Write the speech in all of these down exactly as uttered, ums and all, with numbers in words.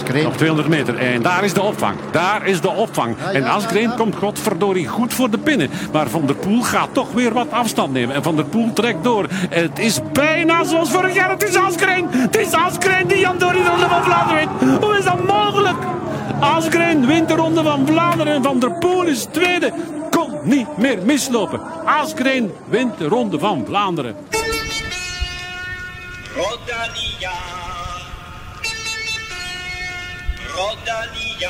Asgreen. Nog tweehonderd meter. En daar is de opvang. Daar is de opvang. Ja, ja, en Asgreen ja, ja. komt godverdorie goed voor de pinnen. Maar Van der Poel gaat toch weer wat afstand nemen. En Van der Poel trekt door. En het is bijna zoals vorig jaar. Het is Asgreen. Het is Asgreen die Jan Dorie de Ronde van Vlaanderen wint. Hoe is dat mogelijk? Asgreen wint de Ronde van Vlaanderen. En Van der Poel is tweede. Kon niet meer mislopen. Asgreen wint de Ronde van Vlaanderen. Rodalia. Rodalia.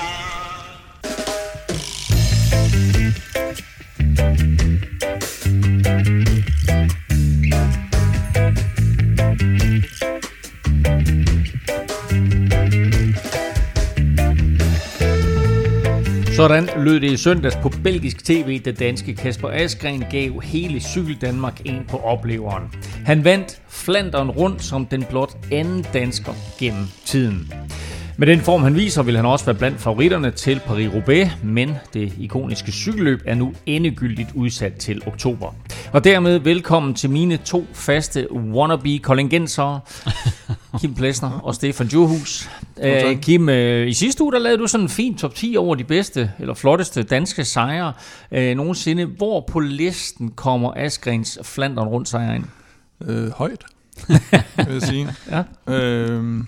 Sådan lød det i søndags på belgisk tv, da danske Kasper Asgreen gav hele Cykel Danmark en på opleveren. Han vandt Flandern rundt som den blot anden dansker gennem tiden. Med den form han viser, vil han også være blandt favoritterne til Paris-Roubaix, men det ikoniske cykelløb er nu endegyldigt udsat til oktober. Og dermed velkommen til mine to faste wannabe kollingensere, Kim Plesner og Stefan Djurhus. Uh, Kim, uh, i sidste uge der lavede du sådan en fin top ti over de bedste eller flotteste danske sejre uh, nogensinde. Hvor på listen kommer Asgrens Flandern rundt sejr ind? Øh, højt, vil jeg sige. Ja. Øhm,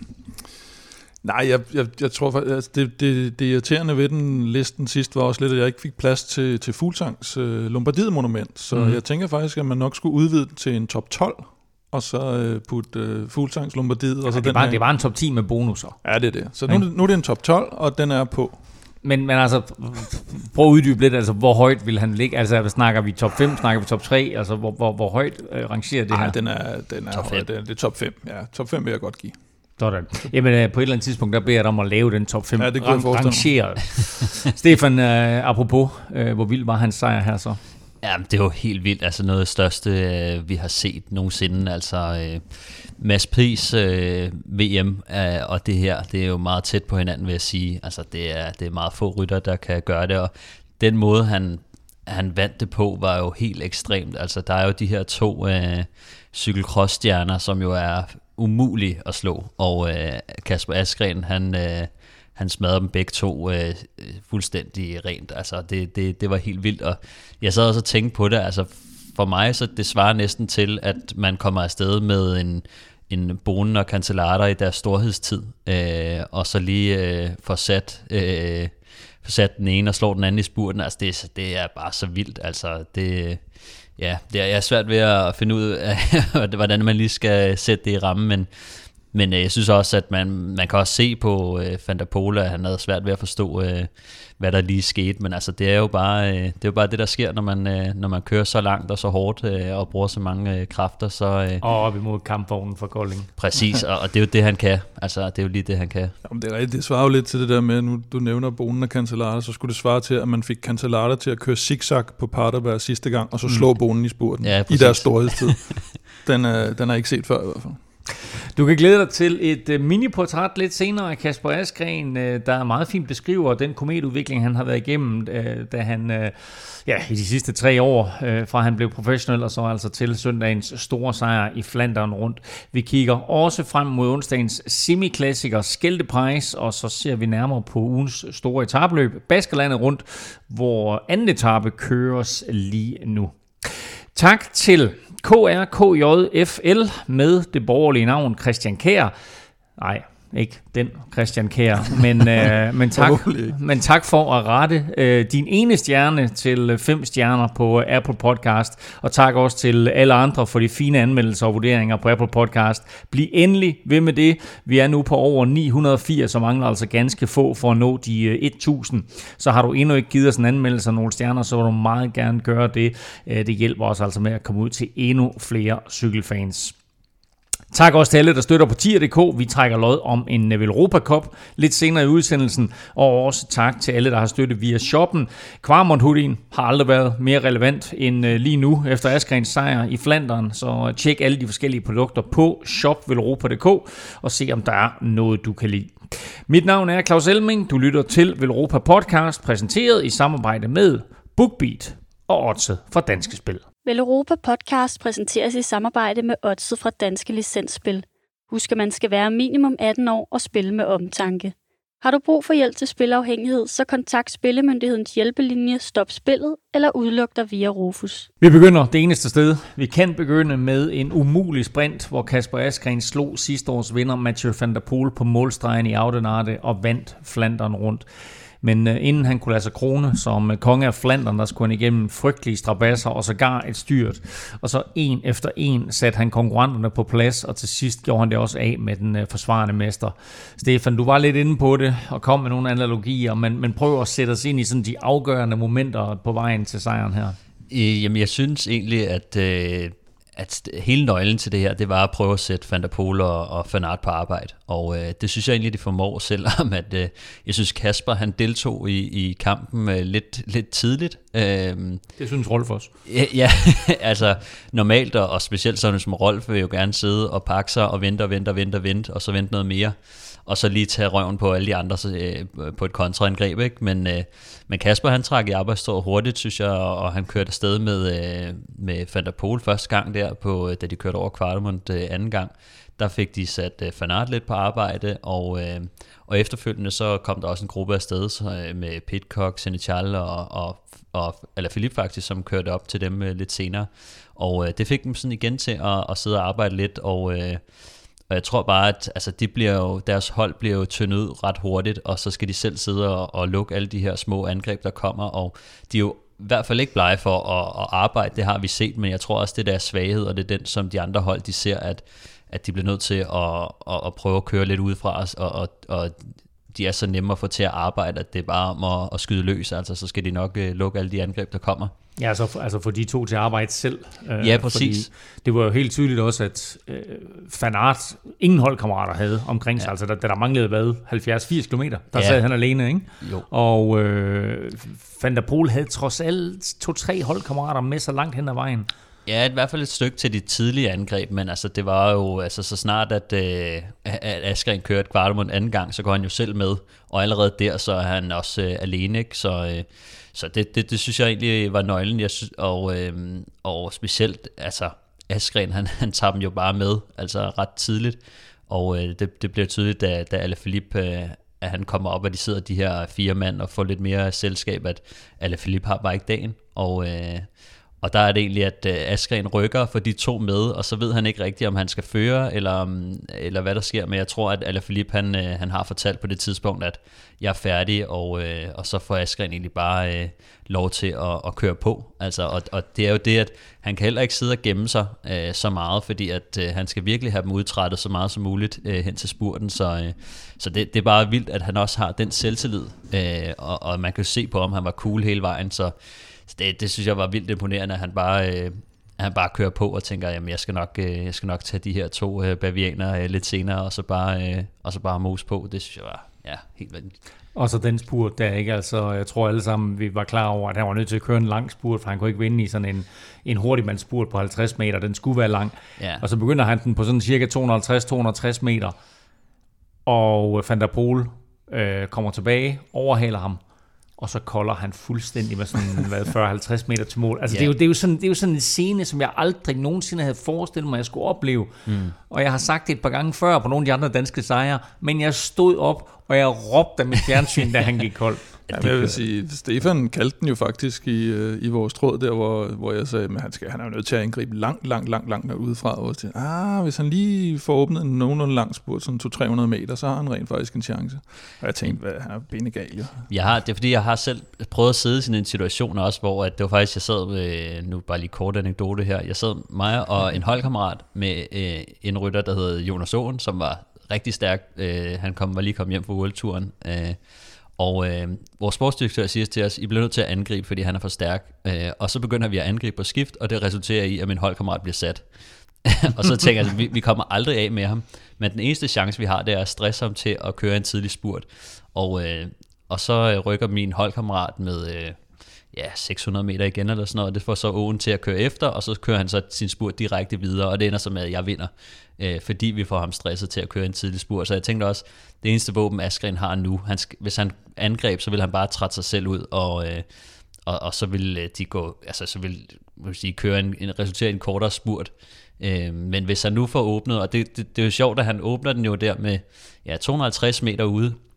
nej, jeg, jeg, jeg tror faktisk, altså det, det, det irriterende ved den listen sidst var også lidt, at jeg ikke fik plads til, til Fuglsangs øh, Lombardiet-monument. Så mm. jeg tænker faktisk, at man nok skulle udvide den til en top tolv, og så øh, putte øh, Fuglsangs Lombardiet. Og så Ja, det, den var, her. det var en top ti med bonusser. Ja, det er det. Så nu, nu er det en top tolv, og den er på. Men, men altså, prøv at uddybe lidt, altså, hvor højt vil han ligge? Altså, snakker vi top fem, snakker vi top tre? Altså, hvor, hvor, hvor højt øh, rangerer det Nej, her? den er, den er Top høj, fem. det, er, det er top fem. Ja, top fem vil jeg godt give. Sådan. Jamen, øh, på et eller andet tidspunkt, der beder jeg dig om at lave den top fem Ja, det kunne jeg forestille mig. rangeret. Stefan, øh, apropos, øh, hvor vild var hans sejr her så? Ja, det var helt vildt. Altså noget af det største, øh, vi har set nogensinde. Altså øh, Mads Pris øh, V M øh, og det her, det er jo meget tæt på hinanden, vil jeg sige. Altså det er, det er meget få rytter, der kan gøre det, og den måde, han, han vandt det på, var jo helt ekstremt. Altså der er jo de her to øh, cykelcross-stjerner, som jo er umulige at slå, og øh, Kasper Asgreen, han... Øh, Han smadrede dem begge to øh, fuldstændig rent. Altså, det, det, det var helt vildt. Og jeg sad også og tænkte på det. Altså, for mig så det svarer næsten til, at man kommer afsted med en, en Bonen og Cancellara i deres storhedstid. Øh, og så lige øh, får sat, øh, får sat den ene og slår den anden i spurten. Altså, det, det er bare så vildt. Altså, det... Ja, det er, jeg er svært ved at finde ud af, hvordan man lige skal sætte det i rammen, men Men øh, jeg synes også, at man, man kan også se på øh, Van der Poel, at han havde svært ved at forstå, øh, hvad der lige skete. Men altså, det er jo bare, øh, det, er jo bare det, der sker, når man, øh, når man kører så langt og så hårdt øh, og bruger så mange øh, kræfter. Så, øh, Og op imod kampvognen for Kolding. præcis, og, og det er jo det, han kan. Altså, det er jo lige det, han kan. Jamen, det er rigtigt. Det svarer jo lidt til det der med, nu du nævner Bonen og Cancellara, så skulle det svare til, at man fik Cancellara til at køre zigzag på Paterberg sidste gang, og så slå mm. Bonen i spurten Ja, i præcis. deres storhedstid. Den er, den er ikke set før i hvert fald. Du kan glæde dig til et uh, mini-portræt lidt senere af Kasper Asgreen, uh, der meget fint beskriver den kometudvikling, han har været igennem, uh, da han uh, ja, i de sidste tre år, uh, fra han blev professionel og så altså til søndagens store sejr i Flandern rundt. Vi kigger også frem mod onsdagens semiklassiker Scheldeprijs, og så ser vi nærmere på ugens store etapeløb, Baskerlandet rundt, hvor anden etape køres lige nu. Tak til K R K J F L med det borgerlige navn Christian Kjær. Nej, ikke den Christian Kjær, men, øh, men, tak, men tak for at rette øh, din ene stjerne til fem stjerner på Apple Podcast, og tak også til alle andre for de fine anmeldelser og vurderinger på Apple Podcast. Bliv endelig ved med det. Vi er nu på over ni hundrede og firs, så mangler altså ganske få for at nå de øh, tusind. Så har du endnu ikke givet os en anmeldelse af nogle stjerner, så vil du meget gerne gøre det. Øh, det hjælper os altså med at komme ud til endnu flere cykelfans. Tak også til alle, der støtter på tier punktum d k. Vi trækker lod om en Velropa Cup lidt senere i udsendelsen. Og også tak til alle, der har støttet via shoppen. Kvarmont-hoodien har aldrig været mere relevant end lige nu efter Asgrens sejr i Flandern. Så tjek alle de forskellige produkter på shop velropa punktum d k og se, om der er noget, du kan lide. Mit navn er Claus Elming. Du lytter til Velropa Podcast, præsenteret i samarbejde med BookBeat og Oddset fra Danske Spil. Velropa Podcast præsenteres i samarbejde med Oddset fra Danske Licensspil. Husk, at man skal være minimum atten år og spille med omtanke. Har du brug for hjælp til spilafhængighed, så kontakt Spillemyndighedens hjælpelinje Stop Spillet eller udluk dig via Rufus. Vi begynder det eneste sted. Vi kan begynde med en umulig sprint, hvor Kasper Asgreen slog sidste års vinder Mathieu van der Poel på målstregen i Oudenaarde og vandt Flandern rundt. Men uh, inden han kunne lade sig krone som uh, konge af Flandern, der skulle han igennem frygtelige strabasser og sågar et styrt. Og så en efter en satte han konkurrenterne på plads, og til sidst gjorde han det også af med den uh, forsvarende mester. Stefan, du var lidt inde på det og kom med nogle analogier, men, men prøv at sætte os ind i sådan de afgørende momenter på vejen til sejren her. Jamen, jeg synes egentlig, at... Øh at hele nøglen til det her, det var at prøve at sætte Van der Poel og, og Van Aert på arbejde. Og øh, det synes jeg egentlig, de formår, selvom at øh, jeg synes, Kasper han deltog i, i kampen øh, lidt, lidt tidligt. Øh, det synes Rolf også. Ja, ja altså normalt, og, og specielt sådan som Rolf vil jo gerne sidde og pakke sig og vente og vente og vente og vente, og så vente noget mere. Og så lige tage røven på alle de andre øh, på et kontraangreb, ikke? Men, øh, men Kasper han trak i arbejdstår hurtigt, synes jeg, og han kørte afsted med, øh, med Van der Poel første gang der, på, da de kørte over Kvartemund øh, anden gang. Der fik de sat øh, Van Aert lidt på arbejde, og, øh, og efterfølgende så kom der også en gruppe afsted så, øh, med Pidcock, Senechal og, og, og Alaphilippe faktisk, som kørte op til dem øh, lidt senere. Og øh, det fik dem sådan igen til at, at sidde og arbejde lidt, og... Øh, Og jeg tror bare, at altså, de bliver jo, deres hold bliver jo tyndet ud ret hurtigt, og så skal de selv sidde og, og lukke alle de her små angreb, der kommer. Og de er jo i hvert fald ikke blege for at, at arbejde, det har vi set, men jeg tror også, det er deres svaghed, og det er den, som de andre hold, de ser, at, at de bliver nødt til at, at, at prøve at køre lidt udefra os, og, og, og de er så nemme at få til at arbejde, at det er bare om at, at skyde løs, altså så skal de nok uh, lukke alle de angreb, der kommer. Ja, altså for, altså for de to til at arbejde selv. Øh, ja, præcis. Det var jo helt tydeligt også, at øh, Van Aert ingen holdkammerater havde omkring sig. Ja. Altså, da, da der manglede, hvad, halvfjerds til firs kilometer, der ja. sad han alene, ikke? Jo. Og øh, Van der Poel havde trods alt to-tre holdkammerater med så langt hen ad vejen. Ja, i hvert fald et stykke til de tidlige angreb, men altså det var jo altså så snart at, øh, at Asgreen kørte Kvartemund anden gang, så går han jo selv med, og allerede der så er han også øh, alene, ikke? Så øh, så det, det det synes jeg egentlig var nøglen, jeg synes, og øh, og specielt altså Asgreen han han tager dem jo bare med, altså ret tidligt, og øh, det det bliver tydeligt da da Alaphilippe øh, at han kommer op, og de sidder de her fire mand og får lidt mere selskab, at Alaphilippe har bare ikke dagen, og øh, Og der er det egentlig, at Asgreen rykker for de to med, og så ved han ikke rigtigt, om han skal føre, eller, eller hvad der sker. Men jeg tror, at Alaphilippe, han, han har fortalt på det tidspunkt, at jeg er færdig, og, og så får Asgreen egentlig bare øh, lov til at, at køre på. Altså, og, og det er jo det, at han kan heller ikke sidde og gemme sig øh, så meget, fordi at øh, han skal virkelig have dem udtrættet så meget som muligt øh, hen til spurten. Så, øh, så det, det er bare vildt, at han også har den selvtillid, øh, og, og man kan se på, om han var cool hele vejen, så Så det, det synes jeg var vildt imponerende, at han bare, øh, at han bare kører på og tænker, jamen jeg skal nok, øh, jeg skal nok tage de her to øh, bavianer øh, lidt senere, og så bare, øh, og så bare mose på. Det synes jeg var ja, helt vanvittigt. Og så den spurt der, ikke? Altså, jeg tror alle sammen, vi var klar over, at han var nødt til at køre en lang spurt, for han kunne ikke vinde i sådan en, en hurtigmandsspurt på halvtreds meter. Den skulle være lang. Ja. Og så begynder han den på sådan cirka to hundrede og halvtreds til to hundrede og tres meter. Og Van der Poel øh, kommer tilbage, overhaler ham, og så kolder han fuldstændig med sådan fyrre til halvtreds meter til mål. Altså yeah. det, er jo, det, er jo sådan, det er jo sådan en scene, som jeg aldrig nogensinde havde forestillet mig, at jeg skulle opleve. Mm. Og jeg har sagt det et par gange før på nogle af de andre danske sejre, men jeg stod op, og jeg råbte af mit fjernsyn, da han gik kold. Ja, jeg vil sige, Stefan kaldte den jo faktisk i, øh, i vores tråd der, hvor, hvor jeg sagde, at han, skal, han er jo nødt til at angribe langt, langt, langt, langt udefra. Og jeg tænkte, ah, hvis han lige får åbnet en nogenlunde lang spurt, sådan to til tre hundrede meter, så har han rent faktisk en chance. Og jeg tænkte, hvad, han er benegal, jo. Jeg har, det er fordi, jeg har selv prøvet at sidde i sådan en situation også, hvor at det var faktisk, jeg sad med, nu bare lige kort anekdote her, jeg sad mig og en holdkammerat med øh, en rytter, der hed Jonas Åen, som var rigtig stærk. Øh, han kom, var lige kommet hjem fra World-turen, øh, og øh, vores sportsdirektør siger til os, I bliver nødt til at angribe, fordi han er for stærk. Øh, og så begynder vi at angribe på skift, og det resulterer i, at min holdkammerat bliver sat. Og så tænker jeg, at vi, vi kommer aldrig af med ham. Men den eneste chance, vi har, det er at stresse ham til at køre en tidlig spurt. Og, øh, og så rykker min holdkammerat med øh, ja, seks hundrede meter igen eller sådan noget. Det får så Åen til at køre efter, og så kører han så sin spurt direkte videre. Og det ender så med, at jeg vinder, øh, fordi vi får ham stresset til at køre en tidlig spurt. Så jeg tænkte også, det eneste våben Asgreen har nu, han skal, hvis han angreb, så vil han bare trætte sig selv ud, og, øh, og, og så vil de gå, altså så vil man sige, køre en, en resultere i en kortere spurt. Øh, men hvis han nu får åbnet, og det, det, det er jo sjovt, at han åbner den jo der med ja, to hundrede og halvtreds meter ude,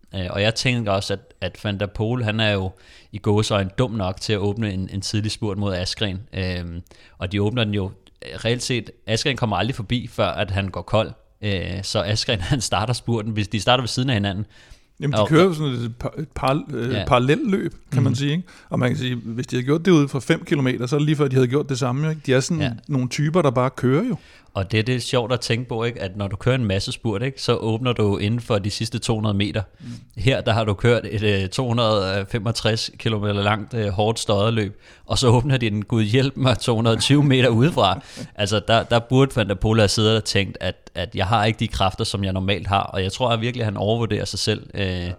Øh, og jeg tænker også, at, at Van der Poel, han er jo i gåseøjne dum nok til at åbne en, en tidlig spurt mod Askren. Øh, og de åbner den jo reelt set. Askren kommer aldrig forbi, før at han går kold. Øh, så Askren, han starter spurten, hvis de starter ved siden af hinanden. Jamen, de kører jo sådan et, par, et par, øh, ja. parallelløb, kan mm-hmm. man sige. Ikke? Og man kan sige, hvis de havde gjort det ude for fem kilometer, så er det lige før, de havde gjort det samme. Ikke? De er sådan ja. nogle typer, der bare kører jo. Og det er det sjovt at tænke på, ikke? At når du kører en masse spurt, ikke? Så åbner du inden for de sidste to hundrede meter. Mm. Her der har du kørt et uh, to hundrede og femogtres kilometer langt uh, hårdt støjet løb, og så åbner de den gud hjælp mig to hundrede og tyve meter udefra. Altså der, der burde Van der Poel have siddet og tænkt, at, at jeg har ikke de kræfter, som jeg normalt har, og jeg tror at virkelig, at han overvurderer sig selv. Uh,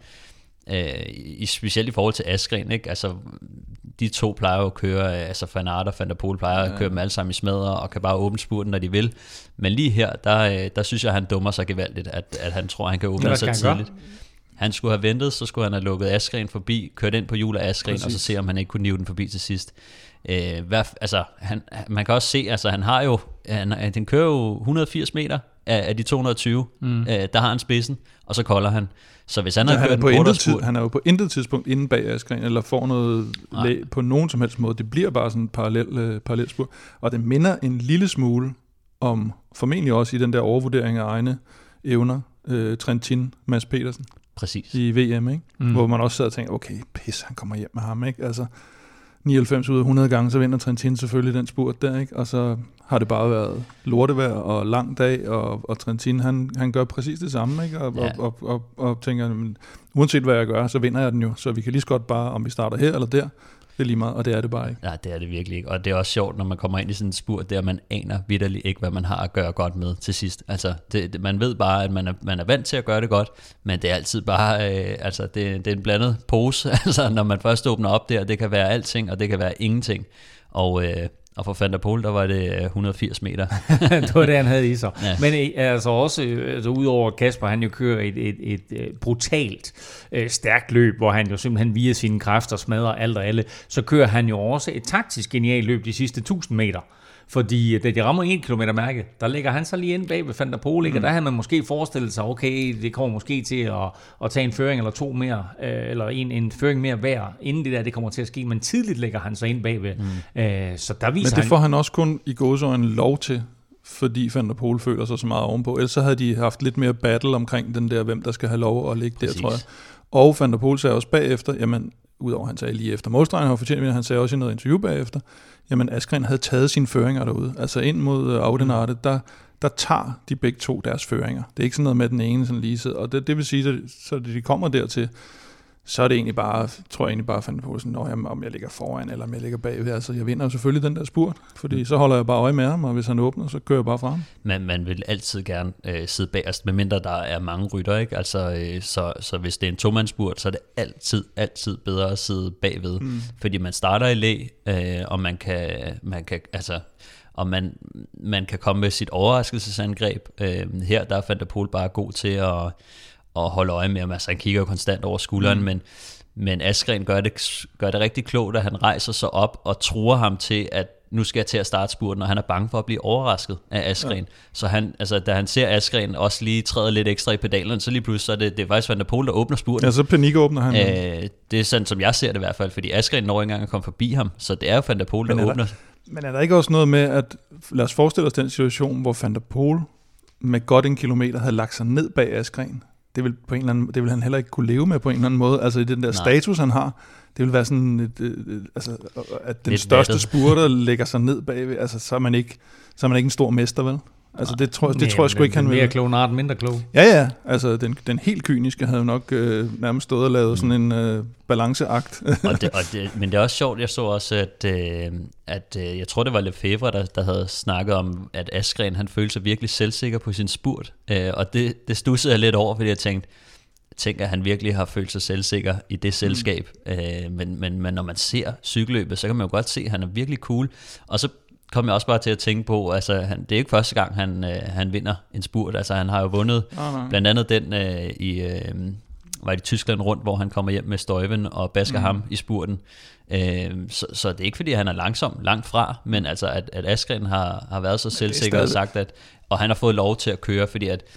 Uh, i, specielt i forhold til Askren, ikke? Altså de to plejer jo at køre, altså Van Aert og Van der Poel plejer at køre dem alle sammen i smadre og kan bare åbne spurten, når de vil. Men lige her, der, der synes jeg, han dummer sig gevaldigt, at, at han tror, han kan åbne sig tidligt. Gøre? Han skulle have ventet, så skulle han have lukket Askren forbi, kørt ind på hjul af Askren, og så se, om han ikke kunne nive den forbi til sidst. Uh, hvad, altså, han, man kan også se, altså han har jo, han, den kører jo et hundrede og firs meter af, af de to hundrede og tyve, mm. uh, der har han spidsen, og så kolder han. Så hvis han har kørt en kortere spurt... Han er jo på intet tidspunkt inde bag Askren, eller får noget læ på nogen som helst måde. Det bliver bare sådan en parallel, øh, parallel spur. Og det minder en lille smule om, formentlig også i den der overvurdering af egne evner, øh, Trentin, Mads Petersen. Præcis. I V M, ikke? Mm. Hvor man også sad og tænkte, okay, pis, han kommer hjem med ham, ikke? Altså, nioghalvfems ud af hundrede gange, så vinder Trentin selvfølgelig den spurt der, ikke? Og så har det bare været lortevejr og lang dag, og, og Trentin, han, han gør præcis det samme, ikke? Og, ja. og, og, og, og tænker, men, uanset hvad jeg gør, så vinder jeg den jo, så vi kan lige så godt bare, om vi starter her eller der, det er lige meget, og det er det bare ikke. Nej, det er det virkelig ikke, og det er også sjovt, når man kommer ind i sådan en spurt, der man aner vitterligt ikke, hvad man har at gøre godt med til sidst. Altså, det, det, man ved bare, at man er, man er vant til at gøre det godt, men det er altid bare, øh, altså, det, det er en blandet pose, altså, når man først åbner op der, det kan være alting, og det kan være ingenting, og... Øh, Og for Van der Poel, der var det et hundrede og firs meter. Det var det, han havde i sig. Ja. Men altså også, altså, udover Kasper, han jo kører et, et, et, et brutalt øh, stærkt løb, hvor han jo simpelthen via sine kræfter smadrer alt og alle, så kører han jo også et taktisk genialt løb de sidste tusind meter. Fordi da de rammer en kilometer mærke, der ligger han så lige inde bag ved Van der Poel, mm. og der havde man måske forestillet sig, okay, det kommer måske til at, at tage en føring eller to mere, øh, eller en, en føring mere hver, inden det der, det kommer til at ske, men tidligt ligger han så inde bagved. Mm. Øh, så der viser men det får han, han også kun i gåseøjne lov til, fordi Van der Poel føler sig så meget ovenpå. Ellers så havde de haft lidt mere battle omkring den der, hvem der skal have lov at ligge Præcis. Der, tror jeg. Og Van der Poel sagde også bagefter, jamen, udover han sagde lige efter målstregen, han fortjent, men han sagde også i noget interview bagefter, jamen Askren havde taget sine føringer derude. Altså ind mod Audenarde, der, der tager de begge to deres føringer. Det er ikke sådan noget med den ene sådan lige sidder. Og det, det vil sige, at så de kommer dertil, så er det egentlig bare, tror jeg egentlig bare fandt på sådan, jamen, om jeg ligger foran, eller om jeg ligger bagved. Altså jeg vinder jo selvfølgelig den der spurt, fordi så holder jeg bare øje med ham, og hvis han åbner, så kører jeg bare frem. Men man vil altid gerne øh, sidde bagerst, medmindre der er mange rytter, ikke? Altså, øh, så, så hvis det er en tomandsspurt, så er det altid, altid bedre at sidde bagved, mm. fordi man starter i læ, øh, og man kan, man kan, altså, og man, man kan komme med sit overraskelsesangreb. Øh, her der er Van der Poel bare god til at og holde øje med ham. Altså han kigger konstant over skulderen, mm. men, men Askren gør det, gør det rigtig klogt, at han rejser sig op og truer ham til, at nu skal jeg til at starte spurten, og han er bange for at blive overrasket af Askren. Ja. Så han, altså, da han ser Askren også lige træde lidt ekstra i pedalen, så lige pludselig så er det, det er faktisk Van der Poel, der åbner spurten. Ja, så panikåbner han. Øh, det er sådan, som jeg ser det i hvert fald, fordi Askren når ikke engang at komme forbi ham, så det er jo Van der Poel, der men åbner. Der, men er der ikke også noget med, at lad os forestille os den situation, hvor Van der Poel med godt en kilometer havde lagt sig ned bag Askren? Det vil, på en eller anden, det vil han heller ikke kunne leve med på en eller anden måde. Altså i den der Nej. status, han har, det vil være sådan, et, et, et, altså, at den Lidt største vattet. spurter lægger sig ned bagved, altså så er man ikke, så er man ikke en stor mester, vel? Altså det tror, det tror jeg sgu ikke, han vil. Mere klog, nart mindre klog. Ja, ja. Altså den, den helt kyniske havde jo nok øh, nærmest stået og lavet sådan en øh, balanceakt. og det, og det, men det er også sjovt, jeg så også, at, øh, at øh, jeg tror, det var Lefebvre, der, der havde snakket om, at Askren, han følte sig virkelig selvsikker på sin spurt. Øh, og det, det stussede jeg lidt over, fordi jeg tænkte, jeg tænker, at han virkelig har følt sig selvsikker i det selskab. Mm. Øh, men, men, men når man ser cykelløbet, så kan man jo godt se, at han er virkelig cool. Og så kom jeg også bare til at tænke på, altså han, det er ikke første gang, han, øh, han vinder en spurt. Altså han har jo vundet oh, blandt andet den øh, i, øh, var i Tyskland rundt, hvor han kommer hjem med Stuyven og basker mm. ham i spurten. Øh, så, så det er ikke, fordi han er langsom, langt fra, men altså at, at Askren har, har været så selvsikker og sagt, at og han har fået lov til at køre, fordi at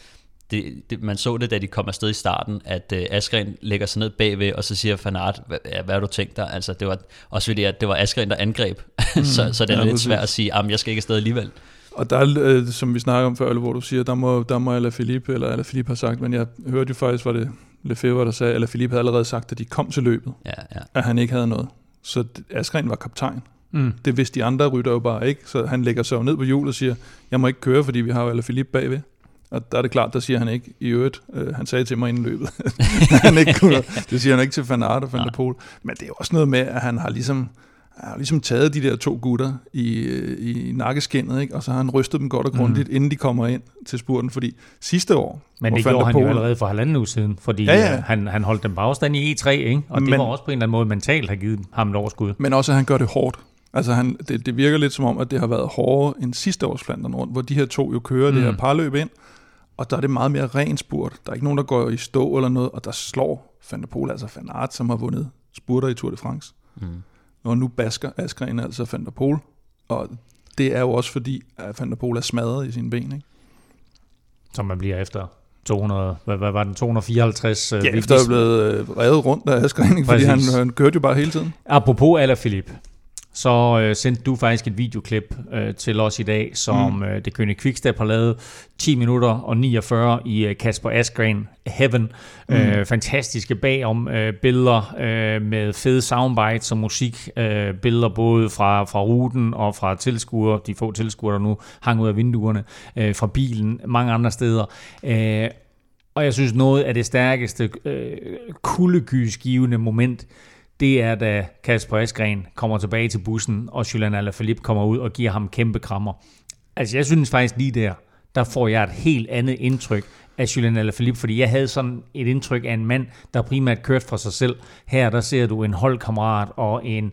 det, det, man så det, da de kom afsted i starten, at uh, Askren lægger sig ned bagved, og så siger Van Aert, hvad, hvad har du tænkt dig? Altså, det var også fordi, at det var Askren, der angreb, mm, så, så det er ja, lidt svært at sige, at jeg skal ikke afsted alligevel. Og der er, øh, som vi snakker om før, hvor du siger, der må, der må Alaphilippe, eller Alaphilippe har sagt, men jeg hørte jo faktisk, var det Lefebvre, der sagde, at Alaphilippe havde allerede sagt, at de kom til løbet, ja, ja. at han ikke havde noget. Så Askren var kaptajn. Mm. Det vidste de andre rytter jo bare ikke, så han lægger sig jo ned på hjulet og siger, jeg må ikke køre, fordi vi har jo Alaphilippe bagved. Og der er det klart, der siger han ikke i øvrigt. Øh, han sagde til mig inden løbet, han ikke kunne. Det siger han ikke til Van Aert og Van der Poel. Men det er jo også noget med, at han har ligesom, han har ligesom taget de der to gutter i, i nakkeskinnet, ikke? Og så har han rystet dem godt og grundigt, mm. inden de kommer ind til spurten. Fordi sidste år... Men det gjorde han Poel, jo allerede for halvanden uge siden, fordi ja, ja. Han, han holdt dem på afstand i E tre, ikke? Og men, det var også på en eller anden måde mentalt har givet ham et overskud. Men også, at han gør det hårdt. Altså han, det, det virker lidt som om, at det har været hårdere end sidste års Flandern rundt, hvor de her to jo kører mm. det her parløb ind, og der er det meget mere ren spurt. Der er ikke nogen, der går i stå eller noget, og der slår Van der Poel, altså Van Aert, som har vundet spurter i Tour de France. Mm. Og nu basker Askren altså Van der Poel, og det er jo også fordi, at Van der Poel er smadret i sine ben, ikke? Som man bliver efter to hundrede, hvad, hvad var den, to hundrede og fireoghalvtreds? Ja, øh, efter at blevet øh, revet rundt af Askren, fordi han, han kørte jo bare hele tiden. Apropos Alaphilippe, så øh, sendte du faktisk et videoklip øh, til os i dag, som mm. øh, det kønne Quickstep har lavet ti minutter og niogfyrre i øh, Kasper Askren Heaven. Mm. Øh, fantastiske bagom øh, billeder øh, med fede soundbites og musik. Øh, billeder både fra, fra ruten og fra tilskuere, de få tilskuere, der nu hang ud af vinduerne, øh, fra bilen, mange andre steder. Øh, og jeg synes, noget af det stærkeste øh, kuldegysgivende moment, det er, da Kasper Askren kommer tilbage til bussen, og Julian Alaphilippe kommer ud og giver ham kæmpe krammer. Altså, jeg synes faktisk lige der, der får jeg et helt andet indtryk af Julian Alaphilippe, fordi jeg havde sådan et indtryk af en mand, der primært kørte for sig selv. Her, der ser du en holdkammerat og en,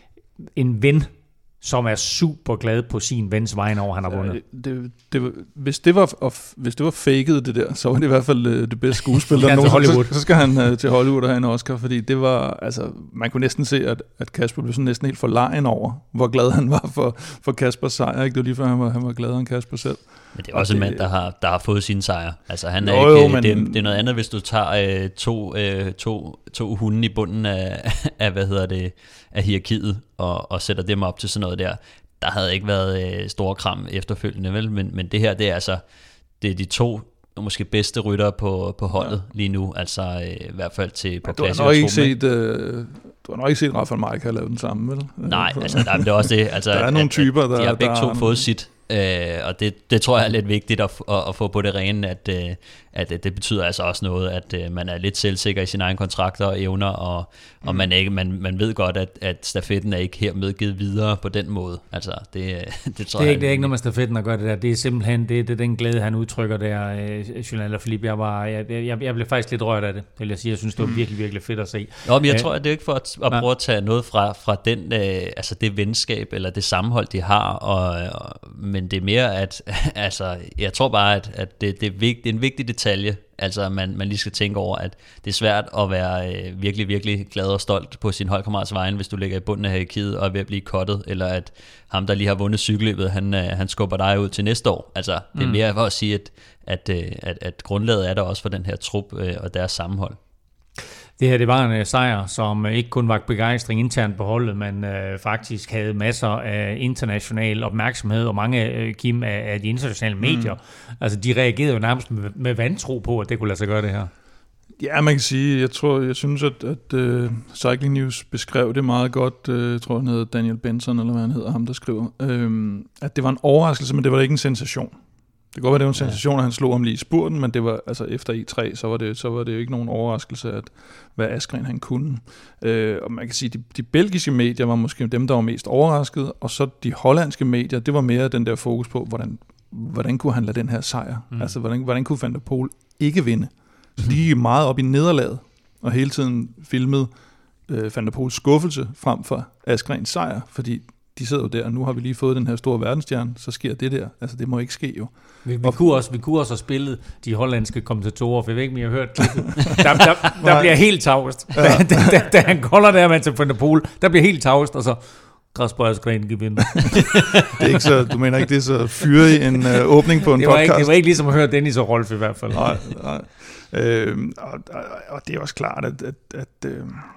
en ven, som er super glad på sin vens vegne over, han har vundet. Ja, det, det, det, hvis, det var, hvis det var faked, det der, så var det i hvert fald det bedste skuespil. Der nogen, Hollywood. Så, så skal han uh, til Hollywood og have en Oscar, fordi det var, altså, man kunne næsten se, at, at Kasper blev sådan næsten helt forlegen over, hvor glad han var for, for Kaspers sejr. Ikke? Det var lige før, han var, han var gladere end Kasper selv. Men det er også og en mand, der har, der har fået sine sejre. Altså, han er jo, ikke, jo, men, det, er, det er noget andet, hvis du tager øh, to, øh, to, to hunde i bunden af, af, hvad hedder det, af hierarkiet, og, og sætter dem op til sådan noget der. Der havde ikke været øh, store kram efterfølgende, vel? Men, men det her, det er altså det er de to måske bedste ryttere på, på holdet ja. lige nu, altså øh, i hvert fald til på plads. Du har nok ikke set, øh, du har nok ikke set Rafael Majka lave den samme, vel? Nej, altså der, det er også det. Altså, der er at, nogle typer, der... De har begge der to er fået sit, øh, og det, det tror jeg er lidt vigtigt at, at, at få på det rene, at, øh, at det betyder altså også noget, at øh, man er lidt selvsikker i sine egne kontrakter og evner, og, mm. og man, ikke, man, man ved godt, at, at stafetten er ikke her medgivet videre på den måde. Altså, det, det tror det er jeg... Ikke, det er ikke noget med stafetten at gøre det der. Det er simpelthen det, det er den glæde, han udtrykker der, øh, Julian Alaphilippe. Jeg, var, jeg, jeg, jeg blev faktisk lidt rørt af det, vil jeg sige. Jeg synes, det var virkelig, virkelig fedt at se. Nå, men jeg tror, at det er ikke for at, at prøve at tage noget fra, fra den, øh, altså det venskab, eller det sammenhold, de har, og, og, men det er mere, at altså, jeg tror bare, at, at det, det, er vigt, det er en vigtig detalje. Altså man, man lige skal tænke over, at det er svært at være øh, virkelig, virkelig glad og stolt på sin holdkammerats vegne, hvis du ligger i bunden af hierarkiet og er ved at blive cuttet, eller at ham, der lige har vundet cykelløbet, han, øh, han skubber dig ud til næste år. Altså det er mm. mere for at sige, at, at, at, at grundlaget er der også for den her trup øh, og deres sammenhold. Det her, det var en uh, sejr, som uh, ikke kun var begejstring internt på holdet, men uh, faktisk havde masser af international opmærksomhed, og mange uh, Kim af, af de internationale medier. Mm. Altså, de reagerede jo nærmest med, med vantro på, at det kunne lade sig gøre det her. Ja, man kan sige, jeg tror, jeg synes, at, at uh, Cycling News beskrev det meget godt. Uh, jeg tror, han hedder Daniel Benson, eller hvad han hedder, ham der skriver. Uh, at det var en overraskelse, men det var ikke en sensation. Det kan godt være, det var en sensation, at han slog om lige i spurten, men det var altså efter E tre, så var det, så var det jo ikke nogen overraskelse, at hvad Askren han kunne. Øh, og man kan sige, de, de belgiske medier var måske dem, der var mest overrasket, og så de hollandske medier, det var mere den der fokus på, hvordan, hvordan kunne han lade den her sejr? Mm. Altså, hvordan, hvordan kunne Van der Poel ikke vinde? Så de gik meget op i nederlaget, og hele tiden filmede øh, Van der Poels skuffelse frem for Askrens sejr, fordi de sidder jo der, og nu har vi lige fået den her store verdensstjerne, så sker det der. Altså, det må ikke ske jo. Vi, vi, kunne, også, vi kunne også have spillet de hollandske kommentatorer, for jeg ved ikke, om I har hørt klippet. Der, der, der bliver helt tavst. Ja. da, da, da han kolder der med til Van der Poel, der bliver helt tavst, og så, Kasper Asgreen gevinder. Det er ikke så, du mener ikke, det er så fyrig en uh, åbning på en det var podcast? Ikke, det var ikke ligesom at høre Dennis og Rolf i hvert fald. Nej, nej. Øh, og, og, og det er også klart, at, at, at øh,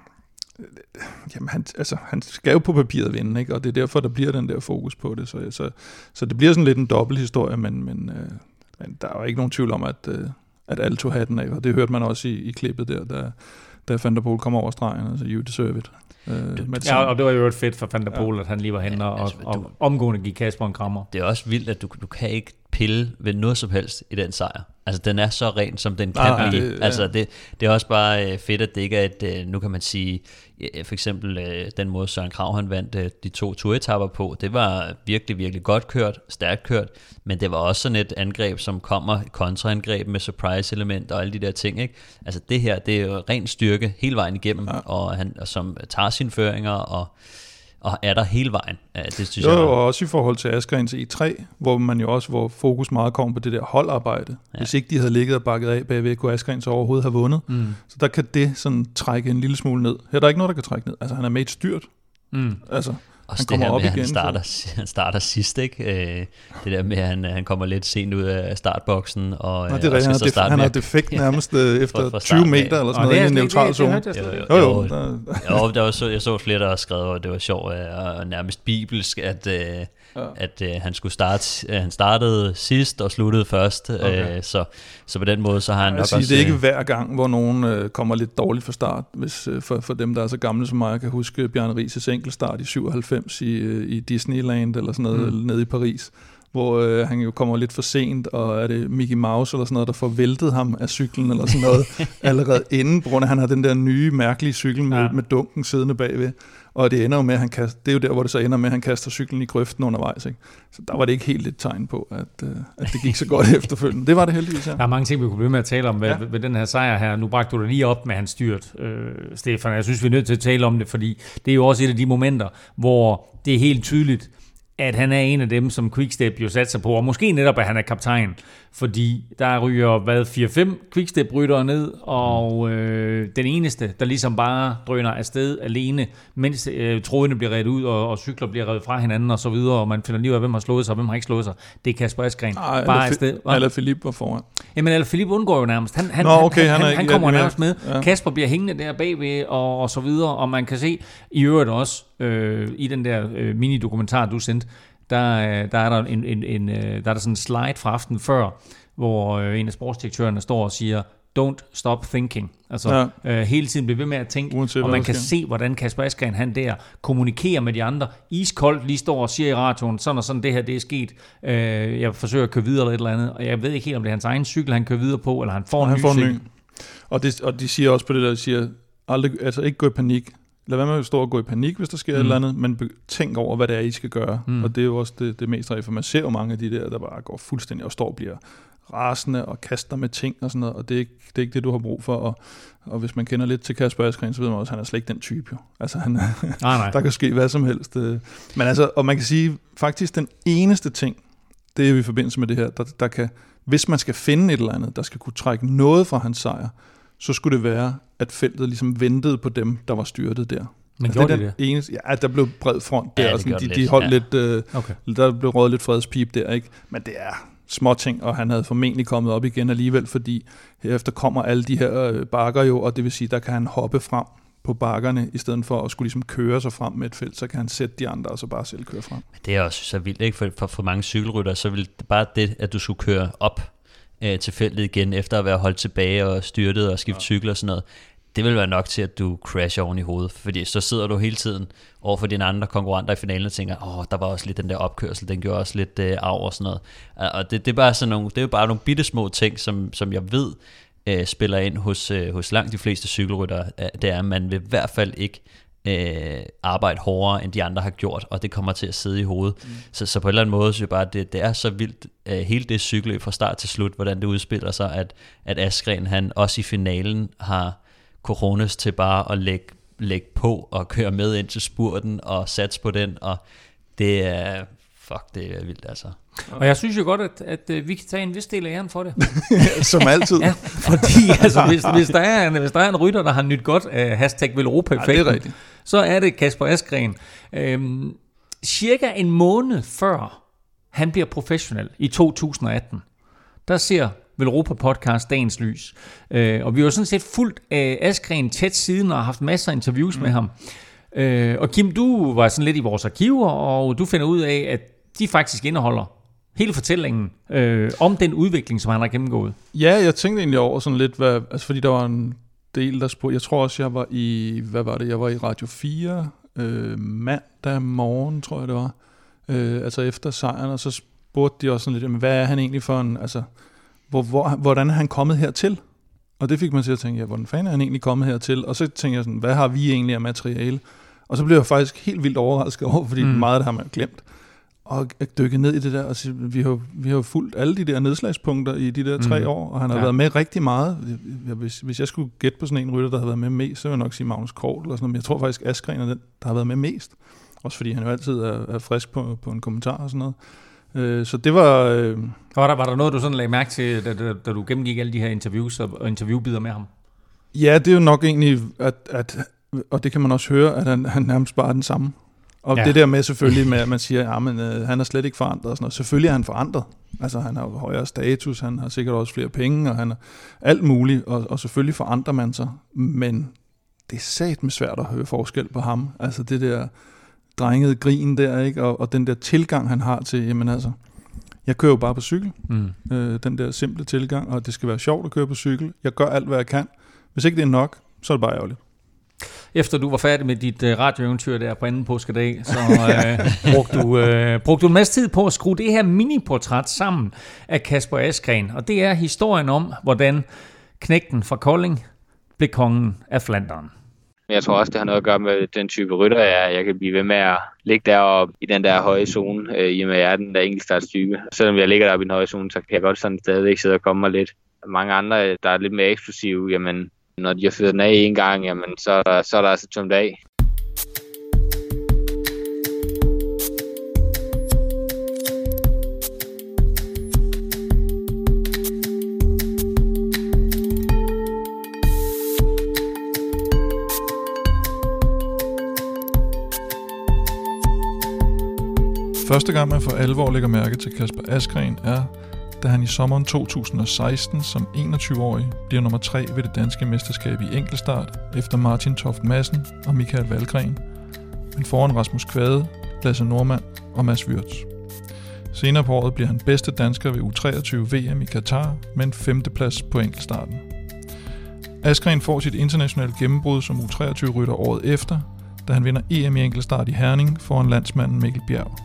jamen han, altså, han skal jo på papiret vinde, ikke? Og det er derfor, der bliver den der fokus på det. Så, så, så det bliver sådan lidt en dobbelt historie, men, men, øh, men der er jo ikke nogen tvivl om, at, øh, at alle tog hatten af. Og det hørte man også i, i klippet der, da, da Van der Poel kom over stregen. Altså, you deserve it. Øh, ja, og det var jo et fedt for Van der Poel, ja. At han lige var henne og, altså, og, og omgående gik Kasper en krammer. Det er også vildt, at du, du kan ikke pille ved noget som helst i den sejr. Altså, den er så ren, som den kan ah, blive. Det, ja. Altså, det, det er også bare øh, fedt, at det ikke er et, øh, nu kan man sige, øh, for eksempel øh, den måde Søren Kragh, han vandt øh, de to turetapper på, det var virkelig, virkelig godt kørt, stærkt kørt, men det var også sådan et angreb, som kommer, kontraangreb med surprise-element og alle de der ting, ikke? Altså, det her, det er jo ren styrke hele vejen igennem, ja. og han og som tager sine føringer, og og er der hele vejen. Det synes jo, jeg, og også i forhold til Asgrens E tre, hvor man jo også, hvor fokus meget kom på det der holdarbejde. Ja. Hvis ikke de havde ligget og bakket af bagved, kunne Asgrens overhovedet have vundet. Mm. Så der kan det sådan trække en lille smule ned. Her er der ikke noget, der kan trække ned. Altså, han er med et styrt. Mm. Altså, også han kommer op med, igen. Han starter, han starter sidst, ikke? Det der med, at han, han kommer lidt sent ud af startboksen. Og, Nå, det er rigtigt. Han, def- han har defekt nærmest efter for, tyve meter eller sådan noget i en neutral zone. Jo, jo. jo, der, jo der var så, jeg så flere, der har skrevet, og det var sjovt og nærmest bibelsk, at, ja. at uh, han skulle starte. Han startede sidst og sluttede først. Okay. Uh, så, så på den måde, så har han jeg nok sige, også... Det er ikke hver gang, hvor nogen uh, kommer lidt dårligt fra start. Hvis, uh, for, for dem, der er så gamle som mig, jeg kan huske Bjarne Riises enkeltstart i syvoghalvfems i, uh, i Disneyland eller sådan noget mm. nede i Paris, hvor øh, han jo kommer lidt for sent, og er det Mickey Mouse eller sådan noget, der får væltet ham af cyklen eller sådan noget, allerede inden, på grund af, at han har den der nye, mærkelige cykel med, ja. med dunken siddende bagved. Og det ender jo med, at han kaster, det er jo der, hvor det så ender med, at han kaster cyklen i grøften undervejs. Ikke? Så der var det ikke helt et tegn på, at, øh, at det gik så godt efterfølgende. Det var det heldigvis, ja. Der er mange ting, vi kunne blive med at tale om ved, ja. ved den her sejr her. Nu bragte du det lige op med hans styrt, øh, Stefan. Jeg synes, vi er nødt til at tale om det, fordi det er jo også et af de momenter, hvor det er helt tydeligt, at han er en af dem, som Quickstep jo satser på, og måske netop, at han er kaptajn, fordi der ryger, hvad, fire fem Quickstep-ryttere ned, og øh, den eneste, der ligesom bare drøner afsted alene, mens øh, trådene bliver revet ud, og, og cykler bliver revet fra hinanden, og så videre, og man finder lige ud af, hvem har slået sig, og hvem har ikke slået sig. Det er Kasper Asgreen. Ej, bare afsted. Alaphilippe var foran. Jamen, Alaphilippe undgår jo nærmest. Han, han, Nå, okay, han, han, han, han kommer ja, nærmest med. Ja. Kasper bliver hængende der bagved, og, og så videre, og man kan se i øvrigt også, øh, i den der øh, mini-dokumentar, du sendte, Der, der er der en, en, en der er der sådan en slide fra aftenen før, hvor en af sportsdirektørerne står og siger, don't stop thinking. Altså ja. øh, hele tiden bliver ved med at tænke, uanset og man kan se, hvordan Kasper Asgreen han der kommunikerer med de andre. Iskoldt lige står og siger i radioen, sådan og sådan, det her det er sket. Øh, jeg forsøger at køre videre eller et eller andet, og jeg ved ikke helt, om det er hans egen cykel, han kører videre på, eller han får en han ny får cykel. En ny. Og, det, og de siger også på det der, de siger, aldrig, altså ikke gå i panik. Lad være med at stå og gå i panik, hvis der sker mm. et eller andet, men tænk over, hvad det er, I skal gøre. Mm. Og det er jo også det, det mest rigtige, for man ser jo mange af de der, der bare går fuldstændig og står og bliver rasende og kaster med ting og sådan noget, og det er ikke det, er ikke det du har brug for. Og, og hvis man kender lidt til Kasper Asgreen, så ved man også, at han er slet ikke den type jo. Altså, han, ah, nej. Der kan ske hvad som helst. Men altså, og man kan sige, faktisk den eneste ting, det er i forbindelse med det her, der, der kan, hvis man skal finde et eller andet, der skal kunne trække noget fra hans sejr, så skulle det være, at feltet ligesom ventede på dem, der var styrtet der. Men altså, gjorde det de det? Eneste, ja, der blev bred front der, ja, og sådan, de, lidt. de holdt ja. lidt, øh, okay. der blev røget lidt fredspip der, ikke? Men det er små ting, og han havde formentlig kommet op igen alligevel, fordi herefter kommer alle de her øh, bakker jo, og det vil sige, der kan han hoppe frem på bakkerne, i stedet for at skulle ligesom køre sig frem med et felt, så kan han sætte de andre, og så bare selv køre frem. Det er også så vildt, ikke? For, for, for mange cykelryttere, så vil det bare det, at du skulle køre op øh, til feltet igen, efter at være holdt tilbage og styrtet og skiftet ja. cykel og sådan noget, det vil være nok til, at du crasher oven i hovedet, fordi så sidder du hele tiden over for dine andre konkurrenter i finalen og tænker, åh, der var også lidt den der opkørsel, den gjorde også lidt øh, af og sådan noget. Og det, det er bare sådan nogle, det er jo bare nogle bittesmå ting, som, som jeg ved øh, spiller ind hos, øh, hos langt de fleste cykelryttere. Det er, at man vil i hvert fald ikke øh, arbejde hårdere, end de andre har gjort, og det kommer til at sidde i hovedet. Mm. Så, så på en eller anden måde, så er bare, det, det er så vildt, øh, hele det cykelløb fra start til slut, hvordan det udspiller sig, at, at Asgreen, han også i finalen har coronas til bare at lægge, lægge på og køre med ind til spurten og satse på den, og det er, fuck, det er vildt altså. Og jeg synes jo godt, at, at, at vi kan tage en vis del af æren for det. Som altid. Ja, fordi altså, hvis, hvis, der er en, hvis der er en rytter, der har nyt godt af hashtag Velropa-effekten, ja, så er det Kasper Asgreen. Øhm, cirka en måned før han bliver professionel i to tusind og atten, der ser Velropa Podcast dagens lys. Øh, og vi har sådan set fulgt øh, Askren tæt siden og har haft masser af interviews mm. med ham. Øh, og Kim, du var sådan lidt i vores arkiver, og du finder ud af, at de faktisk indeholder hele fortællingen øh, om den udvikling, som han har gennemgået. Ja, jeg tænkte egentlig over sådan lidt, hvad, altså fordi der var en del, der spurgte, jeg tror også, jeg var i, hvad var det, jeg var i Radio fire øh, mandag morgen, tror jeg det var, øh, altså efter sejren, og så spurgte de også sådan lidt, jamen, hvad er han egentlig for en, altså, hvor, hvor, hvordan er han kommet hertil? Og det fik mig til at tænke, ja, hvordan fanden er han egentlig kommet hertil? Og så tænkte jeg sådan, hvad har vi egentlig af materiale? Og så blev jeg faktisk helt vildt overrasket over, fordi mm. meget af det har man glemt. Og at dykke ned i det der, og sige, vi har vi har fulgt alle de der nedslagspunkter i de der tre mm. år, og han har ja. været med rigtig meget. Hvis, hvis jeg skulle gætte på sådan en rytter, der har været med mest, så vil jeg nok sige Magnus Kort eller sådan noget, men jeg tror faktisk Askren er den, der har været med mest. Også fordi han jo altid er, er frisk på, på en kommentar og sådan noget. Øh, så det var... Øh... Var, der, var der noget, du sådan lagde mærke til, da, da, da du gennemgik alle de her interviews og, og interviewbider med ham? Ja, det er jo nok egentlig, at, at, og det kan man også høre, at han, han nærmest bare er den samme. Og ja. det der med selvfølgelig, med, at man siger, at ja, han er slet ikke forandret. Og sådan noget. Selvfølgelig er han forandret. Altså han har højere status, han har sikkert også flere penge, og han er alt muligt. Og, og selvfølgelig forandrer man sig. Men det er satme svært at høre forskel på ham. Altså det der drengede grin der, ikke? Og, og den der tilgang, han har til, jamen altså, jeg kører jo bare på cykel. Mm. Øh, den der simple tilgang, og det skal være sjovt at køre på cykel. Jeg gør alt, hvad jeg kan. Hvis ikke det er nok, så er det bare ærgerligt. Efter du var færdig med dit uh, radioeventyr der på anden påskedag, så uh, brugte, du, uh, brugte du en masse tid på at skrue det her miniportræt sammen af Kasper Askren. Og det er historien om, hvordan knægten fra Kolding blev kongen af Flandern. Jeg tror også, det har noget at gøre med den type rytter, jeg er. Jeg kan blive ved med at ligge deroppe i den der høje zone, øh, i og med at jeg er den der enkeltstartstype. Selvom jeg ligger deroppe i den høje zone, så kan jeg godt sådan stadigvæk sidde og komme mig lidt. Mange andre, der er lidt mere eksplosive, jamen når de har fyret den af en gang, jamen, så, er der, så er der altså tømt af. Første gang man for alvor lægger mærke til Kasper Askren er, da han i sommeren to tusind og seksten som enogtyve-årig bliver nummer tre ved det danske mesterskab i enkeltstart efter Martin Toft Madsen og Michael Valgren, men foran Rasmus Kvade, Lasse Nordmand og Mads Wirtz. Senere på året bliver han bedste dansker ved U treogtyve V M i Katar med en femteplads på enkeltstarten. Askren får sit internationale gennembrud som U treogtyve-rytter året efter, da han vinder E M i enkeltstart i Herning foran landsmanden Mikkel Bjerg.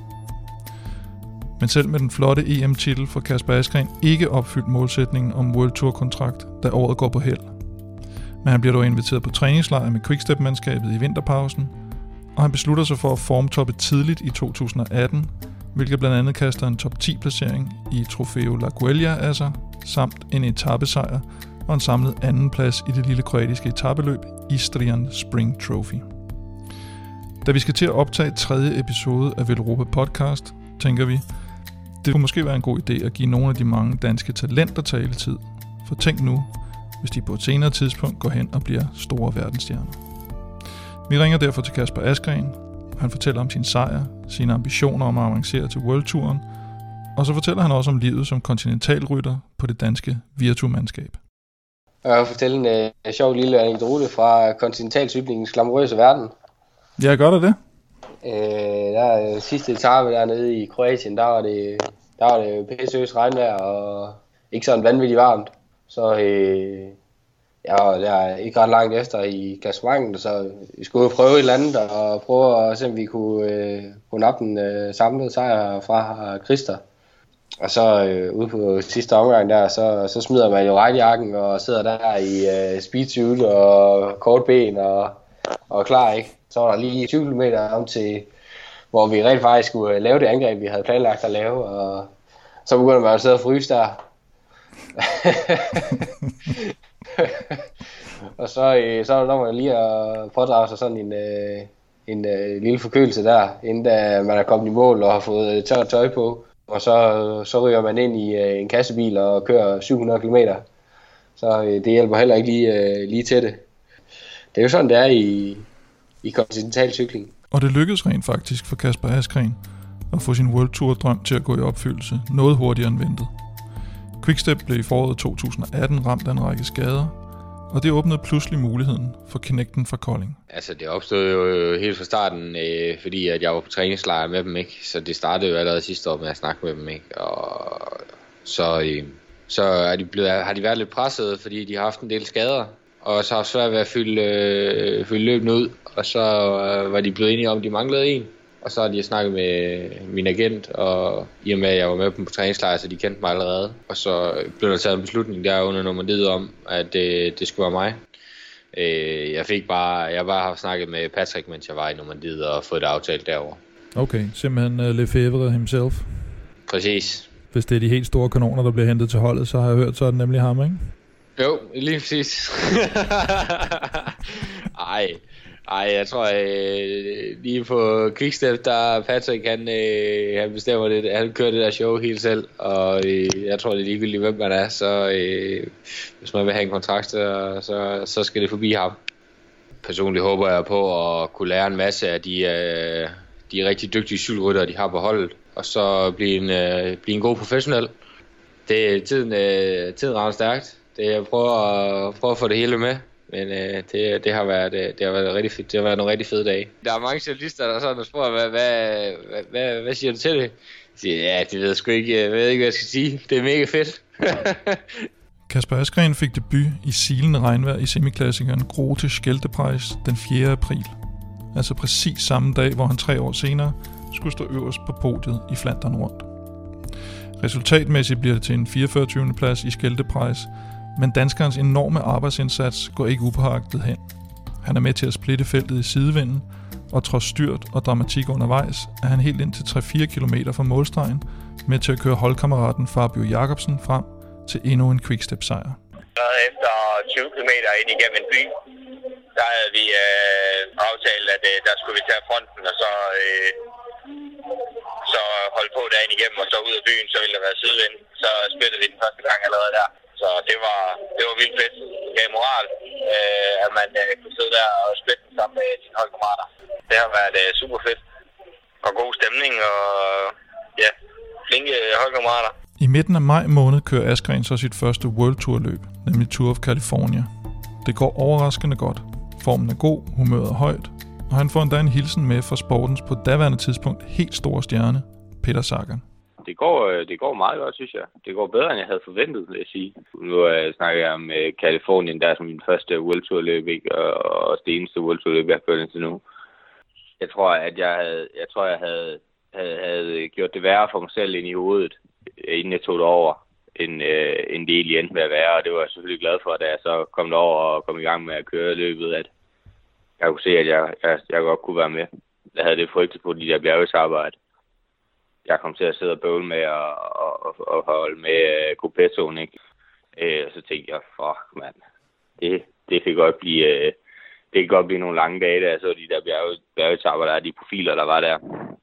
Men selv med den flotte E M-titel får Kasper Askren ikke opfyldt målsætningen om World Tour-kontrakt, da året går på held. Men han bliver dog inviteret på træningslejr med Quickstep-mandskabet i vinterpausen, og han beslutter sig for at formtoppe tidligt i to tusind og atten, hvilket blandt andet kaster en top ti-placering i Trofeo Lagueglia af sig, samt en etapesejr og en samlet anden plads i det lille kroatiske etapeløb Istrian Spring Trophy. Da vi skal til at optage tredje episode af Velropa Podcast, tænker vi, det kunne måske være en god idé at give nogle af de mange danske talenter taletid. For tænk nu, hvis de på et senere tidspunkt går hen og bliver store verdensstjerner. Vi ringer derfor til Kasper Askren. Han fortæller om sin sejr, sine ambitioner om at avancere til World Touren, og så fortæller han også om livet som kontinentalrytter på det danske Virtu-mandskab. Jeg vil fortælle en uh, sjov lille anekdote fra kontinentalcyklingens glamourøse verden. Ja, gør det det? Øh, der sidste etape dernede i Kroatien, der var det, der var det pæsøs regnvejr og ikke sådan vanvittigt varmt. Så øh, jeg var der ikke ret langt efter i klassementet, så vi skulle prøve et eller andet og prøve at se, om vi kunne, øh, kunne nappe den øh, samlede sejr fra Christer. Og så øh, ude på sidste omgang der, så, så smider man jo regnjakken og sidder der i øh, speedsuit og kort ben og, og klar, ikke? Så var der lige tyve kilometer om til, hvor vi rent faktisk skulle lave det angreb, vi havde planlagt at lave, og så begynder man at sidde og fryse der. Og så, øh, så når man lige at pådrage sig sådan en, øh, en øh, lille forkølelse der, inden da man er kommet i mål og har fået tørt tøj på. Og så, så ryger man ind i øh, en kassebil og kører syv hundrede kilometer. Så øh, det hjælper heller ikke lige, øh, lige til det. Det er jo sådan, det er i, i kontinentalcykling. Og det lykkedes rent faktisk for Kasper Asgreen at få sin World Tour drøm til at gå i opfyldelse noget hurtigere end ventet. Quickstep blev i foråret to tusind atten ramt af en række skader, og det åbnede pludselig muligheden for Connecten fra Kolding. Altså det opstod jo helt fra starten, øh, fordi at jeg var på træningslejr med dem, ikke? Så det startede jo allerede sidste år med at snakke med dem, ikke? Og så, øh, så er de blevet, har de været lidt presset, fordi de har haft en del skader, og så har svært ved at fylde, øh, fylde løbene ud, og så øh, var de blevet enige om, at de manglede en. Og så har de snakket med min agent, og i og med, at jeg var med dem på træningslejr, så de kendte mig allerede. Og så blev der taget en beslutning der under Normandiet om, at det, det skulle være mig. Jeg fik bare, jeg bare har snakket med Patrick, mens jeg var i Normandiet, og fået det aftalt derovre. Okay, simpelthen uh, Lefebvre himself. Præcis. Hvis det er de helt store kanoner, der bliver hentet til holdet, så har jeg hørt, så er det nemlig ham, ikke? Jo, lige præcis. Ej. Ej, jeg tror øh, lige på Quickstep, der Patrick, han, øh, han bestemmer det, han kører det der show helt selv, og øh, jeg tror det er ligegyldigt, hvem man er, så øh, hvis man vil have en kontrakt, så, så, så skal det forbi ham. Personligt håber jeg på at kunne lære en masse af de, øh, de rigtig dygtige cykelryttere, de har på holdet, og så blive en, øh, blive en god professionel. Det, tiden, øh, tiden rammer stærkt. Det, jeg prøver at, prøver at få det hele med. Men øh, det, det har været det har været rigtig fedt. Det har været nogle rigtig fede dage. Der er mange journalister, der sådan spørger, hvad, hvad, hvad, hvad, hvad siger du til det? Jeg siger, ja, det ved jeg sgu ikke. Jeg ved ikke, hvad jeg skal sige. Det er mega fedt. Kasper Asgreen fik debut i silende regnvejr i semiklassikeren Grote Scheldepreis den fjerde april. Altså præcis samme dag, hvor han tre år senere skulle stå øverst på podiet i Flandern rundt. Resultatmæssigt bliver det til en fireogfyrre plads i Scheldepreis, men danskerens enorme arbejdsindsats går ikke upåagtet hen. Han er med til at splitte feltet i sidevinden, og trods styrt og dramatik undervejs, er han helt ind til tre til fire kilometer fra målstregen med til at køre holdkammeraten Fabio Jakobsen frem til endnu en Quickstep-sejr. Efter tyve kilometer ind igennem en by, der havde vi øh, aftalt, at øh, der skulle vi tage fronten, og så, øh, så holde på dagen igennem, og så ud af byen, så ville der være sidevind. Så splittede vi den første gang allerede der. Så det var, det var vildt fedt. Det gav moral, øh, at man øh, kunne sidde der og splitte sammen med sine holdkammerater. Det har været øh, super fedt. Og god stemning, og ja, flinke holdkammerater. I midten af maj måned kører Asgreen så sit første World Tour løb, nemlig Tour of California. Det går overraskende godt. Formen er god, humøret er højt, og han får endda en hilsen med fra sportens på daværende tidspunkt helt store stjerne, Peter Sagan. Det går, det går meget godt, synes jeg. Det går bedre, end jeg havde forventet, vil jeg sige. Nu uh, snakker jeg om uh, Californien, der er som min første World Tour løb, ikke? Og også det eneste World Tour løb, jeg har kørt indtil nu. Jeg tror, at jeg havde, jeg tror, jeg havde, havde, havde gjort det værre for mig selv ind i hovedet, inden jeg tog det over, end, uh, end det egentlig endte med at være. Og det var jeg selvfølgelig glad for, da jeg så kom over og kom i gang med at køre løbet, at jeg kunne se, at jeg, jeg, jeg godt kunne være med. Jeg havde det frygtet på de der bjergesarbejde. Jeg kom til at sidde og bøvle med at, at, at holde med uh, Gruppettoen, ikke? Øh, så tænkte jeg, fuck, mand. Det, det kan godt blive, uh, det kan godt blive nogle lange dage, der så de der bjergetapper, der er de profiler, der var der.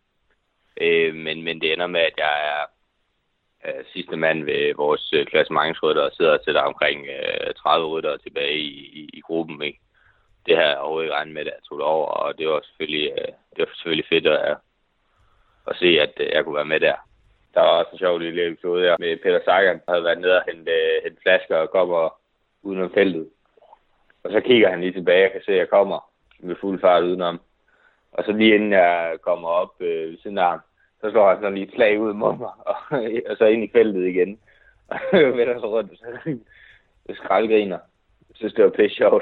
Øh, men, men det ender med, at jeg er uh, sidste mand ved vores uh, klassementsrytter og sidder og sætter omkring uh, tredive ryttere tilbage i, i, i gruppen, ikke? Det har jeg overhovedet ikke regnet med, da jeg tog det over, og det var selvfølgelig, uh, det var selvfølgelig fedt at og se, at jeg kunne være med der. Der var også en sjov lille episode der med Peter Sagan, der havde været nede og hente, hente flasker og kommer udenom feltet. Og så kigger han lige tilbage, jeg kan se, at jeg kommer med fuld fart udenom. Og så lige inden jeg kommer op øh, ved siden af ham, så slår han sådan lige et slag ud mod mig, og, og så ind i feltet igen. Og jeg vender så rundt, og så skraldgriner. Jeg synes, det var pisse sjovt.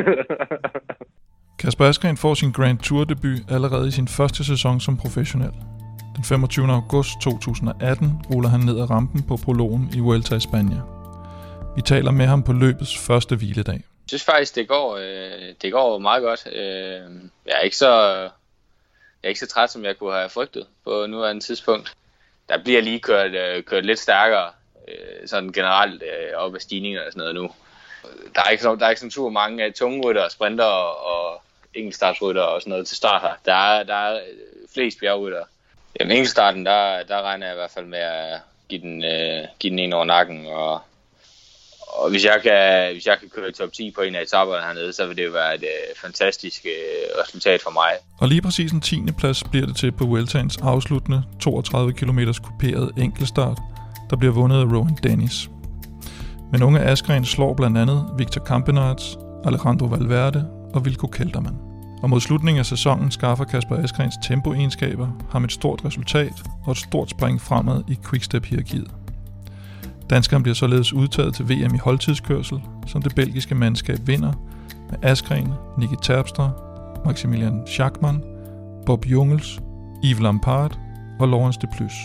Kasper Asgreen får sin Grand Tour debut allerede i sin første sæson som professionel. Den femogtyvende august to tusind atten ruller han ned ad rampen på prologen i Vuelta i Spanien. Vi taler med ham på løbets første hviledag. Jeg synes faktisk, det går, øh, det går meget godt. Øh, jeg, er ikke så, jeg er ikke så træt, som jeg kunne have frygtet på nuværende tidspunkt. Der bliver lige kørt, øh, kørt lidt stærkere, øh, sådan generelt øh, op ad stigninger og sådan noget nu. Der er ikke, der er ikke sådan super mange tunge rytter, sprinter og enkeltstartsrytter og sådan noget til start her. Der er, der er flest bjergrytter. Jamen enkeltstarten, der, der regner jeg i hvert fald med at give den, øh, give den en over nakken og, og hvis jeg, kan, hvis jeg kan køre top ti på en af etaperne hernede, så vil det jo være et øh, fantastisk øh, resultat for mig. Og lige præcis en tiende plads bliver det til på Vueltaens afsluttende toogtredive kilometer kuperede enkeltstart, der bliver vundet af Rohan Dennis. Men unge Askren slår blandt andet Victor Campenaerts, Alejandro Valverde og Wilco Kelderman. Og mod slutningen af sæsonen skaffer Kasper Asgrens tempoegenskaber ham et stort resultat og et stort spring fremad i Quickstep-hierarkiet. Danskeren bliver således udtaget til V M i holdtidskørsel, som det belgiske mandskab vinder med Askren, Niki Terpstra, Maximilian Schachmann, Bob Jungels, Yves Lampaert og Laurens de Plus.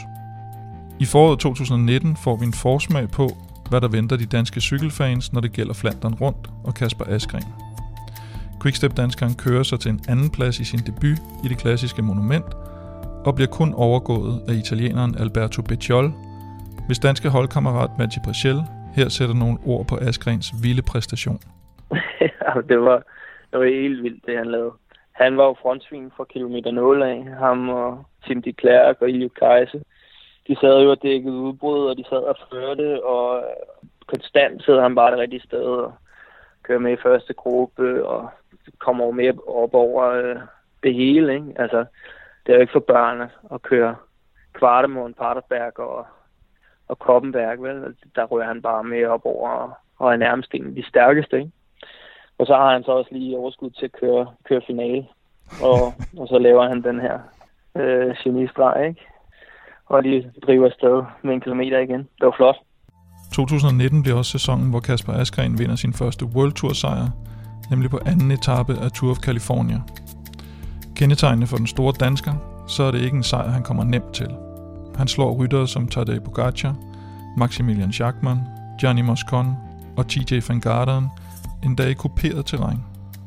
I foråret to tusind nitten får vi en forsmag på, hvad der venter de danske cykelfans, når det gælder Flandern Rundt og Kasper Asgreen. Quickstep-danskeren kører sig til en anden plads i sin debut i det klassiske monument, og bliver kun overgået af italieneren Alberto Becciol, hvis danske holdkammerat Mathieu Brechel her sætter nogle ord på Asgrens vilde præstation. det, var, det var helt vildt, det han lavede. Han var jo frontsving fra kilometer nul af, ham og Tim de Klerk og Ilio Kajse. De sad jo og dækkede udbrud, og de sad og førte, og konstant sidder han bare det rigtige sted og kører med i første gruppe, og kommer jo mere op over øh, det hele, ikke? Altså, det er jo ikke for børn at køre Kvartemund, Paterberg og, og Koppenberg, vel? Der rører han bare mere op over, og, og er nærmest en af de stærkeste, ikke? Og så har han så også lige overskud til at køre, køre finale, og, og så laver han den her øh, genistreg, ikke? Og de driver afsted med en kilometer igen. Det var flot. to tusind nitten bliver også sæsonen, hvor Kasper Asgreen vinder sin første World Tour sejr, nemlig på anden etape af Tour of California. Kendetegnende for den store dansker, så er det ikke en sejr, han kommer nemt til. Han slår ryttere som Tadej Pogačar, Maximilian Schachmann, Gianni Moscon og T J van Garderen, endda i kuperet terræn.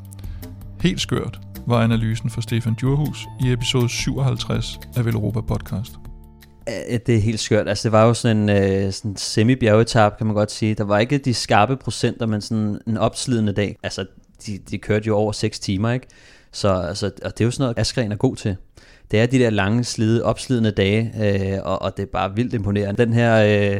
Helt skørt var analysen for Stefan Djurhus i episode syvoghalvtreds af Velropa Podcast. Det er helt skørt. Altså, det var jo sådan en øh, sådan semi-bjergetap, kan man godt sige. Der var ikke de skarpe procenter, men sådan en opslidende dag. Altså, de, de kørte jo over seks timer, ikke? Så altså, og det er jo sådan noget, Asgreen er god til. Det er de der lange, slide, opslidende dage, øh, og, og det er bare vildt imponerende. Den her øh,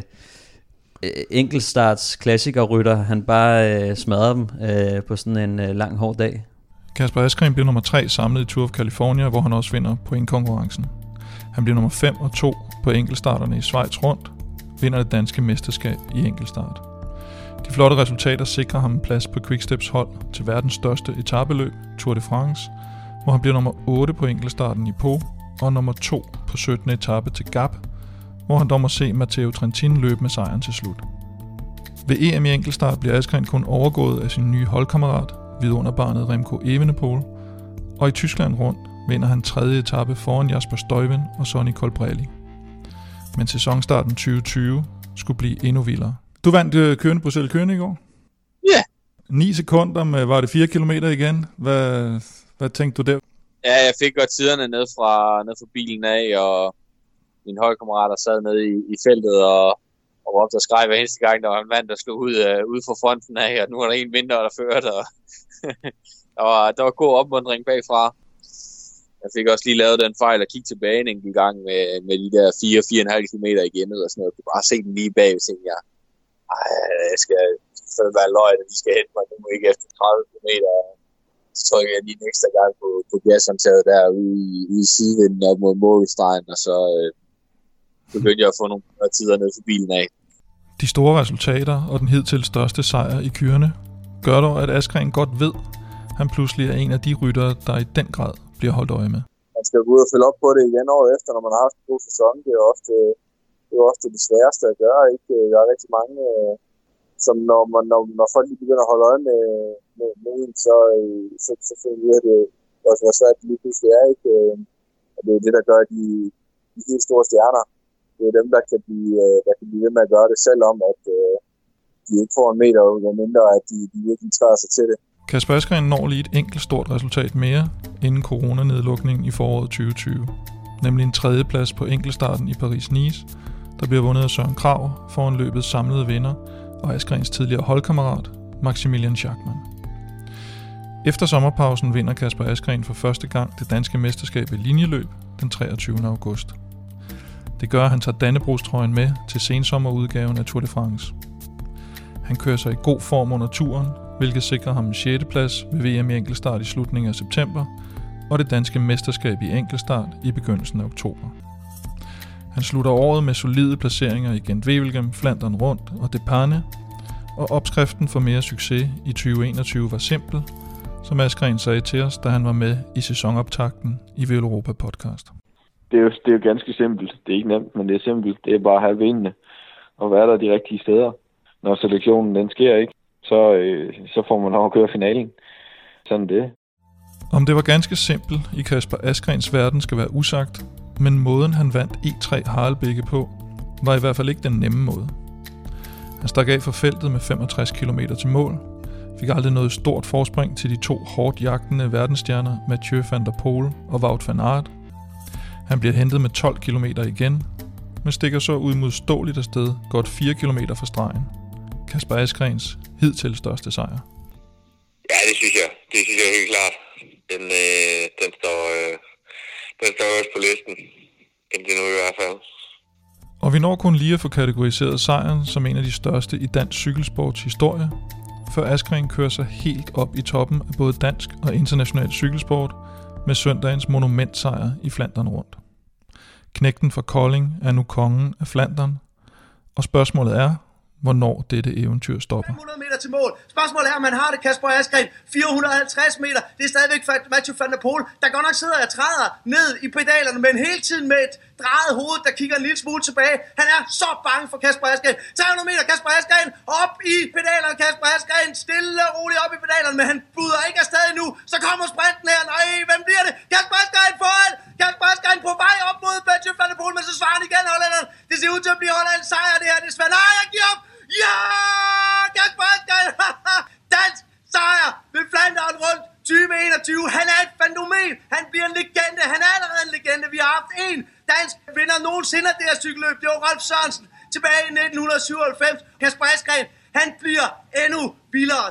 enkeltstarts klassikerrytter, han bare øh, smadrer dem øh, på sådan en øh, lang, hård dag. Kasper Asgreen bliver nummer tre samlet i Tour of California, hvor han også vinder pointkonkurrencen. Han bliver nummer fem og to på enkeltstarterne i Schweiz Rundt, vinder det danske mesterskab i enkeltstart. De flotte resultater sikrer ham en plads på Quicksteps hold til verdens største etapeløb, Tour de France, hvor han bliver nummer otte på enkeltstarten i Pau og nummer to på syttende etape til Gap, hvor han dog må se Matteo Trentin løbe med sejren til slut. Ved E M i enkeltstart bliver Asgreen kun overgået af sin nye holdkammerat, vidunderbarnet Remco Evenepoel, og i Tyskland Rundt vinder han tredje etape foran Jasper Stuyven og Sonny Colbrelli. Men sæsonstarten tyve tyve skulle blive endnu vildere. Du vandt øh, kørende på selv kørende i går? Ja. Yeah. ni sekunder med, var det fire kilometer igen? Hvad, hvad tænkte du der? Ja, jeg fik godt tiderne ned fra, ned fra bilen af, og mine holdkammerater sad nede i, i feltet og, og råbte og skreg hver eneste gang, der var en mand, der slog ud, uh, ud fra fronten af, og nu var der en mindre, der førte, og der, var, der var god opmuntring bagfra. Jeg fik også lige lavet den fejl at kigge tilbage en enkelt gang med, med de der fire til fire komma fem kilometer igen, eller sådan noget. Jeg kunne bare se den lige bag, og tænkte jeg, ej, jeg skal selvfølgelig være løgn, at de skal hente mig nu ikke efter tredive kilometer. Så trykker jeg lige en ekstra gang på, på gashåndtaget der ude i, ude i sidevinden op mod målstregen, og så øh, begyndte jeg at få nogle tider ned for bilen af. De store resultater og den hidtil største sejr i kørende gør dog, at Asgreen godt ved, han pludselig er en af de ryttere, der i den grad bliver holdt øje med. Man skal gå ud og følge op på det igen året efter, når man har haft en god sæson. Det er ofte det, er ofte det sværeste at gøre. Ikke? Der er rigtig mange, som når, man, når, når folk lige begynder at holde øje med, med, med en, så, så, så finder det også, hvor svært det lige pludselig er. Ikke? Og det er det, der gør de, de helt store stjerner. Det er dem, der kan blive, der kan blive ved med at gøre det, selvom at de ikke får en meter, og mindre at de, de virkelig træder sig til det. Kasper Asgreen når lige et enkelt stort resultat mere inden coronanedlukningen i foråret tyve tyve, nemlig en tredjeplads på enkeltstarten i Paris-Nice, der bliver vundet af Søren Kragh foran løbets samlede vinder og Asgrens tidligere holdkammerat Maximilian Schachmann. Efter sommerpausen vinder Kasper Asgreen for første gang det danske mesterskab i linjeløb den treogtyvende august. Det gør, at han tager Dannebrogstrøjen med til sensommerudgaven af Tour de France. Han kører sig i god form under turen, hvilket sikrer ham en sjette plads ved V M i enkeltstart i slutningen af september, og det danske mesterskab i enkeltstart i begyndelsen af oktober. Han slutter året med solide placeringer i Gent-Wevelgem, Flandern Rundt og Depanne, og opskriften for mere succes i tyve enogtyve var simpel, som Askren sagde til os, da han var med i sæsonoptakten i Veloropa podcast. Det er, jo, det er jo ganske simpelt. Det er ikke nemt, men det er simpelt. Det er bare at have benene og være der de rigtige steder. Når selektionen den sker ikke, så, øh, så får man lov at køre finalen. Sådan det. Om det var ganske simpelt i Kasper Askrens verden skal være usagt, men måden han vandt E tre Harelbække på, var i hvert fald ikke den nemme måde. Han stak af for feltet med femogtres kilometer til mål, fik aldrig noget stort forspring til de to hårdt jagtende verdensstjerner Mathieu van der Poel og Wout van Aert. Han bliver hentet med tolv kilometer igen, men stikker så udmodståeligt afsted godt fire kilometer fra stregen. Kasper Askrens hidtil største sejr. Ja, det synes jeg. Det synes jeg helt klart. Den, øh, den, står, øh, den står også på listen. Indtil nu i hvert fald. Og vi når kun lige at få kategoriseret sejren som en af de største i dansk cykelsports historie, før Askren kører sig helt op i toppen af både dansk og international cykelsport med søndagens monumentsejr i Flandern Rundt. Knægten fra Kolding er nu kongen af Flandern, og spørgsmålet er, hvornår dette eventyr stopper. fem hundrede meter til mål. Spørgsmålet er, om man har det, Kasper Askren. fire hundrede og halvtreds meter. Det er stadigvæk Mathieu van der Poel, der godt nok sidder og træder ned i pedalerne, men hele tiden med et drejet hoved, der kigger en lille smule tilbage. Han er så bange for Kasper Askren. tre hundrede meter, Kasper Askren op i pedalerne. Kasper Askren stille og roligt op i pedalerne, men han buder ikke afsted endnu. Så kommer sprinten her. Nej, hvem bliver det? Kasper Askren foran. Kasper Askren på vej op mod Mathieu van der Poel, men så svarer han igen, hollænderen. Det ser ud til at blive Hollands sejr, det her. Det er svært. Nej, jeg giver op. Ja! Kasper Askren! Dansk sejr ved Flandern Rundt tyve enogtyve. Han er et fænomen. Han bliver en legende. Han er allerede en legende. Vi har haft en dansk vinder nogensinde af det her cykelløb. Det var Rolf Sørensen tilbage i nitten syvoghalvfems. Kasper Askren, han bliver endnu vildere.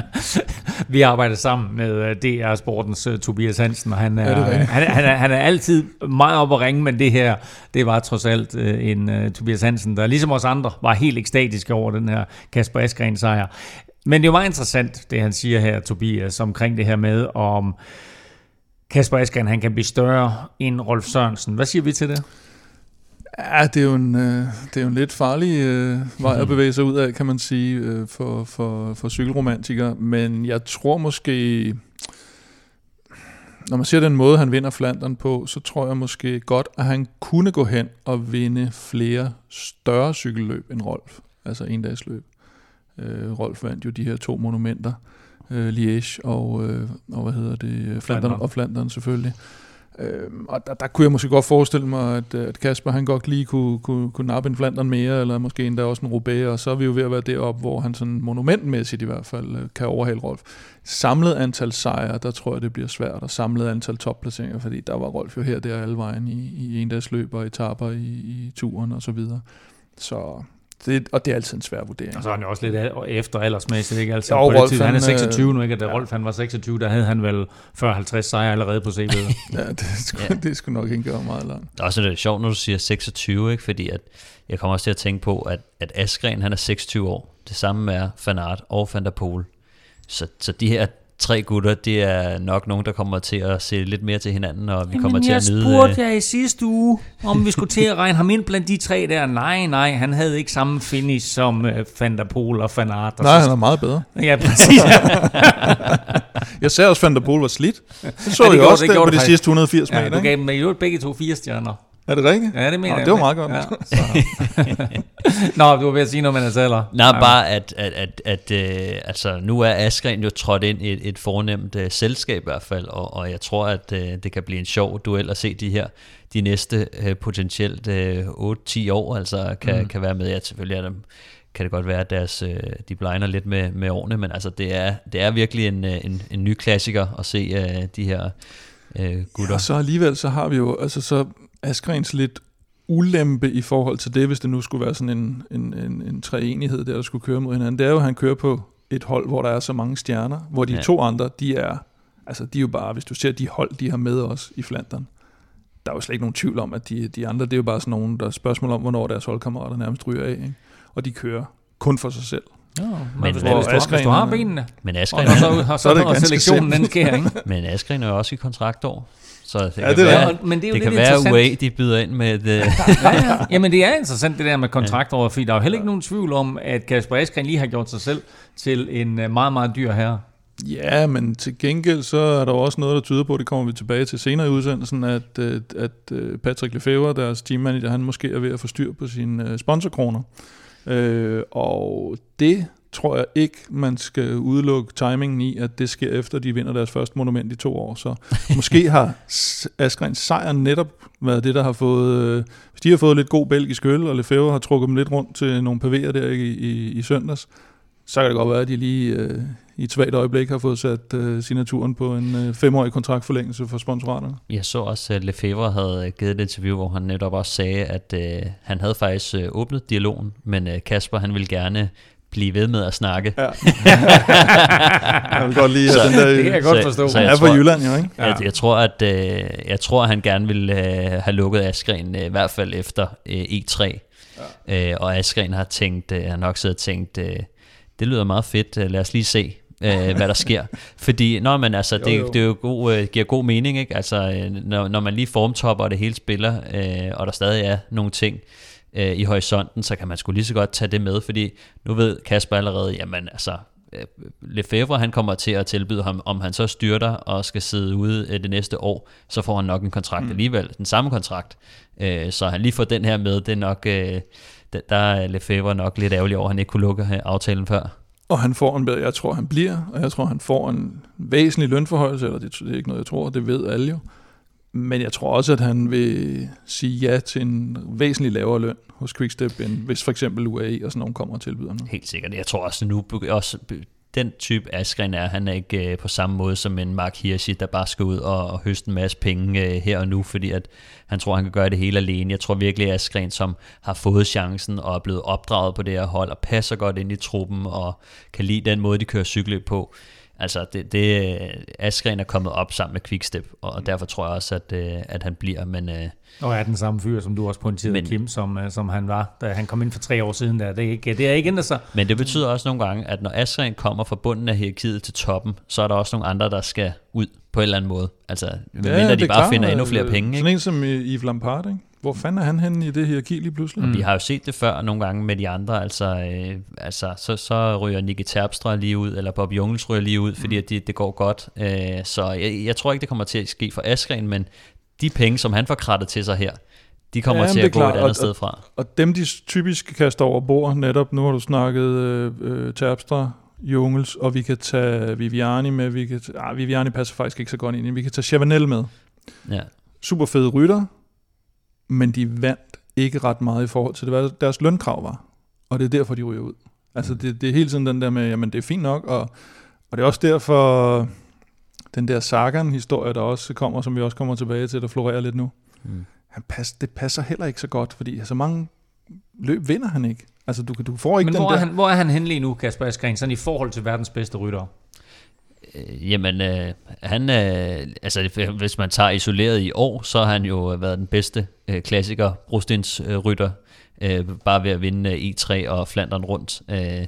Vi arbejder sammen med D R Sportens uh, Tobias Hansen, og han er, ja, han, han, er, han er altid meget op at ringe, men det her, det var trods alt uh, en uh, Tobias Hansen, der ligesom os andre var helt ekstatisk over den her Kasper Askren sejr. Men det er jo meget interessant, det han siger her, Tobias, omkring det her med, om Kasper Askren, han kan blive større end Rolf Sørensen. Hvad siger vi til det? Ja, det er jo en, øh, det er jo en lidt farlig øh, vej at bevæge sig ud af, kan man sige, øh, for, for, for cykelromantikere. Men jeg tror måske, når man ser den måde, han vinder Flandern på, så tror jeg måske godt, at han kunne gå hen og vinde flere større cykelløb end Rolf. Altså endagsløb. Øh, Rolf vandt jo de her to monumenter, øh, Liège og, øh, og hvad hedder det, Flandern og Flandern selvfølgelig. Øhm, og der, der kunne jeg måske godt forestille mig, at, at Kasper han godt lige kunne, kunne, kunne nappe en Flandern mere, eller måske endda også en Roubaix, og så er vi jo ved at være deroppe, hvor han sådan monumentmæssigt i hvert fald kan overhale Rolf. Samlet antal sejre, der tror jeg det bliver svært, og samlet antal topplaceringer, fordi der var Rolf jo her der alle vejen i, i endagsløb og etaper i, i turen og så videre. Så det, og det er altid en svær vurdering. Og så er han jo også lidt efter aldersmæssigt, ikke? Altså, jo, på Rolf, det tid, han er seksogtyve nu, ikke? Da ja. Rolf han var seksogtyve, der havde han vel fyrre halvtreds sejre allerede på C V'et. Ja, det skulle, ja. det skulle nok ikke gøre meget langt. Det er også lidt sjovt, når du siger seksogtyve, ikke? Fordi at jeg kommer også til at tænke på, at, at Askren, han er seksogtyve år. Det samme er Van Aert og Van der Poel. Så, så de her tre gutter, det er nok nogen, der kommer til at se lidt mere til hinanden, og vi Jamen, kommer til at nyde... jeg spurgte jer i sidste uge, om vi skulle til at regne ham ind blandt de tre der. Nej, nej, han havde ikke samme finish som uh, Van der Poel og Van Aert. Nej, han er meget bedre. Ja, præcis. Jeg sagde også, Van der Poel var slidt. Det så ja, det jeg også det, der på de sidste et hundrede og firs ja, meter. Du gav dem jo begge to fire stjerner. Er det rigtigt? Ja, det mener Nå, jeg. Det var meget godt. Ja. Nå, du var ved at sige noget med Nas alder. Nej, bare at, at, at, at øh, altså, nu er Askren jo trådt ind i et, et fornemt øh, selskab i hvert fald, og, og jeg tror, at øh, det kan blive en sjov duel at se de her, de næste øh, potentielt øh, otte til ti år, altså kan, mm. kan være med. Ja, selvfølgelig er dem, kan det godt være, at deres, øh, de blegner lidt med, med årene, men altså, det, er, det er virkelig en, en, en ny klassiker at se øh, de her øh, gutter. Ja, så alligevel så har vi jo, altså så Askrens lidt ulempe i forhold til det, hvis det nu skulle være sådan en, en, en, en treenighed, der, der skulle køre mod hinanden. Det er jo, at han kører på et hold, hvor der er så mange stjerner, hvor de ja. to andre, de er, altså de er jo bare, hvis du ser de hold, de har med os i Flandern, der er jo slet ikke nogen tvivl om, at de, de andre, det er jo bare sådan nogen, der er spørgsmål om, hvornår deres holdkammerater nærmest ryger af, ikke? Og de kører kun for sig selv. Nå, men, men hvis, hvis, hvis, hvis du har benene, men Askren, og så, så, så, så, så selektionen den sker, ikke? Men Askren er jo også i kontraktår. Så det ja, kan det være, er, men det, er jo det kan være U A, de byder ind med et... ja, ja. Jamen det er interessant det der med kontraktår, fordi der er jo heller ikke nogen tvivl om, at Kasper Askren lige har gjort sig selv til en meget, meget dyr herre. Ja, men til gengæld så er der også noget, der tyder på, det kommer vi tilbage til senere i udsendelsen, at, at Patrick Lefevre, deres teammanager, han måske er ved at få styr på sine sponsorkroner. Øh, og det tror jeg ikke, man skal udelukke timingen i, at det sker efter, de vinder deres første monument i to år. Så måske har Askrens sejr netop været det, der har fået... Hvis de har fået lidt god belgisk øl, og Lefevre har trukket dem lidt rundt til nogle pavéer der i, i, i søndags, så kan det godt være, at de lige øh, i et svagt øjeblik har fået sat øh, signaturen på en øh, femårig kontraktforlængelse for sponsoraterne. Jeg så også, at Lefevre havde givet et interview, hvor han netop også sagde, at øh, han havde faktisk øh, åbnet dialogen, men øh, Kasper, han ville gerne blive ved med at snakke. Ja. Jeg vil godt lide så, den der... Det kan jeg godt forstå. Så, så han er fra Jylland, jo, ikke? Ja. Jeg, jeg tror, at øh, jeg tror, at han gerne ville øh, have lukket Askren, øh, i hvert fald efter øh, E tre. Ja. Øh, og Askren har tænkt, øh, han nok siddet og tænkt, øh, det lyder meget fedt, lad os lige se, øh, hvad der sker. Fordi når man, altså, det, jo, jo. det er jo god, øh, giver god mening, ikke? Altså, øh, når, når man lige formtopper, og det hele spiller, øh, og der stadig er nogle ting øh, i horisonten, så kan man sgu lige så godt tage det med, fordi nu ved Kasper allerede, jamen altså, øh, Lefevre, han kommer til at tilbyde ham, om han så styrter og skal sidde ude øh, det næste år, så får han nok en kontrakt mm. alligevel, den samme kontrakt. Øh, så han lige får den her med, det er nok... Øh, der er Lefevre nok lidt ærgerlig over, at han ikke kunne lukke aftalen før. Og han får en bedre, jeg tror han bliver, og jeg tror han får en væsentlig lønforhøjelse, eller det, det er ikke noget jeg tror, det ved alle jo. Men jeg tror også, at han vil sige ja til en væsentlig lavere løn hos Quickstep, end hvis for eksempel U A E og sådan nogen kommer og tilbyder ham. Helt sikkert. Jeg tror også nu, også den type Askren er, han er ikke øh, på samme måde som en Mark Hirschi, der bare skal ud og, og høste en masse penge øh, her og nu, fordi at han tror, han kan gøre det hele alene. Jeg tror virkelig, at Askren, som har fået chancen og er blevet opdraget på det her hold, og passer godt ind i truppen, og kan lide den måde, de kører cykelløb på. Altså, det, det, Askren er kommet op sammen med Quickstep, og derfor tror jeg også, at, at han bliver, men... Og er den samme fyr, som du også pointerede, men, Kim, som, som han var, da han kom ind for tre år siden. Der. Det, er ikke, det er ikke ændret sig. Men det betyder også nogle gange, at når Askren kommer fra bunden af hierarkiet til toppen, så er der også nogle andre, der skal ud på en eller anden måde. Altså, medmindre ja, de bare klar, finder endnu flere penge. Sådan ikke? En som Yves Lampard, ikke? Hvor fanden er han henne i det hierarki lige pludselig? Mm. Vi har jo set det før nogle gange med de andre, altså, øh, altså så, så ryger Nicky Terpstra lige ud, eller Bob Jungels ryger lige ud, fordi mm. det, det går godt. Øh, så jeg, jeg tror ikke, det kommer til at ske for Askren, men de penge, som han får krattet til sig her, de kommer ja, til at gå klart. et andet og, sted fra. Og, og dem, de typisk kaster over bord netop, nu har du snakket øh, øh, Terpstra, Jungels, og vi kan tage Viviani med, vi kan tage, ah, Viviani passer faktisk ikke så godt ind i, vi kan tage Chavanel med. Ja. Super fede rytter, men de vandt ikke ret meget i forhold til det, hvad deres lønkrav var. Og det er derfor, de ryger ud. Altså, det, det er hele tiden den der med, jamen, det er fint nok, og, og det er også derfor, den der Sagan-historie, der også kommer, som vi også kommer tilbage til, der florerer lidt nu. Mm. Han pass, det passer heller ikke så godt, fordi så mange løb vinder han ikke. Altså, du, du får ikke men den hvor der... Er han, hvor er han henne lige nu, Kasper Askren, sådan i forhold til verdens bedste rytter? Jamen, øh, han, øh, altså hvis man tager isoleret i år, så har han jo været den bedste øh, klassiker, brostens øh, rytter, øh, bare ved at vinde øh, E tre og Flandern rundt. Øh,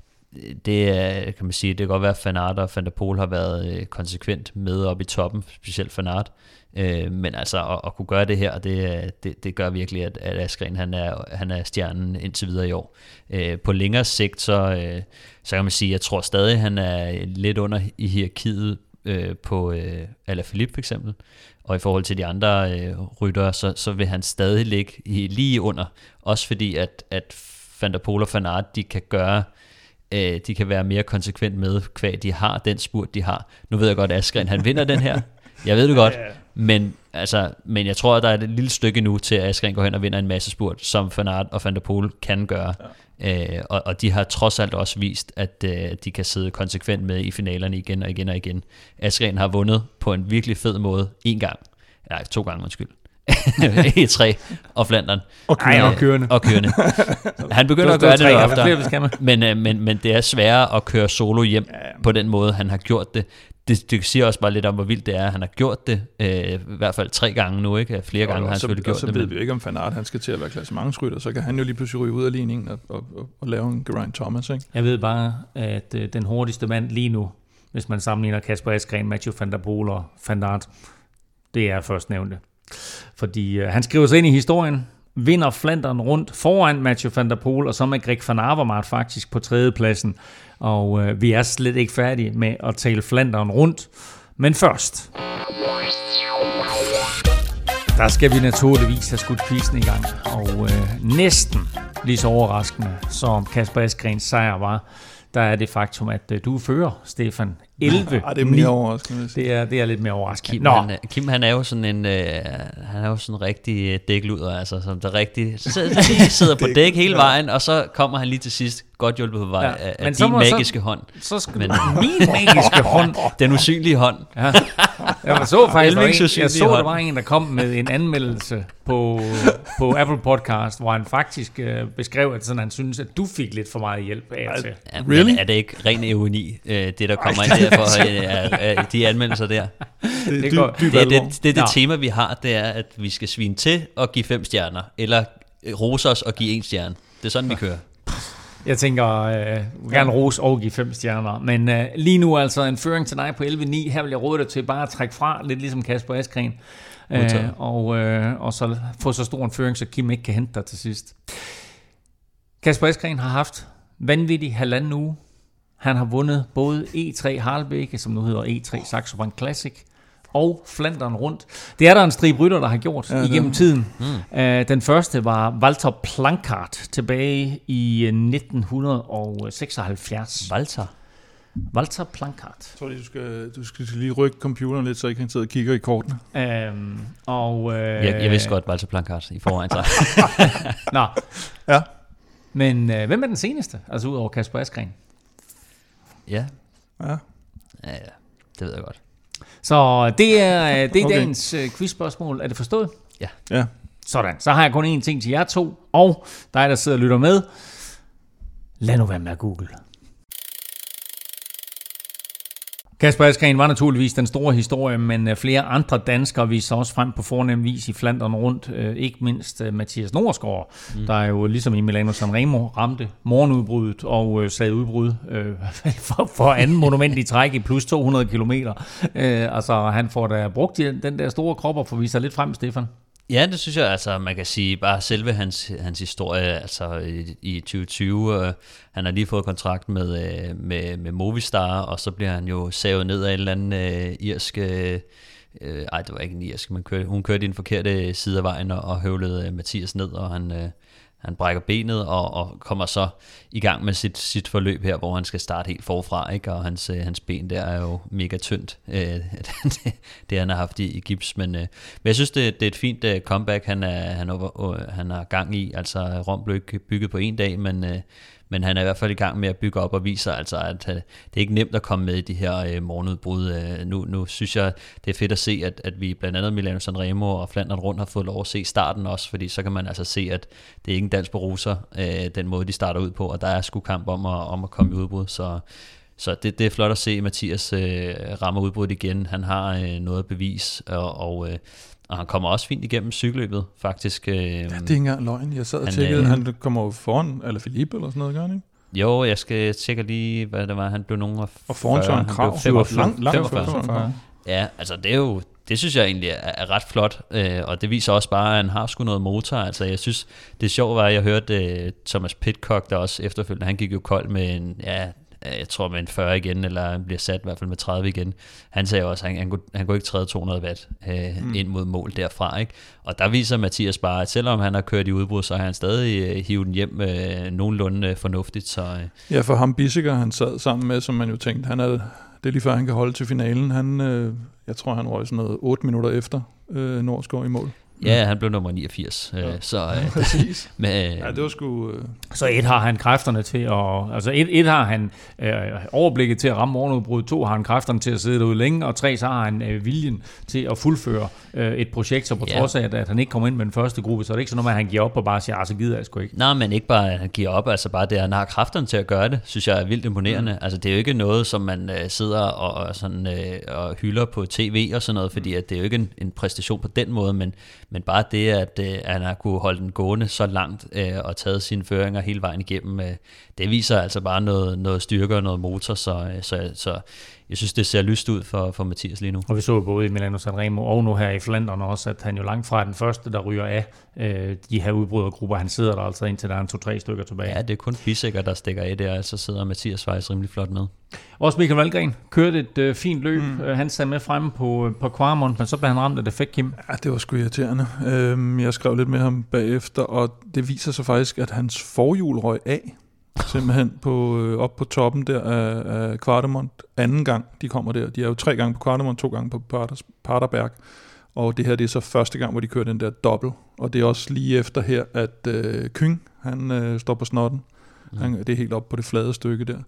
det er, kan man sige, det kan godt være, at Van Aert og Van der Poel har været øh, konsekvent med op i toppen, specielt Van Aert. Øh, men altså at, at kunne gøre det her, det, det, det gør virkelig, at, at Askren han er, han er stjernen indtil videre i år. Øh, på længere sigt, så, øh, så kan man sige, at jeg tror stadig, han er lidt under i hierarkiet øh, på øh, Alaphilippe for eksempel. Og i forhold til de andre øh, ryttere, så, så vil han stadig ligge i, lige under. Også fordi, at, at Van der Poel og Van Aert, de kan gøre... Øh, de kan være mere konsekvent med, hvad de har, den spurt, de har. Nu ved jeg godt, at Askren, han vinder den her. Jeg ved det godt, men, altså, men jeg tror, at der er et lille stykke nu til, at Askren går hen og vinder en masse spurt, som Van Aert og Van der Poel kan gøre. Ja. Øh, og, og de har trods alt også vist, at øh, de kan sidde konsekvent med i finalerne igen og igen og igen. Askren har vundet på en virkelig fed måde en gang. Nej, to gange, undskyld. E tre og Flandern og kørende. og kørende. Og kørende. Han begynder at gøre det ofte, men, men, men det er sværere at køre solo hjem ja, på den måde, han har gjort det. det, det siger også bare lidt om, hvor vildt det er, at han har gjort det, øh, i hvert fald tre gange nu, ikke? Flere gange jo, har han så, selvfølgelig gjort så det. Så ved men... vi jo ikke, om Van Aert, han skal til at være klassementsrytter, så kan han jo lige pludselig ryge ud af ligningen og, og, og, og lave en Geraint Thomas, ikke? Jeg ved bare, at øh, den hurtigste mand lige nu, hvis man sammenligner Kasper Asgreen, Mathieu van der Poel og Van Aert, det er førstnævnte. Fordi øh, han skriver sig ind i historien, vinder Flandern rundt foran Mathieu van der Poel, og så med Greg van Avermaet faktisk på tredjepladsen. Og øh, vi er slet ikke færdige med at tale Flandern rundt. Men først, der skal vi naturligvis have skudt quizzen i gang. Og øh, næsten lige så overraskende, som Kasper Asgrens sejr var, der er det faktum, at øh, du fører, Stefan, elleve. Ja, det er mere overraskende. Det er, det er lidt mere overraskende. Kim, han, Kim, han er jo sådan en, øh, han er jo sådan en rigtig dækluder, altså som der rigtig sidder, sidder på dæk hele vejen, og så kommer han lige til sidst, godt hjulpet på vej, ja, af, af din magiske så, hånd. Så skal men, min magiske hånd. Den usynlige hånd. Ja. Jeg så faktisk, en, jeg så, der var en, der kom med en anmeldelse på, på Apple Podcast, hvor han faktisk øh, beskrev, at sådan, han synes, at du fik lidt for meget hjælp af til. Ja, really? Er det ikke ren ironi, øh, det der kommer ind der for øh, øh, de anmeldelser der? Det, det, går, det, det, det, det er det tema, vi har, det er, at vi skal svine til og give fem stjerner, eller rose os og give en stjerne. Det er sådan, vi kører. Jeg tænker, øh, gerne rose og give fem stjerner. Men øh, lige nu altså en føring til dig på elleve ni. Her vil jeg råde dig til bare at trække fra, lidt ligesom Kasper Asgreen. Øh, og, øh, og så få så stor en føring, så Kim ikke kan hente dig til sidst. Kasper Asgreen har haft vanvittig halvanden uge. Han har vundet både E tre Harlebeke, som nu hedder E tre Saxo Bank Classic, og Flandern rundt. Det er der en stribe rytter, der har gjort ja, igennem det. tiden. Mm. Uh, den første var Walter Planckaert tilbage i nitten seksoghalvfjerds. Walter? Walter Planckaert. Jeg tror lige, du skal, du skal lige rykke computeren lidt, så I kan sidde og kigge i kortene. Um, og, uh, jeg, jeg vidste godt Walter Planckaert i forvejen. Nå. Ja. Men uh, hvem er den seneste? Altså ud over Kasper Asgreen? Ja. Ja. Ja, ja. Det ved jeg godt. Så det er, det er okay. Dagens uh, quizspørgsmål. Er det forstået? Ja. Ja. Sådan. Så har jeg kun én ting til jer to, og dig, der sidder og lytter med. Lad nu være med at google. Kasper Asgreen var naturligvis den store historie, men flere andre danskere viser også frem på fornem vis i Flandern rundt. Ikke mindst Mathias Norsgaard, mm. der er jo ligesom i Milano Sanremo ramte morgenudbruddet og sad udbrud øh, for, for anden monument i træk i plus to hundrede kilometer. Øh, altså han får da brugt den der store krop og får vist sig lidt frem, Stefan. Ja, det synes jeg, altså man kan sige, bare selve hans, hans historie, altså i, i tyve tyve, øh, han har lige fået kontrakt med, øh, med, med Movistar, og så bliver han jo savet ned af en eller anden øh, irsk, øh, ej det var ikke en irsk, men kørte, hun kørte i den forkerte side af vejen og, og høvlede øh, Mathias ned, og han... Øh, Han brækker benet og, og kommer så i gang med sit, sit forløb her, hvor han skal starte helt forfra, ikke? Og hans, hans ben der er jo mega tyndt, øh, det, det han har haft i, i gips. Men, øh, men jeg synes, det, det er et fint øh, comeback, han, er, han, er, han har gang i. Altså Rom blev ikke bygget på en dag, men, øh, men han er i hvert fald i gang med at bygge op og viser, altså, at øh, det er ikke nemt at komme med i de her øh, morgenudbrud. Øh, nu, nu synes jeg, det er fedt at se, at, at vi blandt andet Milano Sanremo og Flandern rundt har fået lov at se starten også, fordi så kan man altså se, at det er ikke en dans på roser, øh, den måde de starter ud på, og der er sgu kamp om at, om at komme i udbrud, så, så det, det er flot at se, Mathias øh, rammer udbruddet igen. Han har øh, noget at bevise, og, og øh, og han kommer også fint igennem cykelløbet, faktisk. Øh, ja, det er ikke engang løgn. Jeg sad og tjekkede, øh, han kommer foran, eller Philippe, eller sådan noget, gør han ikke? Jo, jeg skal tjekke lige, hvad det var. Han blev nogen af og foran Søren Krag. Langt, langt femogfyrre. Ja, altså det er jo, det synes jeg egentlig er, er ret flot, øh, og det viser også bare, at han har sgu noget motor. Altså jeg synes, det sjove var, at jeg hørte uh, Thomas Pidcock, der også efterfølgende, han gik jo kold med en, ja, jeg tror med en fyrre igen, eller han bliver sat i hvert fald med tredive igen. Han sagde også, at han, han, kunne, han kunne ikke træde to hundrede watt øh, mm. ind mod mål derfra, ikke? Og der viser Mathias bare, at selvom han har kørt i udbrud, så har han stadig øh, hivet den hjem øh, nogenlunde øh, fornuftigt. Så, øh. Ja, for ham Bissiger, han sad sammen med, som man jo tænkte, han er, det er lige før han kan holde til finalen. Han, øh, jeg tror, han røg sådan noget otte minutter efter øh, Norsgaard i mål. Ja, han blev nummer niogfirs. Ja. Øh, så, øh, præcis. med, ja, det var sgu... Øh... Så et har han kræfterne til at... Altså et, et har han øh, overblikket til at ramme morgenudbrud, to har han kræfterne til at sidde derude længe, og tre så har han øh, viljen til at fuldføre øh, et projekt, så på ja. trods af, at, at han ikke kommer ind med den første gruppe, så er det ikke sådan noget, at han giver op og bare siger, så gider jeg sgu ikke. Nej, men ikke bare, at han giver op, altså bare det, at han har kræfterne til at gøre det, synes jeg er vildt imponerende. Mm. Altså det er jo ikke noget, som man øh, sidder og, og, sådan, øh, og hylder på tv og sådan noget, fordi at det er jo ikke en, en præstation på den måde, men, men bare det, at, øh, at han har kunne holde den gående så langt øh, og taget sine føringer hele vejen igennem, øh, det viser altså bare noget, noget styrke og noget motor, så, øh, så, så jeg synes, det ser lyst ud for, for Mathias lige nu. Og vi så både i Milano Sanremo og nu her i Flandern også, at han jo langt fra den første, der ryger af øh, de her udbrydergrupper. Han sidder der altså indtil der er en to-tre stykker tilbage. Ja, det er kun Bissiger, der stikker af der, så sidder Mathias faktisk rimelig flot med. Også Michael Valgren kørte et øh, fint løb. Mm. Han sad med fremme på, på Kvarmont, men så blev han ramt af defekt, Kim. Ja, det var sgu irriterende. Øhm, jeg skrev lidt med ham bagefter, og det viser sig faktisk, at hans forhjul røg af. Simpelthen på, øh, op på toppen der af, af Kvartemont. Anden gang de kommer der. De er jo tre gange på Kvartemont, to gange på Paterberg. Og det her det er så første gang, hvor de kører den der dobbelt. Og det er også lige efter her, at øh, Kyng, han øh, står på snotten. Mm. Han, det er helt op på det flade stykke der.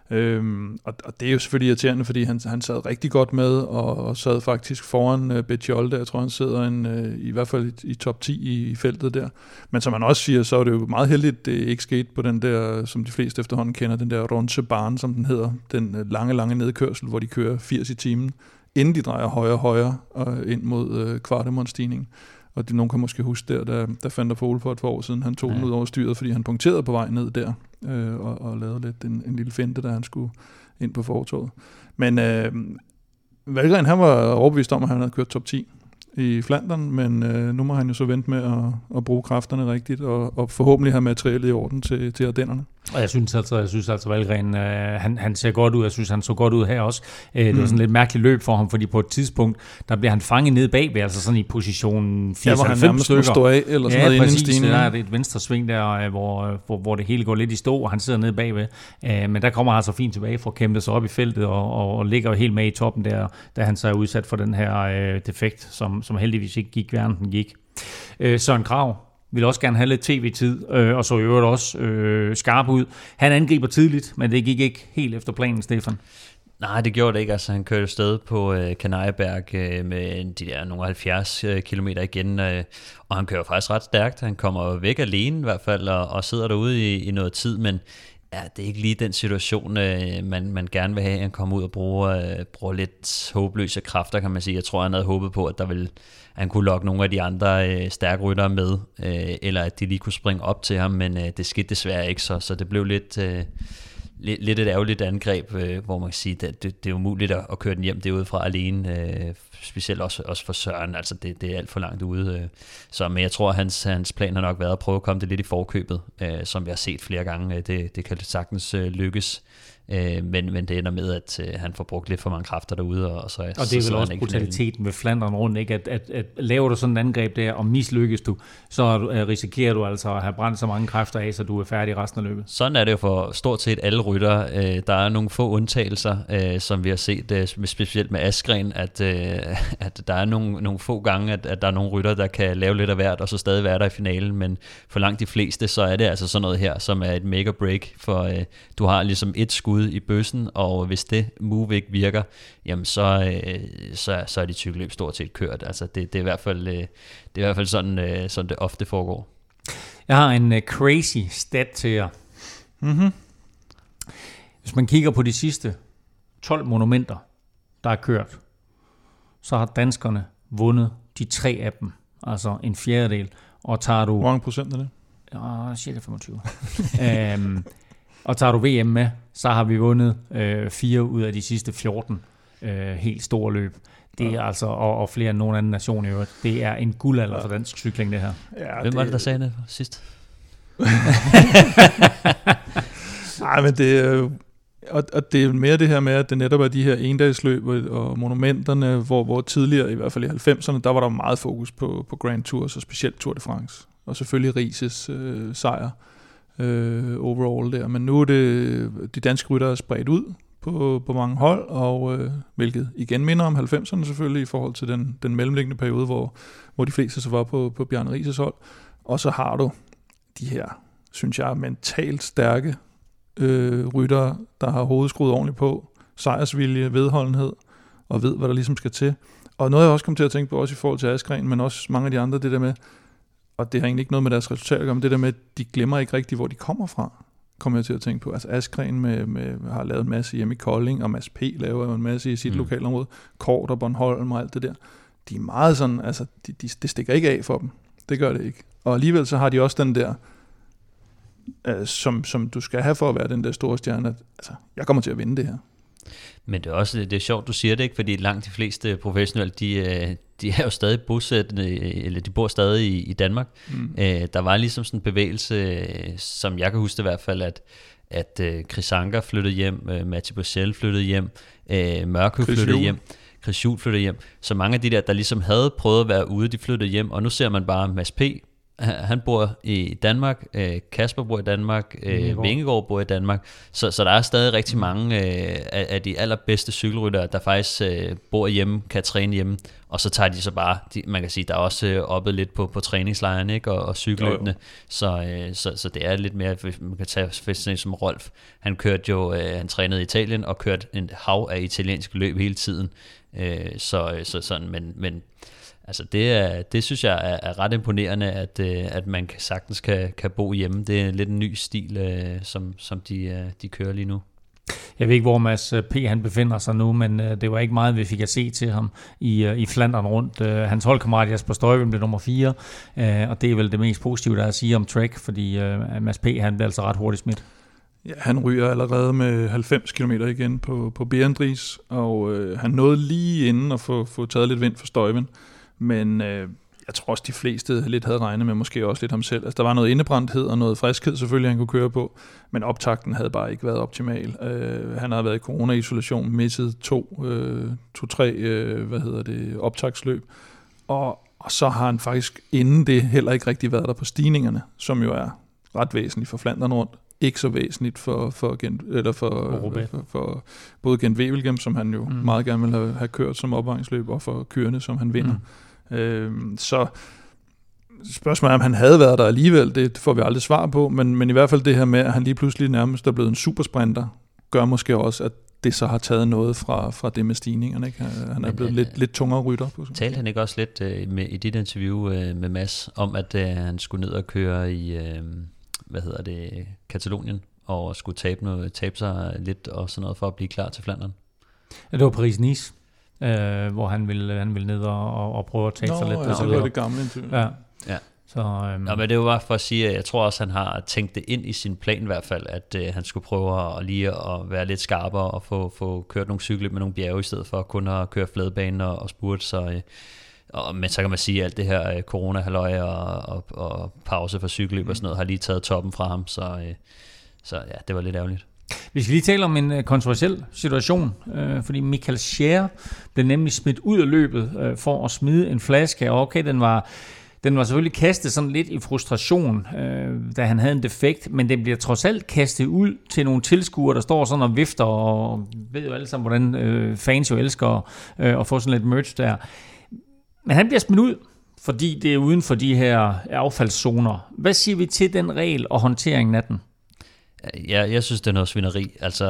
Øhm, og, og det er jo selvfølgelig irriterende, fordi han, han sad rigtig godt med, og, og sad faktisk foran uh, Betjol der. Jeg tror, han sidder en, uh, i hvert fald i, i top ti i, i feltet der. Men som man også siger, så er det jo meget heldigt, det ikke skete på den der, som de fleste efterhånden kender, den der Rondsebahn, som den hedder. Den uh, lange, lange nedkørsel, hvor de kører firs i timen, inden de drejer højere og højere uh, ind mod uh, Kvartemont-stigningen. Og det, nogen kan måske huske der, da, da Van der Poel for et par år siden, han tog ja. den ud over styret, fordi han punkterede på vej ned der, øh, og, og lavede lidt en, en lille finte, da han skulle ind på fortovet. Men øh, Valgren, han var overbevist om, at han havde kørt top ti i Flandern, men øh, nu må han jo så vente med at, at bruge kræfterne rigtigt, og, og forhåbentlig have materialet i orden til, til Ardennerne. Og jeg synes altså, jeg synes altså Valgren, øh, han, han ser godt ud. Jeg synes, han så godt ud her også. Øh, det mm. var sådan lidt mærkeligt løb for ham, fordi på et tidspunkt, der bliver han fanget ned bagved, altså sådan i position firs halvfems ja, hvor han stykker. Stå af, eller sådan ja, noget præcis. Inden Der er det et venstre sving der, hvor, hvor, hvor det hele går lidt i stå, og han sidder nede bagved. Øh, men der kommer han så fint tilbage for at kæmpe sig op i feltet, og, og, og ligger helt med i toppen der, da han så er udsat for den her øh, defekt, som, som heldigvis ikke gik, værre den gik. Øh, Søren Kragh ville også gerne have lidt tv-tid, øh, og så i øvrigt også øh, skarp ud. Han angriber tidligt, men det gik ikke helt efter planen, Stefan. Nej, det gjorde det ikke. Altså, han kørte sted på øh, Kanarieberg øh, med de der nogle halvfjerds øh, kilometer igen, øh, og han kører faktisk ret stærkt. Han kommer væk alene i hvert fald, og, og sidder derude i, i noget tid, men ja, det er ikke lige den situation, øh, man, man gerne vil have. Han kommer ud og bruger, øh, bruger lidt håbløse kræfter, kan man sige. Jeg tror, han havde håbet på, at der ville, at han kunne lokke nogle af de andre øh, stærke ryttere med, øh, eller at de lige kunne springe op til ham, men øh, det skete desværre ikke, så, så det blev lidt, øh, lidt, lidt et ærgerligt angreb, øh, hvor man kan sige, at det, det er umuligt at, at køre den hjem derudefra alene, øh, specielt også, også for Søren, altså det, det er alt for langt ude. Øh. Så, men jeg tror, at hans, hans plan har nok været at prøve at komme det lidt i forkøbet, øh, som vi har set flere gange. Det, det kan sagtens øh, lykkes. Øh, men, men det ender med, at øh, han får brugt lidt for mange kræfter derude, og så og det er så, vel også brutaliteten ved Flandern rundt, ikke? At, at, at laver du sådan et angreb der, og mislykkes du, så uh, risikerer du altså at have brændt så mange kræfter af, så du er færdig resten af løbet. Sådan er det jo for stort set alle ryttere. Øh, der er nogle få undtagelser, øh, som vi har set, øh, specielt med Askren, at, øh, at der er nogle, nogle få gange, at, at der er nogle ryttere, der kan lave lidt af hvert, og så stadig være der i finalen, men for langt de fleste, så er det altså sådan noget her, som er et mega break, for øh, du har ligesom et skud i bøssen, og hvis det move ikke virker, jamen så, øh, så, så er de cykelløb stort set kørt. Altså det, det, er i hvert fald, øh, det er i hvert fald sådan, øh, sådan det ofte foregår. Jeg har en uh, crazy stat til jer. Mm-hmm. Hvis man kigger på de sidste tolv monumenter, der er kørt, så har danskerne vundet de tre af dem, altså en fjerdedel, og tager du... Hvor mange procent er det? Ja, cirka femogtyve. um, Og tager du V M med, så har vi vundet øh, fire ud af de sidste fjorten øh, helt store løb. Det er ja. altså, og, og flere end nogen anden nation i øvrigt. Det er en guldalder for dansk cykling, det her. Ja, Hvem det... var det, der sagde det sidst? Nej, men det er og, og det er mere det her med, at det netop er de her endagsløb og monumenterne, hvor, hvor tidligere, i hvert fald i halvfemserne, der var der meget fokus på, på Grand Tours, og specielt Tour de France. Og selvfølgelig Rises øh, sejr. Øh, overall der, men nu er det de danske ryttere spredt ud på, på mange hold, og øh, hvilket igen minder om halvfemserne selvfølgelig, i forhold til den, den mellemliggende periode, hvor, hvor de fleste så var på, på Bjarne Riises hold. Og så har du de her, synes jeg, mentalt stærke øh, ryttere, der har hovedet skruet ordentligt på, sejrsvilje, vedholdenhed, og ved, hvad der ligesom skal til. Og noget, jeg også kom til at tænke på, også i forhold til Askren, men også mange af de andre, det der med, og det har egentlig ikke noget med deres resultater at gøre, men det der med, at de glemmer ikke rigtigt, hvor de kommer fra, kommer jeg til at tænke på. Altså Askren med, med, har lavet en masse hjemme i Kolding, og Mads P. laver en masse i sit mm. lokalområde, Kort og Bornholm og alt det der. De er meget sådan, altså, de, de, det stikker ikke af for dem. Det gør det ikke. Og alligevel så har de også den der, øh, som, som du skal have for at være den der store stjerne, at altså, jeg kommer til at vinde det her. Men det er også det er sjovt, du siger det, ikke? Fordi langt de fleste professionelle, de, de er jo stadig bosættende, eller de bor stadig i, i Danmark. Mm. Øh, der var ligesom sådan en bevægelse, som jeg kan huske i hvert fald, at, at Chris Anker flyttede hjem, Mathieu Bochel flyttede hjem, øh, Mørkøv flyttede hjem, Chris Juhl flyttede hjem. Så mange af de der, der ligesom havde prøvet at være ude, de flyttede hjem, og nu ser man bare Mads P., han bor i Danmark, Kasper bor i Danmark, Vingegaard bor i Danmark, så, så der er stadig rigtig mange af, af de allerbedste cykelryttere, der faktisk bor hjemme, kan træne hjemme, og så tager de så bare, de, man kan sige, der er også oppet lidt på, på træningslejren, ikke, og, og cykelløbene, så, så, så det er lidt mere, man kan tage sådan som Rolf, han kørte jo, han trænede i Italien, og kørte en hav af italienske løb hele tiden, så, så sådan, men, men altså det, er, det synes jeg er, er ret imponerende, at, at man sagtens kan, kan bo hjemme. Det er lidt en ny stil, som, som de, de kører lige nu. Jeg ved ikke, hvor Mads P. han befinder sig nu, men det var ikke meget, vi fik at se til ham i, i Flandern rundt. Hans holdkammerat Jasper Stuyven blev nummer fire, og det er vel det mest positive, der er at sige om Trek, fordi Mads P. han blev altså ret hurtigt smidt. Ja, han ryger allerede med halvfems kilometer igen på, på Beatrice, og øh, han nåede lige inden at få, få taget lidt vind for Stuyven. Men øh, jeg tror også, de fleste lidt havde regnet med, måske også lidt ham selv. Altså, der var noget indebrændthed og noget friskhed selvfølgelig, han kunne køre på, men optakten havde bare ikke været optimal. Øh, han havde været i corona-isolation, misset to, øh, to tre, øh, hvad hedder det, optagsløb. Og, og så har han faktisk inden det heller ikke rigtig været der på stigningerne, som jo er ret væsentligt for Flandern rundt. Ikke så væsentligt for, for, Gent, eller for, for, for både Gent Wevelgem, som han jo mm. meget gerne vil have, have kørt som opvarmningsløb, og for Kørne, som han vinder. Mm. Øhm, så spørgsmålet er, om han havde været der alligevel, det får vi aldrig svar på, men, men i hvert fald det her med, at han lige pludselig nærmest er blevet en supersprinter, gør måske også, at det så har taget noget fra, fra det med stigningerne. Ikke? Han er blevet øh, lidt, lidt tungere rytter. På, talte han ikke også lidt øh, med, i dit interview øh, med Mads, om at øh, han skulle ned og køre i... Øh, hvad hedder det, Katalonien, og skulle tabe, noget, tabe sig lidt og sådan noget for at blive klar til Flandern? Ja, det var Paris-Nice, øh, hvor han ville, han ville ned og, og prøve at tabe Nå, sig lidt. Ja, det var det gamle interview. Ja. Ja. Så, øhm. Nå, men det var bare for at sige, at jeg tror også, at han har tænkt det ind i sin plan i hvert fald, at øh, han skulle prøve at lige at være lidt skarpere og få, få kørt nogle cykler med nogle bjerge, i stedet for kun at køre fladbane og, og spurt, så... Øh, Og, men så kan man sige, at alt det her corona-halløj og, og, og pause for cykelløb og sådan noget har lige taget toppen fra ham, så, øh, så ja, det var lidt ærgerligt. Vi skal lige tale om en kontroversiel situation, øh, fordi Michael Scher blev nemlig smidt ud af løbet øh, for at smide en flaske, og okay, den var, den var selvfølgelig kastet sådan lidt i frustration, øh, da han havde en defekt, men den bliver trods alt kastet ud til nogle tilskuere, der står sådan og vifter, og ved jo alle sammen, hvordan øh, fans jo elsker øh, at få sådan lidt merch der. Men han bliver smidt ud, fordi det er uden for de her affaldszoner. Hvad siger vi til den regel og håndteringen af den? Ja, jeg synes, det er noget svineri. Altså,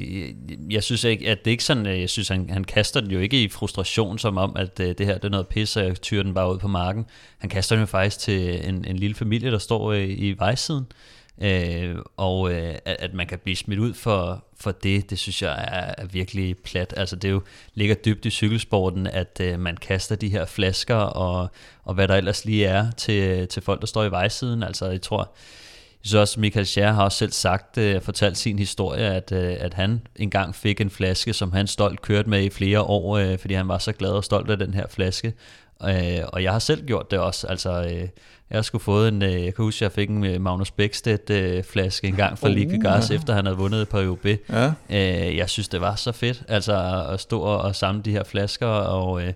jeg synes ikke, at det er ikke sådan, jeg synes, han, han kaster den jo ikke i frustration, som om, at det her det er noget pis, og jeg tyrer den bare ud på marken. Han kaster den jo faktisk til en, en lille familie, der står i, i vejsiden. Øh, og øh, at man kan blive smidt ud for, for det, det synes jeg er, er virkelig plat. Altså det jo ligger dybt i cykelsporten, at øh, man kaster de her flasker og, og hvad der ellers lige er til, til folk, der står i vejsiden. Altså jeg tror, jeg synes også, Michael Scher har også selv sagt, øh, fortalt sin historie, at, øh, at han engang fik en flaske, som han stolt kørte med i flere år, øh, fordi han var så glad og stolt af den her flaske. Øh, og jeg har selv gjort det også, altså øh, jeg har sgu fået en, øh, jeg kan huske, jeg fik en Magnus Bækstedt øh, flaske en gang fra uh, Ligue Gas, ja. Efter han havde vundet et par U B. Ja. Øh, jeg synes, det var så fedt, altså at stå og, og samle de her flasker, og, øh,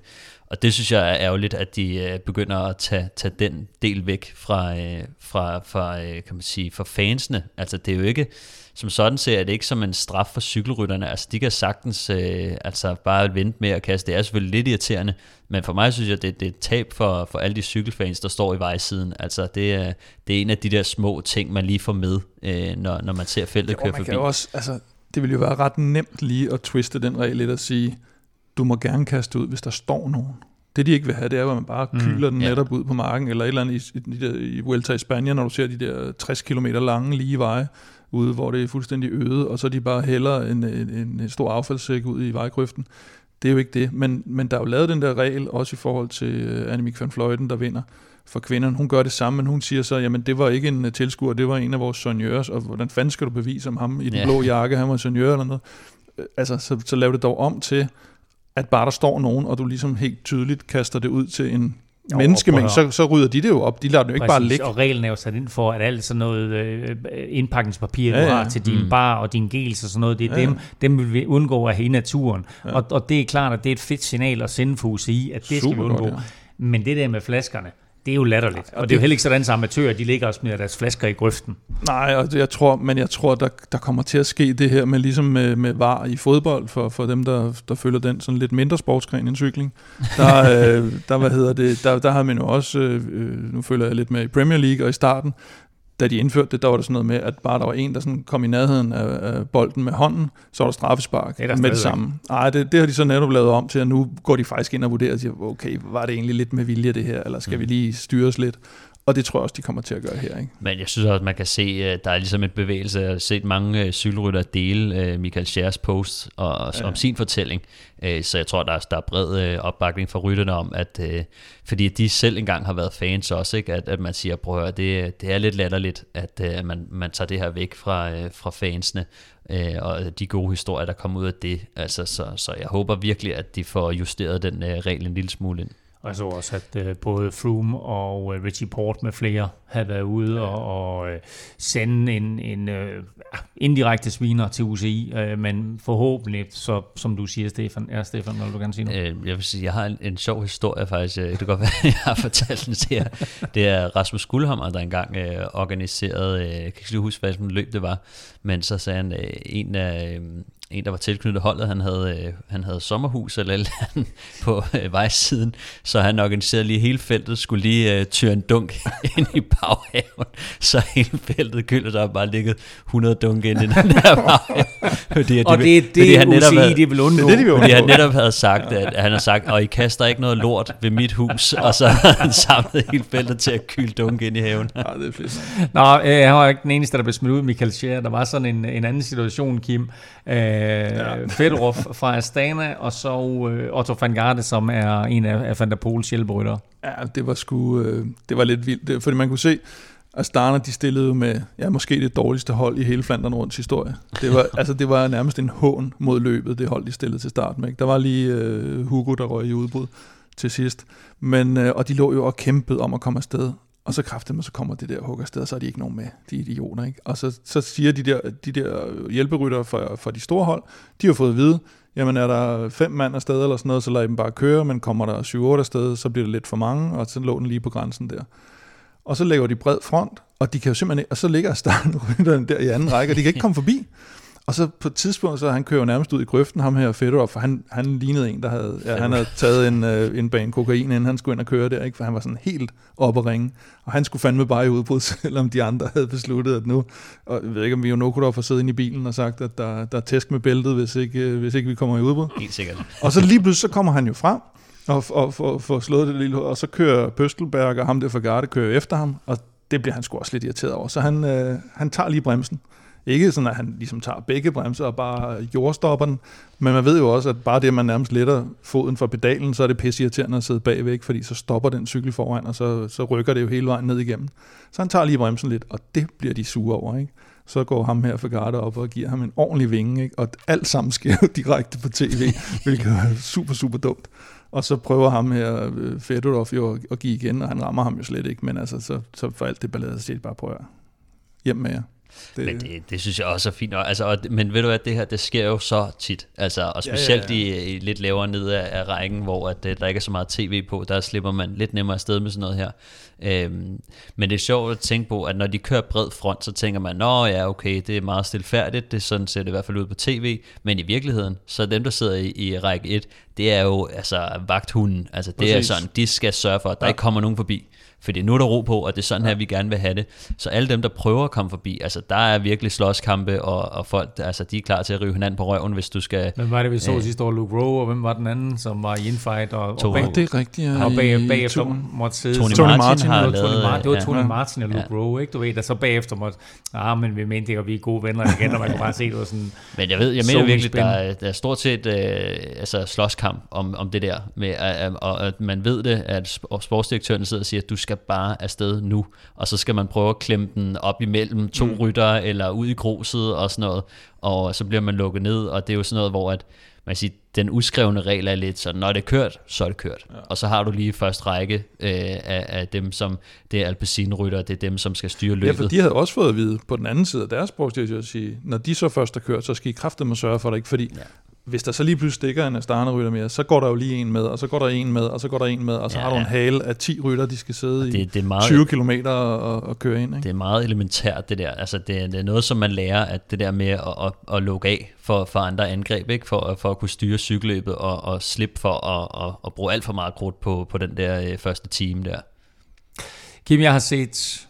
Og det synes jeg er ærgerligt, at de øh, begynder at tage, tage den del væk fra, øh, fra, fra, øh, kan man sige, fra fansene. Altså det er jo ikke, som sådan ser jeg det ikke som en straf for cykelrytterne. Altså de kan sagtens øh, altså bare vente med at kaste. Det er selvfølgelig lidt irriterende, men for mig synes jeg, det, det er et tab for, for alle de cykelfans, der står i vejsiden. Altså det er, det er en af de der små ting, man lige får med, øh, når, når man ser feltet køre forbi. Også, altså, det vil jo være ret nemt lige at twiste den regel lidt og sige, du må gerne kaste ud, hvis der står nogen. Det de ikke vil have, det er, at man bare kyler mm, den netop yeah. ud på marken, eller et eller andet i, i, i, i Vuelta i Spanien, når du ser de der tres kilometer lange lige veje ude, hvor det er fuldstændig øde, og så de bare hælder en, en, en stor affaldssæk ud i vejgrøften. Det er jo ikke det, men, men der er jo lavet den der regel, også i forhold til uh, Annemiek van Vleuten, der vinder for kvinderne. Hun gør det samme, men hun siger så, jamen det var ikke en uh, tilskuer, det var en af vores soigneurs, og hvordan fanden skal du bevise om ham i den yeah. blå jakke, han var soigneur eller noget. Uh, altså, så, så lav det dog om til, at bare der står nogen, og du ligesom helt tydeligt kaster det ud til en jo, menneskemængde, så, så rydder de det jo op. De lader det jo ikke Præcis, bare ligge. Og reglen er jo sat ind for, at alt sådan noget øh, indpakningspapir, ja, du ja. har til din mm. bar og din gels og sådan noget, det er ja, ja. dem, dem vil vi undgå at have i naturen. Ja. Og, og det er klart, at det er et fedt signal at sende for U C I, at det Super skal vi undgå. Godt, ja. Men det der med flaskerne, det er jo latterligt. Og, og det er jo heller ikke sådan, som amatører, de ligger og smider deres flasker i grøften. Nej, og jeg tror, men jeg tror, der, der kommer til at ske det her med ligesom med, med V A R i fodbold, for, for dem, der, der følger den sådan lidt mindre sportsgren end cykling. Der, øh, der, hvad hedder det, der, der har man jo også, øh, nu følger jeg lidt med i Premier League, og i starten, da de indførte det, der var der sådan noget med, at bare der var en, der sådan kom i nærheden af, af bolden med hånden, så var der straffespark det med det samme. Ej, det, det har de så netop lavet om til, at nu går de faktisk ind og vurderer og siger, okay, var det egentlig lidt med vilje det her, eller skal mm. vi lige styres lidt? Og det tror jeg også, de kommer til at gøre her. Ikke? Men jeg synes også, at man kan se, at der er ligesom en bevægelse. Jeg har set mange cykelryttere dele Michael Schers post og, ja. om sin fortælling. Så jeg tror, der er, der er bred opbakning fra rytterne om, at fordi de selv engang har været fans også, ikke? At, at man siger, prøv at høre, det, det er lidt latterligt, at man, man tager det her væk fra, fra fansene. Og de gode historier, der kommer ud af det. Altså, så, så jeg håber virkelig, at de får justeret den regel en lille smule ind. Og jeg så også, at uh, både Froome og uh, Richie Porte med flere havde været ude ja. og, og uh, sende en, en uh, indirekte sviner til U C I, uh, men forhåbentlig, så, som du siger, Stefan, er Stefan, vil du gerne sige noget? Øh, jeg vil sige, jeg har en, en sjov historie faktisk, det kan godt være, jeg har fortalt den til jer. Det er Rasmus Guldhammer, der engang uh, organiserede, uh, jeg kan ikke lige huske, hvad for en løb det var, men så sagde han, uh, en af... Uh, en, der var tilknyttet holdet, han havde, øh, han havde sommerhus eller eller andet på øh, vejsiden, så han organiserede lige hele feltet, skulle lige øh, tyre en dunk ind i baghaven, så hele feltet køler, der har bare ligget hundrede dunk ind i den der baghave. Fordi, og det er det, det han netop havde, de vil undgå. Det, de fordi han netop havde sagt, at han har sagt, og I kaster ikke noget lort ved mit hus, og så havde han samlet hele feltet til at kyle dunk ind i haven. Ja, det er fedt. Nå, øh, jeg var ikke den eneste, der blev smidt ud, Michael Scher. Der var sådan en, en anden situation, Kim. Øh, Ja. Fedorov fra Astana, og så uh, Otto van Garde, som er en af, af Van der Poels hjælperyttere. Ja, det var sgu, øh, det var lidt vildt, det, fordi man kunne se, Astana, de stillede jo med, ja, måske det dårligste hold i hele Flandern rundt historie. Det var, altså, det var nærmest en hån mod løbet, det hold, de stillede til start med. Der var lige øh, Hugo, der røg i udbrud til sidst, men, øh, og de lå jo og kæmpede om at komme afsted. Og så kræftede så kommer det der hug afsted, og så er de ikke nogen med, de idioter, ikke? Og så, så siger de der, de der hjælperytter fra, fra de store hold, de har fået at vide, jamen er der fem mand afsted eller sådan noget, så lader I dem bare køre, men kommer der syv otte afsted, så bliver det lidt for mange, og så lå den lige på grænsen der. Og så lægger de bred front, og de kan jo simpelthen, og så ligger startrytterne der i anden række, og de kan ikke komme forbi. Og så på et tidspunkt, så han kører nærmest ud i grøften, ham her Fedorov, for han, han lignede en, der havde, ja, han havde taget en, øh, en bane kokain, inden han skulle ind og køre der, ikke? For han var sådan helt oppe at ringe. Og han skulle fandme bare i udbrud, selvom de andre havde besluttet, at nu, og jeg ved ikke, om vi jo nok kunne have siddet inde i bilen og sagt, at der, der er tæsk med bæltet, hvis ikke, øh, hvis ikke vi kommer i udbrud. Helt sikkert. Og så lige pludselig, så kommer han jo frem, og får for, for slået det lille, og så kører Pøstelberg, og ham der fra Garde kører efter ham, og det bliver han sgu også lidt irriteret over. Så han, øh, han tager lige bremsen. Ikke sådan, at han ligesom tager begge bremser og bare jordstopper den, men man ved jo også, at bare det, at man nærmest letter foden fra pedalen, så er det pisseirriterende at sidde bagvæk, fordi så stopper den cykel foran, og så, så rykker det jo hele vejen ned igennem. Så han tager lige bremsen lidt, og det bliver de sure over, ikke? Så går ham her for Garde op og giver ham en ordentlig vinge, ikke? Og alt sammen sker jo direkte på tv, hvilket er super, super dumt. Og så prøver ham her, Fedorov, jo at give igen, og han rammer ham jo slet ikke, men altså, så, så for alt det ballade, så siger de bare, prøv at hjem med jer. Det, men det, det synes jeg også er fint. Altså, og, men ved du hvad, det her, det sker jo så tit. Altså, og specielt ja, ja, ja. I, i lidt lavere ned af, af rækken, hvor at, der ikke er så meget tv på, der slipper man lidt nemmere afsted med sådan noget her. Øhm, men det er sjovt at tænke på, at når de kører bred front, så tænker man, nå ja, okay, det er meget stilfærdigt, det er sådan ser det i hvert fald ud på tv, men i virkeligheden, så dem, der sidder i, i række et, det er jo altså vagthunden. Altså, det Præcis. Er sådan, de skal sørge for, at der ja. Ikke kommer nogen forbi. Fordi nu er der ro på, og det er sådan her, vi gerne vil have det. Så alle dem, der prøver at komme forbi, altså der er virkelig slåskampe, og, og folk, altså de er klar til at rive hinanden på røven, hvis du skal... Hvem var det, vi så øh, sidste år? Luke Rowe, og hvem var den anden, som var i infight? Og, og bag, det er rigtigt, ja. Og bag, bagefter måtte sidde... Tony, Tony Martin, Martin har lavet... Tony Martin, det var Tony ja. Martin og Luke ja. Rowe, ikke? Du ved, der så bagefter måtte... Ah, men vi mente ikke, at vi er gode venner igen, og man kan bare se, det var sådan... Men jeg ved, jeg mener virkelig, der er, der er stort set øh, altså slåskamp om, om det der, med, at, og at man ved det, at sportsdirektøren sidder og siger, at du skal bare afsted nu, og så skal man prøve at klemme den op imellem to mm. ryttere, eller ud i gruset og sådan noget, og så bliver man lukket ned, og det er jo sådan noget, hvor at, man siger, den uskrevne regel er lidt sådan, når det er kørt, så er det kørt. Ja. Og så har du lige første række øh, af, af dem, som det er alpecin-ryttere, det er dem, som skal styre løbet. Ja, for de havde også fået at vide på den anden side af deres sportsdirektør at sige, når de så først er kørt, så skal I kraftedeme sørge for det, ikke? Fordi ja. Hvis der så lige pludselig stikker en Astana-rytter mere, så går der jo lige en med, og så går der en med, og så går der en med, og så ja, har du en hale af ti rytter, de skal sidde det, i det er meget, tyve kilometer og, og køre ind. Ikke? Det er meget elementært, det der. Altså, det, er, det er noget, som man lærer, at det der med at, at, at lukke af for, for andre angreb, ikke? For, for at kunne styre cykelløbet og, og slippe for at, at, at bruge alt for meget krudt på, på den der første time der. Kim, jeg har set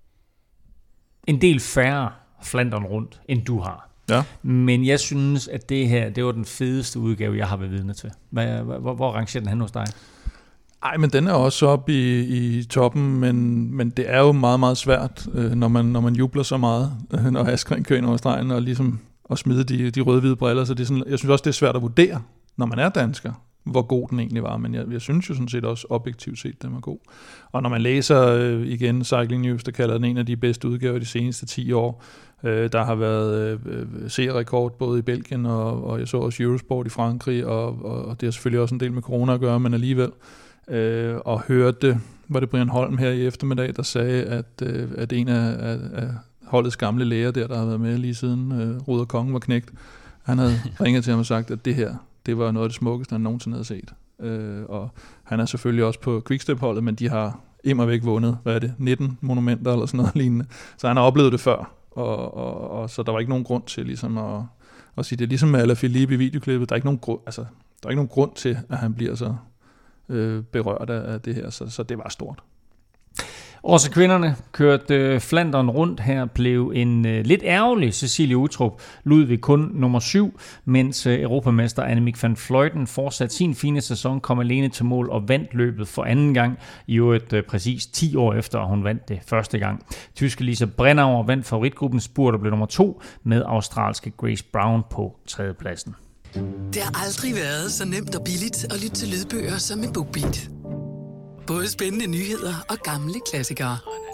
en del færre Flandern rundt, end du har. Ja. Men jeg synes, at det her, det var den fedeste udgave, jeg har været vidne til. Hvor, hvor rangerer den hen hos dig? Ej, men den er også oppe i, i toppen, men, men det er jo meget, meget svært, når man, når man jubler så meget, når Askren kører ind over stregen, og ligesom at smide de, de røde-hvide briller. Så det er sådan, jeg synes også, det er svært at vurdere, når man er dansker, hvor god den egentlig var, men jeg, jeg synes jo sådan set også objektivt set, den var god. Og når man læser øh, igen Cycling News, der kalder den en af de bedste udgaver de seneste ti år, øh, der har været øh, seerrekord både i Belgien, og, og jeg så også Eurosport i Frankrig, og, og, og det har selvfølgelig også en del med corona at gøre, men alligevel, øh, og hørte, var det Brian Holm her i eftermiddag, der sagde, at, øh, at en af, af, af holdets gamle læger der, der har været med lige siden øh, Ruder Kongen var knægt, han havde ringet til ham og sagt, at det her, det var noget af det smukkeste, han nogensinde havde set. Øh, og han er selvfølgelig også på Quickstep-holdet, men de har immervæk vundet, hvad er det, nitten monumenter eller sådan noget lignende. Så han har oplevet det før, og, og, og så der var ikke nogen grund til ligesom at, at sige det. Ligesom med Alaphilippe i videoklippet, der er ikke nogen grund, altså, der er ikke nogen grund til, at han bliver så øh, berørt af det her, så, så det var stort. Også kvinderne kørte øh, Flandern rundt. Her blev en øh, lidt ærgerlig Cecilie Uttrup Ludvig kun nummer syv, mens øh, europamester Annemiek van Vleuten fortsatte sin fine sæson, kom alene til mål og vandt løbet for anden gang, i øvrigt øh, præcis ti år efter, hun vandt det første gang. Tyske Lisa Brennauer vandt favoritgruppen spurt og blev nummer to, med australske Grace Brown på tredjepladsen. Det har aldrig været så nemt og billigt at lytte til lydbøger som med BookBeat. Både spændende nyheder og gamle klassikere.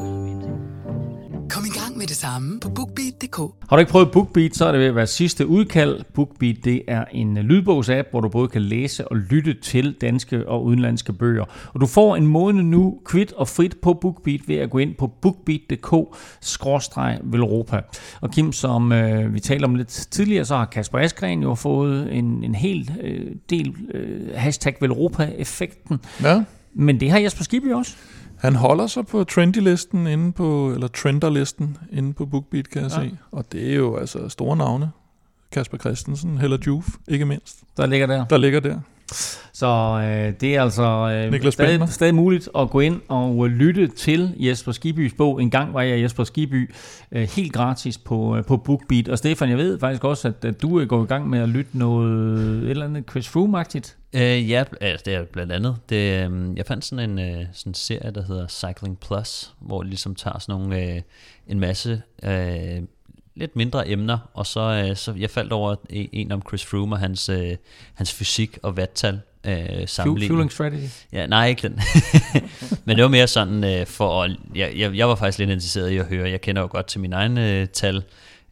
Kom i gang med det samme på bookbeat punktum d k. Har du ikke prøvet BookBeat, så er det ved at være sidste udkald. BookBeat, det er en lydbogsapp, hvor du både kan læse og lytte til danske og udenlandske bøger. Og du får en måned nu kvit og frit på BookBeat ved at gå ind på bookbeat punktum d k skråstreg velropa. Og Kim, som øh, vi talte om lidt tidligere, så har Kasper Askren jo fået en, en hel øh, del øh, hashtag velropa-effekten. Ja. Men det har Jesper Skibby også. Han holder sig på trendy-listen inde på, eller trender-listen inde på BookBeat, kan jeg ja. se. Og det er jo altså store navne. Kasper Christensen, Hella Juf, ikke mindst. Der ligger der. Der ligger der. Så øh, det er altså øh, stadig, stadig muligt at gå ind og lytte til Jesper Skibbys bog. En gang var jeg Jesper Skibby øh, helt gratis på, øh, på BookBeat. Og Stefan, jeg ved faktisk også, at, at du er gået i gang med at lytte noget et eller andet Chris Froome-agtigt. Øh, ja, altså, det er blandt andet. Det, øh, jeg fandt sådan en øh, sådan serie, der hedder Cycling Plus, hvor det ligesom tager sådan nogle, øh, en masse øh, lidt mindre emner, og så, øh, så jeg faldt over en om Chris Froome og hans, øh, hans fysik og vattal. Øh, Fueling strategy? Ja, nej, ikke den. Men det var mere sådan, øh, for at, jeg, jeg, jeg var faktisk lidt interesseret i at høre, jeg kender jo godt til mine egne øh, tal,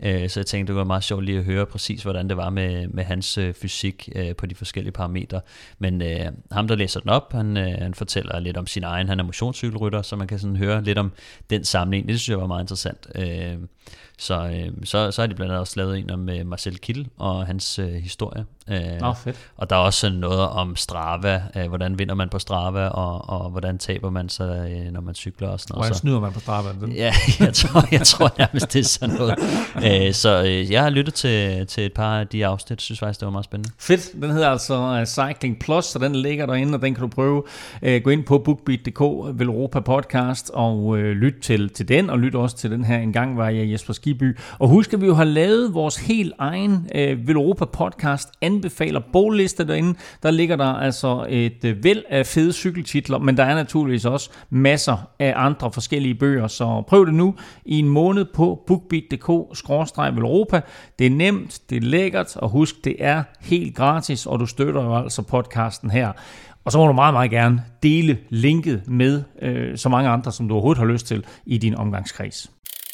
Øh, så jeg tænkte, det var meget sjovt lige at høre præcis, hvordan det var med, med hans øh, fysik øh, på de forskellige parametre. Men øh, ham, der læser den op, han, øh, han fortæller lidt om sin egen, han er motionscykelrytter, så man kan sådan høre lidt om den sammenligning. Det synes jeg var meget interessant. Øh, så, øh, så, så har de blandt andet også lavet en om øh, Marcel Kittel og hans øh, historie. Øh, oh, fedt. Og der er også noget om Strava, øh, hvordan vinder man på Strava, og, og hvordan taber man sig, øh, når man cykler og sådan noget. Hvordan snyder man på Strava? Ja, jeg tror, jeg tror nærmest, det er sådan noget. Øh, så øh, jeg har lyttet til, til et par af de afsnit, synes faktisk, det var meget spændende. Fedt, den hedder altså uh, Cycling Plus, så den ligger derinde, og den kan du prøve. Uh, gå ind på bookbeat punktum d k, Velropa podcast, og uh, lyt til, til den, og lyt også til den her. En gang var jeg Jesper Skibby. Og husk, at vi jo har lavet vores helt egen uh, Velropa podcast anbefaler bogliste derinde. Der ligger der altså et uh, væld af fede cykeltitler, men der er naturligvis også masser af andre forskellige bøger, så prøv det nu i en måned på bookbeat punktum d k skråstreg Velropa. Det er nemt, det er lækkert, og husk, det er helt gratis, og du støtter jo altså podcasten her. Og så må du meget, meget gerne dele linket med øh, så mange andre, som du overhovedet har lyst til i din omgangskreds.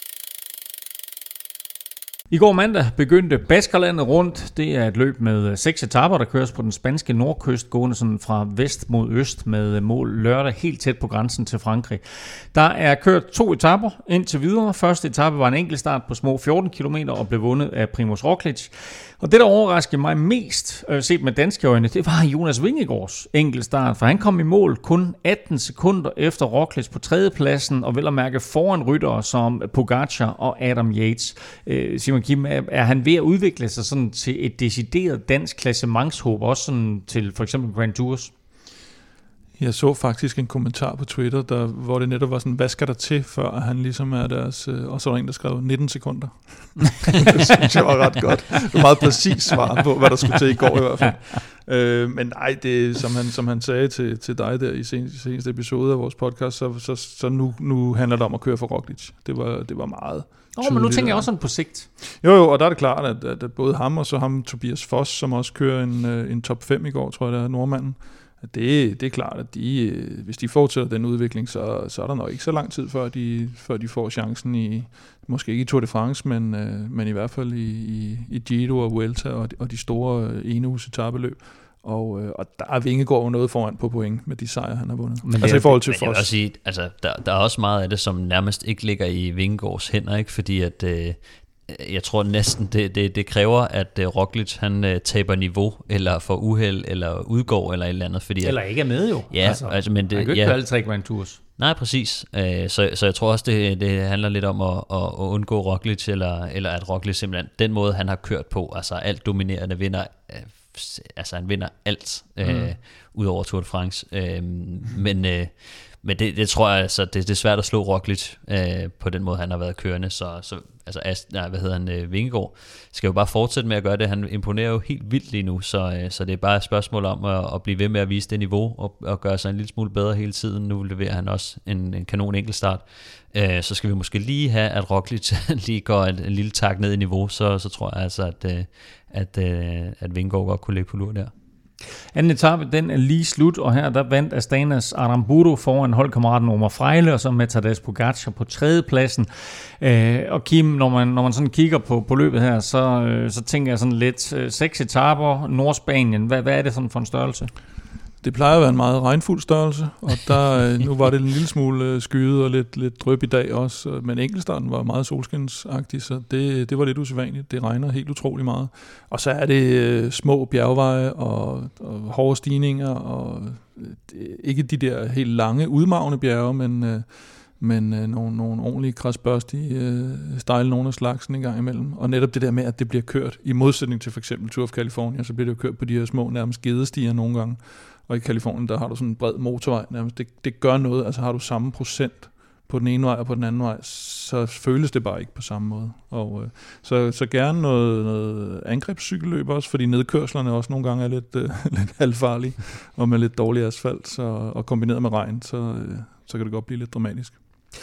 I går mandag begyndte Baskerlandet rundt. Det er et løb med seks etaper, der køres på den spanske nordkyst, gående sådan fra vest mod øst med mål lørdag helt tæt på grænsen til Frankrig. Der er kørt to etaper indtil videre. Første etape var en enkeltstart på små fjorten kilometer og blev vundet af Primož Roglič. Og det, der overraskede mig mest, øh, set med danske øjne, det var Jonas Vingegaards enkeltstart, for han kom i mål kun atten sekunder efter Roglič på tredjepladsen, og vel at mærke foran ryttere som Pogačar og Adam Yates. Øh, Simon Kim, er, er han ved at udvikle sig sådan til et decideret dansk klassementshåb, også sådan til for eksempel Grand Tours? Jeg så faktisk en kommentar på Twitter, der, hvor det netop var sådan, hvad skal der til, før han ligesom er deres... Øh, og så var der en, der skrev nitten sekunder. Det synes jeg var ret godt. Det var meget præcis svar på, hvad der skulle til i går i hvert fald. Øh, men nej, det, som, han, som han sagde til, til dig der i seneste, seneste episode af vores podcast, så, så, så nu, nu handler det om at køre for Roglič. Det var, det var meget... Åh, oh, men nu tænker jeg også sådan på sigt. Jo, jo, og der er det klart, at, at, at både ham og så ham Tobias Foss, som også kører en, en top fem i går, tror jeg, der er nordmanden. Det, det er klart, at de, hvis de fortsætter den udvikling, så, så er der nok ikke så lang tid, før de, før de får chancen i, måske ikke i Tour de France, men, men i hvert fald i, i, i Giro og Vuelta og de, og de store eneuges etapeløb. Og, og der er Vingegaard jo noget foran på point med de sejre, han har vundet. Men altså i forhold til Foss. Sige, altså, der, der er også meget af det, som nærmest ikke ligger i Vingegaards hænder, ikke? Fordi at... Øh, jeg tror næsten, det, det, det kræver, at uh, Roglič han uh, taber niveau, eller får uheld, eller udgår, eller et eller andet. Fordi, eller ikke er med jo. Ja, altså, altså, men det, han kan ikke ja, køre alle tre Grand Tours. Nej, præcis. Uh, så, så jeg tror også, det, det handler lidt om at, at, at undgå Roglič, eller, eller at Roglič simpelthen, den måde han har kørt på, altså alt dominerende vinder, uh, altså han vinder alt, uh, mm. ud over Tour de France. Uh, men... Uh, Men det, det tror jeg, altså, det, det er svært at slå Roglič øh, på den måde, han har været kørende. Så, så altså, Ast, nej, hvad hedder han, øh, Vingegaard skal jo bare fortsætte med at gøre det. Han imponerer jo helt vildt lige nu, så, øh, så det er bare et spørgsmål om at, at blive ved med at vise det niveau og, og gøre sig en lille smule bedre hele tiden. Nu leverer han også en, en kanon enkeltstart. Øh, så skal vi måske lige have, at Roglič lige går en, en lille tak ned i niveau, så, så tror jeg altså, at, øh, at, øh, at Vingegaard godt kunne ligge på lur der. Anden etape, den er lige slut, og her der vandt Astanas Aramburu foran holdkammeraten Omar Freile, og så med Tadej Pogačar på tredjepladsen. Øh, og Kim, når man, når man sådan kigger på, på løbet her, så, øh, så tænker jeg sådan lidt, øh, seks etaper, Nordspanien, hvad, hvad er det sådan for en størrelse? Det plejer at være en meget regnfuld størrelse, og der, nu var det en lille smule skyet og lidt, lidt dryp i dag også, men enkeltstarten var meget solskinsagtig, så det, det var lidt usædvanligt. Det regner helt utrolig meget. Og så er det små bjergveje og, og hårde stigninger, og ikke de der helt lange, udmagende bjerge, men, men nogle, nogle ordentlige krasbørstige stejle nogle af slagsen en gang imellem. Og netop det der med, at det bliver kørt, i modsætning til for eksempel Tour of California, så bliver det jo kørt på de her små, nærmest gedestiger nogle gange. Og i Kalifornien, der har du sådan en bred motorvej nærmest. Det, det gør noget, altså har du samme procent på den ene vej og på den anden vej, så føles det bare ikke på samme måde. Og, øh, så, så gerne noget, noget angrebscykelløb også, fordi nedkørslerne også nogle gange er lidt, øh, lidt halvfarlige, og med lidt dårlig asfalt, så, og kombineret med regn, så, øh, så kan det godt blive lidt dramatisk.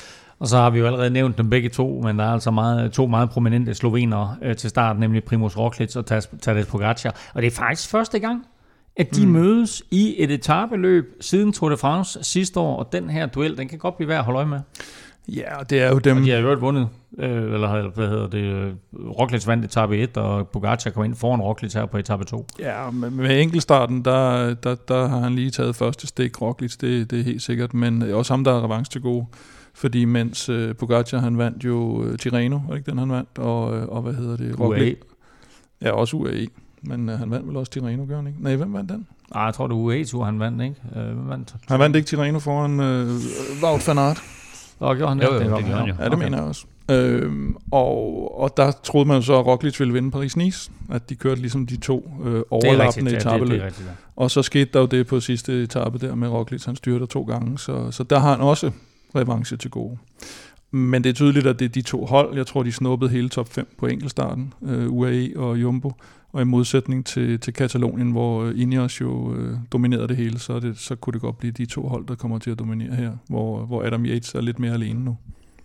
Og så har vi jo allerede nævnt dem begge to, men der er altså meget, to meget prominente slovenere øh, til start, nemlig Primož Roglič og Tadej Pogačar. Og det er faktisk første gang, at de mm. mødes i et etapeløb siden Tour de France sidste år, og den her duel, den kan godt blive værd at holde øje med. Ja, og det er jo dem... Og de har jo vundet, øh, eller hvad hedder det, Roglic vandt etape et, og Pogacar kom ind foran Roglic her på etape to. Ja, med, med enkeltstarten, der, der, der har han lige taget første stik, Roglic, det, det er helt sikkert, men også ham, der er revanche til gode. Fordi mens øh, Pogacar, han vandt jo øh, Tirreno, var ikke den, han vandt, og, øh, og hvad hedder det? Roglic. Ja, også U A E, men øh, han vandt vel også Tirreno, gør han ikke? Nej, hvem vandt den? Nej, jeg tror, det er U A E-tur, han vandt, ikke? Øh, hvem vandt? Han vandt ikke Tirreno foran øh, Wout van Aert. Og gjorde han det? Jo, jo, det, det gjorde han jo. Ja, det okay. mener jeg også. Øhm, og, og der troede man så, at Roglic ville vinde Paris-Nice, at de kørte ligesom de to øh, overlappende etabeløb. Ja, og så skete der jo det på sidste etape der med Roglic, han styrter to gange, så, så der har han også revanche til gode. Men det er tydeligt, at det er de to hold. Jeg tror, de snuppede hele top fem på enkeltstarten, øh, U A E og Jumbo. Og i modsætning til, til Katalonien, hvor Ineos jo øh, dominerede det hele, så, det, så kunne det godt blive de to hold, der kommer til at dominere her, hvor, hvor Adam Yates er lidt mere alene nu.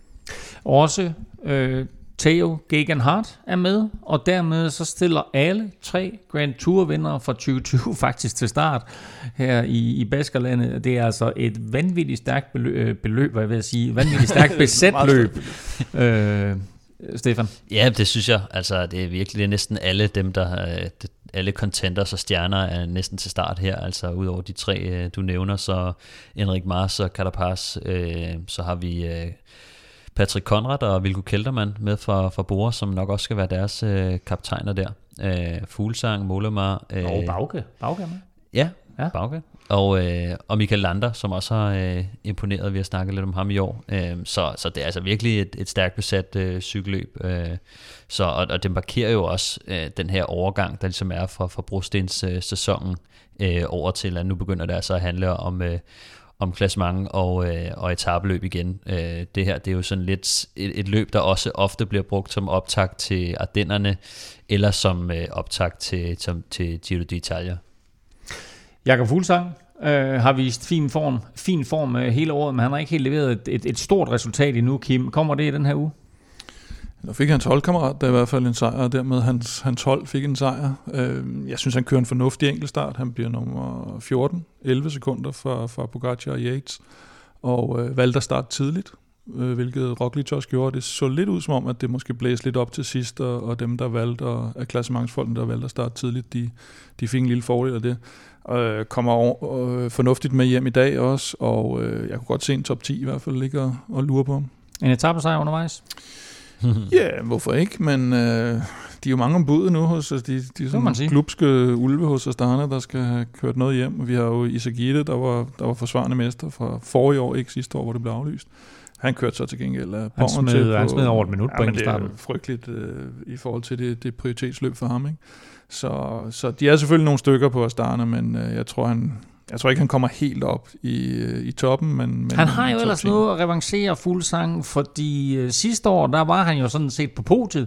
Også øh, Theo Geoghegan Hart er med, og dermed så stiller alle tre Grand Tour-vindere fra tyve tyve faktisk til start her i, i Baskerlandet. Det er altså et vanvittigt stærkt beløb, beløb hvad jeg vil sige, vanvittigt stærkt besat løb. øh, Stefan? Ja, det synes jeg. Altså, det er virkelig det er næsten alle dem, der alle contenders og stjerner er næsten til start her. Altså, udover de tre, du nævner, så Enric Mas og Carapaz, øh, så har vi øh, Patrick Conrad og Wilco Kelderman med fra, fra Bora, som nok også skal være deres øh, kaptajner der. Øh, Fuglsang, Mollema. Øh, og Bauke. Bauke med? Ja, ja. Bauke. Og, øh, og Michael Lander, som også har øh, imponeret, vi har snakket lidt om ham i år. Øh, så, så det er altså virkelig et, et stærkt besat øh, cykelløb. Øh, så, og, og det markerer jo også øh, den her overgang, der ligesom er fra, fra brostens øh, sæsonen øh, over til, at nu begynder det altså at handle om, øh, om klassement og, øh, og etapeløb igen. Øh, det her det er jo sådan lidt et, et løb, der også ofte bliver brugt som optakt til Ardennerne, eller som øh, optakt til, til, til Giro d'Italia. Jakob Fuglsang øh, har vist fin form, fin form øh, hele året, men han har ikke helt leveret et, et, et stort resultat endnu, Kim. Kommer det i den her uge? Nu fik hans holdkammerat der i hvert fald en sejr, og dermed hans, hans hold fik en sejr. Øh, jeg synes, han kører en fornuftig enkeltstart. Han bliver nummer fjorten, elleve sekunder fra, fra Pogacar og Yates, og øh, valgte at starte tidligt, øh, hvilket Roglic også gjorde. Det så lidt ud som om, at det måske blæste lidt op til sidst, og, og dem, der valgte, og af klassementsfolkene, der valgte at starte tidligt, de, de fik en lille fordel af det. Øh, kommer over, øh, fornuftigt med hjem i dag også, og øh, jeg kunne godt se en top ti i hvert fald ligge og, og lure på ham. En etapesejr undervejs? Ja, hvorfor ikke, men øh, de er jo mange om budet nu hos os. De, de er sådan klubske ulve hos Astana, der skal have kørt noget hjem. Og vi har jo Isagire, der var, der var forsvarende mester fra forrige år, ikke sidste år, hvor det blev aflyst. Han kørte så til gengæld af han smed, til på, han smed over et minut ja, på enkeltstarten. Det er frygteligt øh, i forhold til det, det prioritetsløb for ham, ikke? Så, så de er selvfølgelig nogle stykker på Astana, men øh, jeg tror han... Jeg tror ikke, han kommer helt op i, i toppen, men... men han har jo ellers noget at revancere Fuglsang, fordi øh, sidste år, der var han jo sådan set på podiet.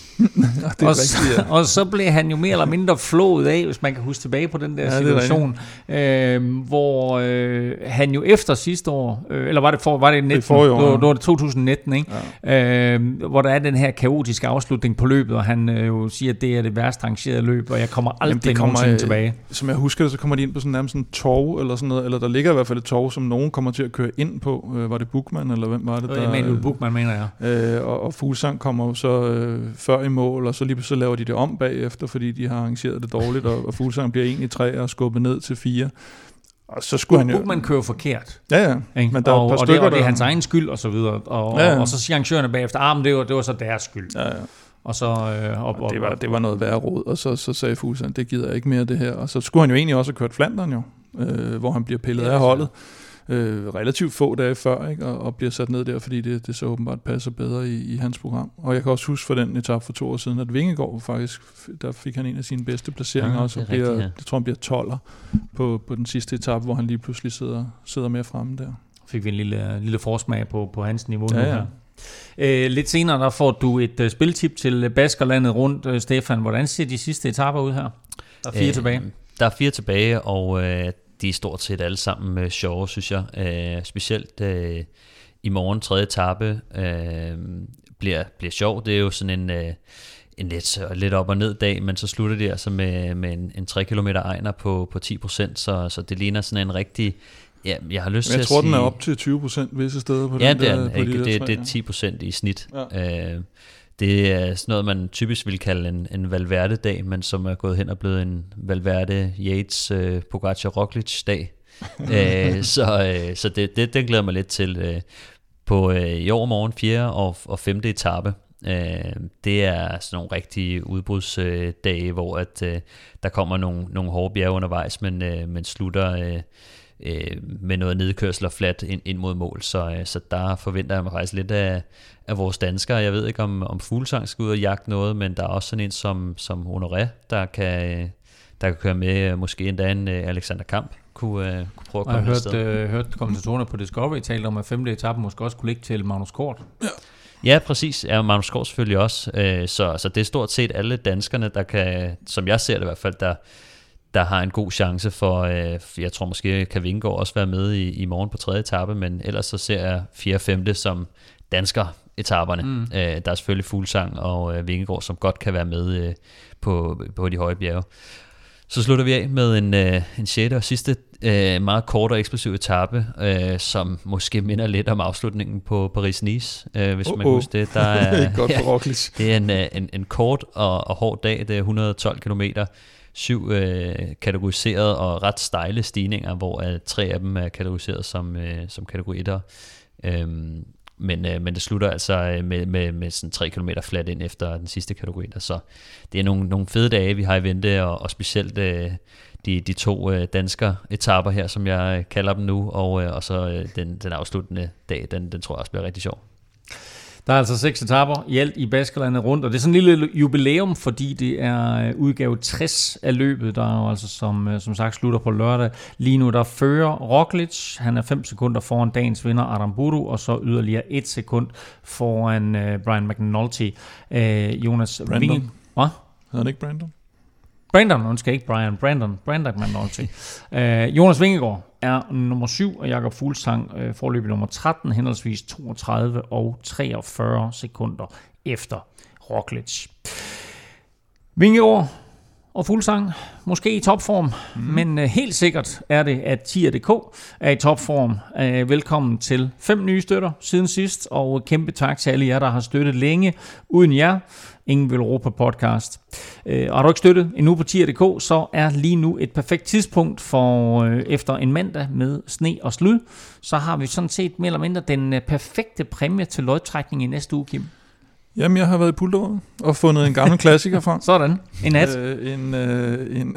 og, og, så, ja. og så blev han jo mere eller mindre flået af, hvis man kan huske tilbage på den der ja, situation, øh, hvor øh, han jo efter sidste år, øh, eller var det for var det nitten, det var, det var det to tusind nitten, ikke? Ja. Øh, hvor der er den her kaotiske afslutning på løbet, og han øh, jo siger, at det er det værst rangerede løb, og jeg kommer aldrig Jamen, kommer, nogensinde tilbage. Som jeg husker det, så kommer de ind på sådan nærmest sådan en torv, eller sådan noget, eller der ligger i hvert fald et torv, som nogen kommer til at køre ind på. Øh, var det Buchmann, eller hvem var det? Der, Emanuel Buchmann, mener jeg. Øh, og, og Fuglsang kommer jo så øh, før i mål, og så lige så laver de det om bagefter, fordi de har arrangeret det dårligt, og, og Fuglsang bliver egentlig tre og skubbet ned til fire. Og så skulle han jo... Buchmann kører forkert. Ja, ja. Men der og, er et par og, stykker, det, og det er hans egen skyld, og så videre. Og, ja, ja. og, og så siger arrangørerne bagefter, ah, men det var, det var så deres skyld. Ja, ja. Og så... Øh, op, og det, var, det var noget værre råd, og så, så sagde Fuglsang, det gider jeg ikke mere det her. Og så skulle han jo egentlig også have kørt Flandern jo, øh, hvor han bliver pillet ja, af holdet. Øh, relativt få dage før, ikke? Og, og bliver sat ned der, fordi det, det så åbenbart passer bedre i, i hans program. Og jeg kan også huske for den etape for to år siden, at Vingegaard faktisk, der fik han en af sine bedste placeringer, ja, og så bliver, rigtigt, ja. Jeg tror han bliver tolver på, på den sidste etape, hvor han lige pludselig sidder, sidder mere fremme der. Fik vi en lille, lille forsmag på, på hans niveau ja, nu ja. her. Øh, lidt senere, der får du et uh, spiltip til Baskerlandet rundt, uh, Stefan. Hvordan ser de sidste etaper ud her? Der er fire øh, tilbage. Der er fire tilbage, og... Øh, de er stort set alle sammen øh, sjove, synes jeg. Øh, specielt øh, i morgen, tredje etape, øh, bliver, bliver sjov. Det er jo sådan en, øh, en lidt, lidt op og ned dag, men så slutter det altså med, med en, en tre kilometer ejner på, på ti procent, så, så det ligner sådan en rigtig Ja, jeg har lyst Men til jeg at tror, sige... den er op til tyve procent visse steder på ja, den det er, der, den, på ikke? de Det, der det er ti procent i snit. Ja. Øh, det er sådan noget, man typisk vil kalde en, en Valverde-dag, men som er gået hen og blevet en Valverde, Yates, øh, Pogacar, Roglic-dag. øh, så øh, så det, det, den glæder mig lidt til. Øh, på øh, i år morgen, fjerde og, og femte etape. Øh, det er sådan nogle rigtige udbrudsdage, øh, hvor at, øh, der kommer nogle, nogle hårde bjerge undervejs, men, øh, men slutter øh, øh, med noget nedkørsel og flat ind, ind mod mål. Så, øh, så der forventer jeg mig faktisk lidt af, af vores danskere. Jeg ved ikke, om, om Fuglsang skal ud og jagte noget, men der er også sådan en som, som Honoré, der kan, der kan køre med, måske endda en øh, Alexander Kamp. Kunne, uh, kunne prøve at komme jeg et har hørt, uh, hørt kommentatorerne på Discovery tale om, at femte etape måske også kunne ligge til Magnus Kort. Ja, ja præcis. Ja, Magnus Kort selvfølgelig også. Uh, så, så det er stort set alle danskerne, der kan, som jeg ser det i hvert fald, der, der har en god chance for, uh, jeg tror måske kan Vingegaard også være med i, i morgen på tredje etape, men ellers så ser jeg fjerde og femte som dansker etaperne. Mm. Uh, der er selvfølgelig Fuglsang og uh, Vingegaard, som godt kan være med uh, på, på de høje bjerge. Så slutter vi af med en, øh, en sjette og sidste øh, meget kort og eksplosiv etape, øh, som måske minder lidt om afslutningen på Paris-Nice, øh, hvis uh-oh. man kan huske det. Der er, godt for Roglic. Ja, det er en, en, en kort og, og hård dag, det er et hundrede og tolv kilometer, syv øh, kategoriserede og ret stejle stigninger, hvor øh, tre af dem er kategoriseret som, øh, som kategori etter. Øhm, Men, øh, men det slutter altså med, med, med sådan tre kilometer flat ind efter den sidste kategori. Så det er nogle, nogle fede dage, vi har i vente, og, og specielt øh, de, de to øh, dansker etaper her, som jeg kalder dem nu, og, øh, og så øh, den, den afsluttende dag, den, den tror jeg også bliver rigtig sjov. Der er altså seks etaper i alt i Baskerlandet rundt, og det er sådan en lille jubilæum, fordi det er udgave tres af løbet, der jo altså som, som sagt slutter på lørdag. Lige nu der fører Roglic, han er fem sekunder foran dagens vinder Aramburu, og så yderligere et sekund foran uh, Brian McNulty. Uh, Jonas Vingegaard. Hvad? Hedder det ikke Brandon? Brandon, undskyld ikke Brian, Brandon, Brandon McNulty. uh, Jonas Vingegaard er nummer syv, og Jakob Fuglsang øh, forløb nummer tretten, henholdsvis toogtredive og treogfyrre sekunder efter Roglic. Vingegaard og Fuglsang måske i topform, mm. men øh, helt sikkert er det, at Tier punktum d k er i topform. Øh, velkommen til fem nye støtter siden sidst, og kæmpe tak til alle jer, der har støttet længe. Uden jer, ingen vil Europa podcast. Øh, og har du ikke støttet endnu på Tier punktum d k, så er lige nu et perfekt tidspunkt for øh, efter en mandag med sne og slud, så har vi sådan set mere eller mindre den øh, perfekte præmie til lodtrækning i næste uge, Kim. Jamen, jeg har været i pulveret og fundet en gammel klassiker frem. Sådan. En hat. Øh, en øh, en,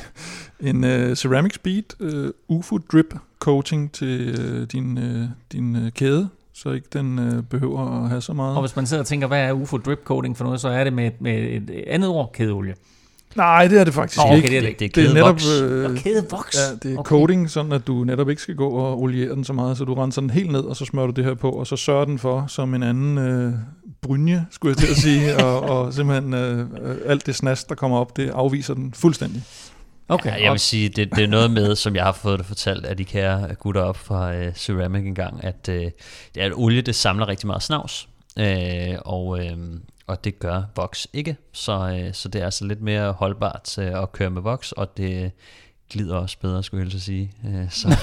en, en uh, Ceramic Speed uh, U F O Drip coating til uh, din, uh, din uh, kæde, så ikke den uh, behøver at have så meget. Og hvis man sidder og tænker, hvad er U F O Drip coating for noget, så er det med, med et andet ord, kædeolie. Nej, det er det faktisk oh, ikke. Okay, det er det, det, det er kædevoks. Øh, kædevoks? Ja, det er okay. coating, sådan at du netop ikke skal gå og oliere den så meget, så du renser den helt ned, og så smører du det her på, og så sørger den for, som en anden øh, brynje, skulle jeg til at sige, og, og simpelthen øh, alt det snask, der kommer op, det afviser den fuldstændig. Okay. Ja, jeg vil sige, det, det er noget med, som jeg har fået det fortalt af de kære gutter op fra øh, Ceramic engang, at, øh, det er, at olie, det samler rigtig meget snavs, øh, og... Øh, Og det gør voks ikke, så, øh, så det er altså lidt mere holdbart øh, at køre med voks, og det glider også bedre, skulle jeg helst sige. Øh, så.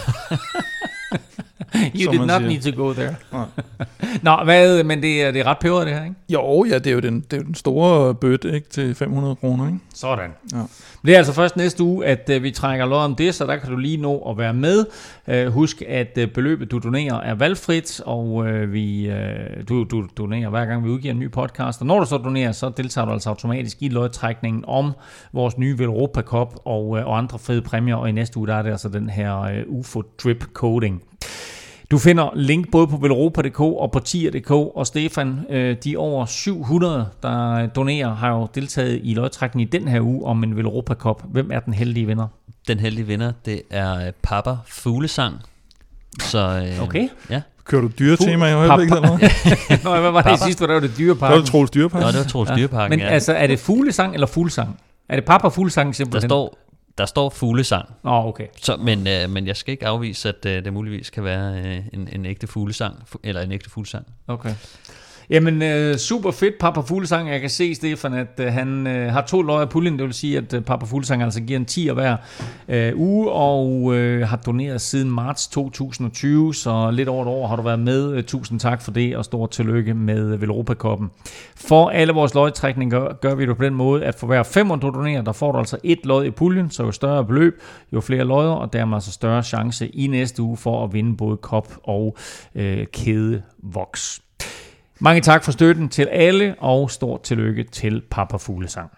You did not siger. need to go there. Nå, hvad, men det er, det er ret peberet det her, ikke? Jo, ja, det er jo den, det er jo den store bøtte, ikke, til fem hundrede kroner, ikke? Sådan. Ja. Det er altså først næste uge, at uh, vi trækker lod om det, så der kan du lige nå at være med. Uh, husk, at uh, beløbet, du donerer, er valgfrit, og uh, vi, uh, du, du donerer hver gang, vi udgiver en ny podcast. Og når du så donerer, så deltager du altså automatisk i lodtrækningen om vores nye Velropa Cup og, uh, og andre fede præmier. Og i næste uge, der er det altså den her uh, U F O Drip Coating. Du finder link både på velropa punktum d k og på tier punktum d k, og Stefan, de over syv hundrede, der donerer, har jo deltaget i lodtrækningen i den her uge om en Velropa Cup. Hvem er den heldige vinder? Den heldige vinder, det er Papa Fuglsang. Så, øh, okay. Ja. Kører du dyretema i øjeblikket eller noget? Nå, hvad var det sidste, hvor der var det dyreparken? Det var det Troels Dyreparken. Nå, det var Troels Dyreparken, Men ja. altså, er det fuglesang eller fuglsang? Er det Papa Fuglsang simpelthen? Der står... Der står fuglesang. Åh, oh, okay. Så, men, øh, men jeg skal ikke afvise, at øh, det muligvis kan være øh, en, en ægte fuglesang, eller en ægte fuglesang. Okay. Jamen, øh, super fedt, Papa Fuglsang. Jeg kan se, Stefan, at øh, han øh, har to lod af puljen. Det vil sige, at øh, Papa Fuglsang altså giver en tier hver øh, uge, og øh, har doneret siden marts to tusind og tyve, så lidt over et år har du været med. Øh, tusind tak for det, og stort tillykke med øh, Velropa-koppen. For alle vores lodtrækninger gør, gør vi det på den måde, at for hver femmer du donerer, der får du altså et lod i puljen, så jo større beløb, jo flere lodder, og dermed altså større chance i næste uge for at vinde både kop og øh, kædevoks. Mange tak for støtten til alle, og stort tillykke til Papa Fuglsang.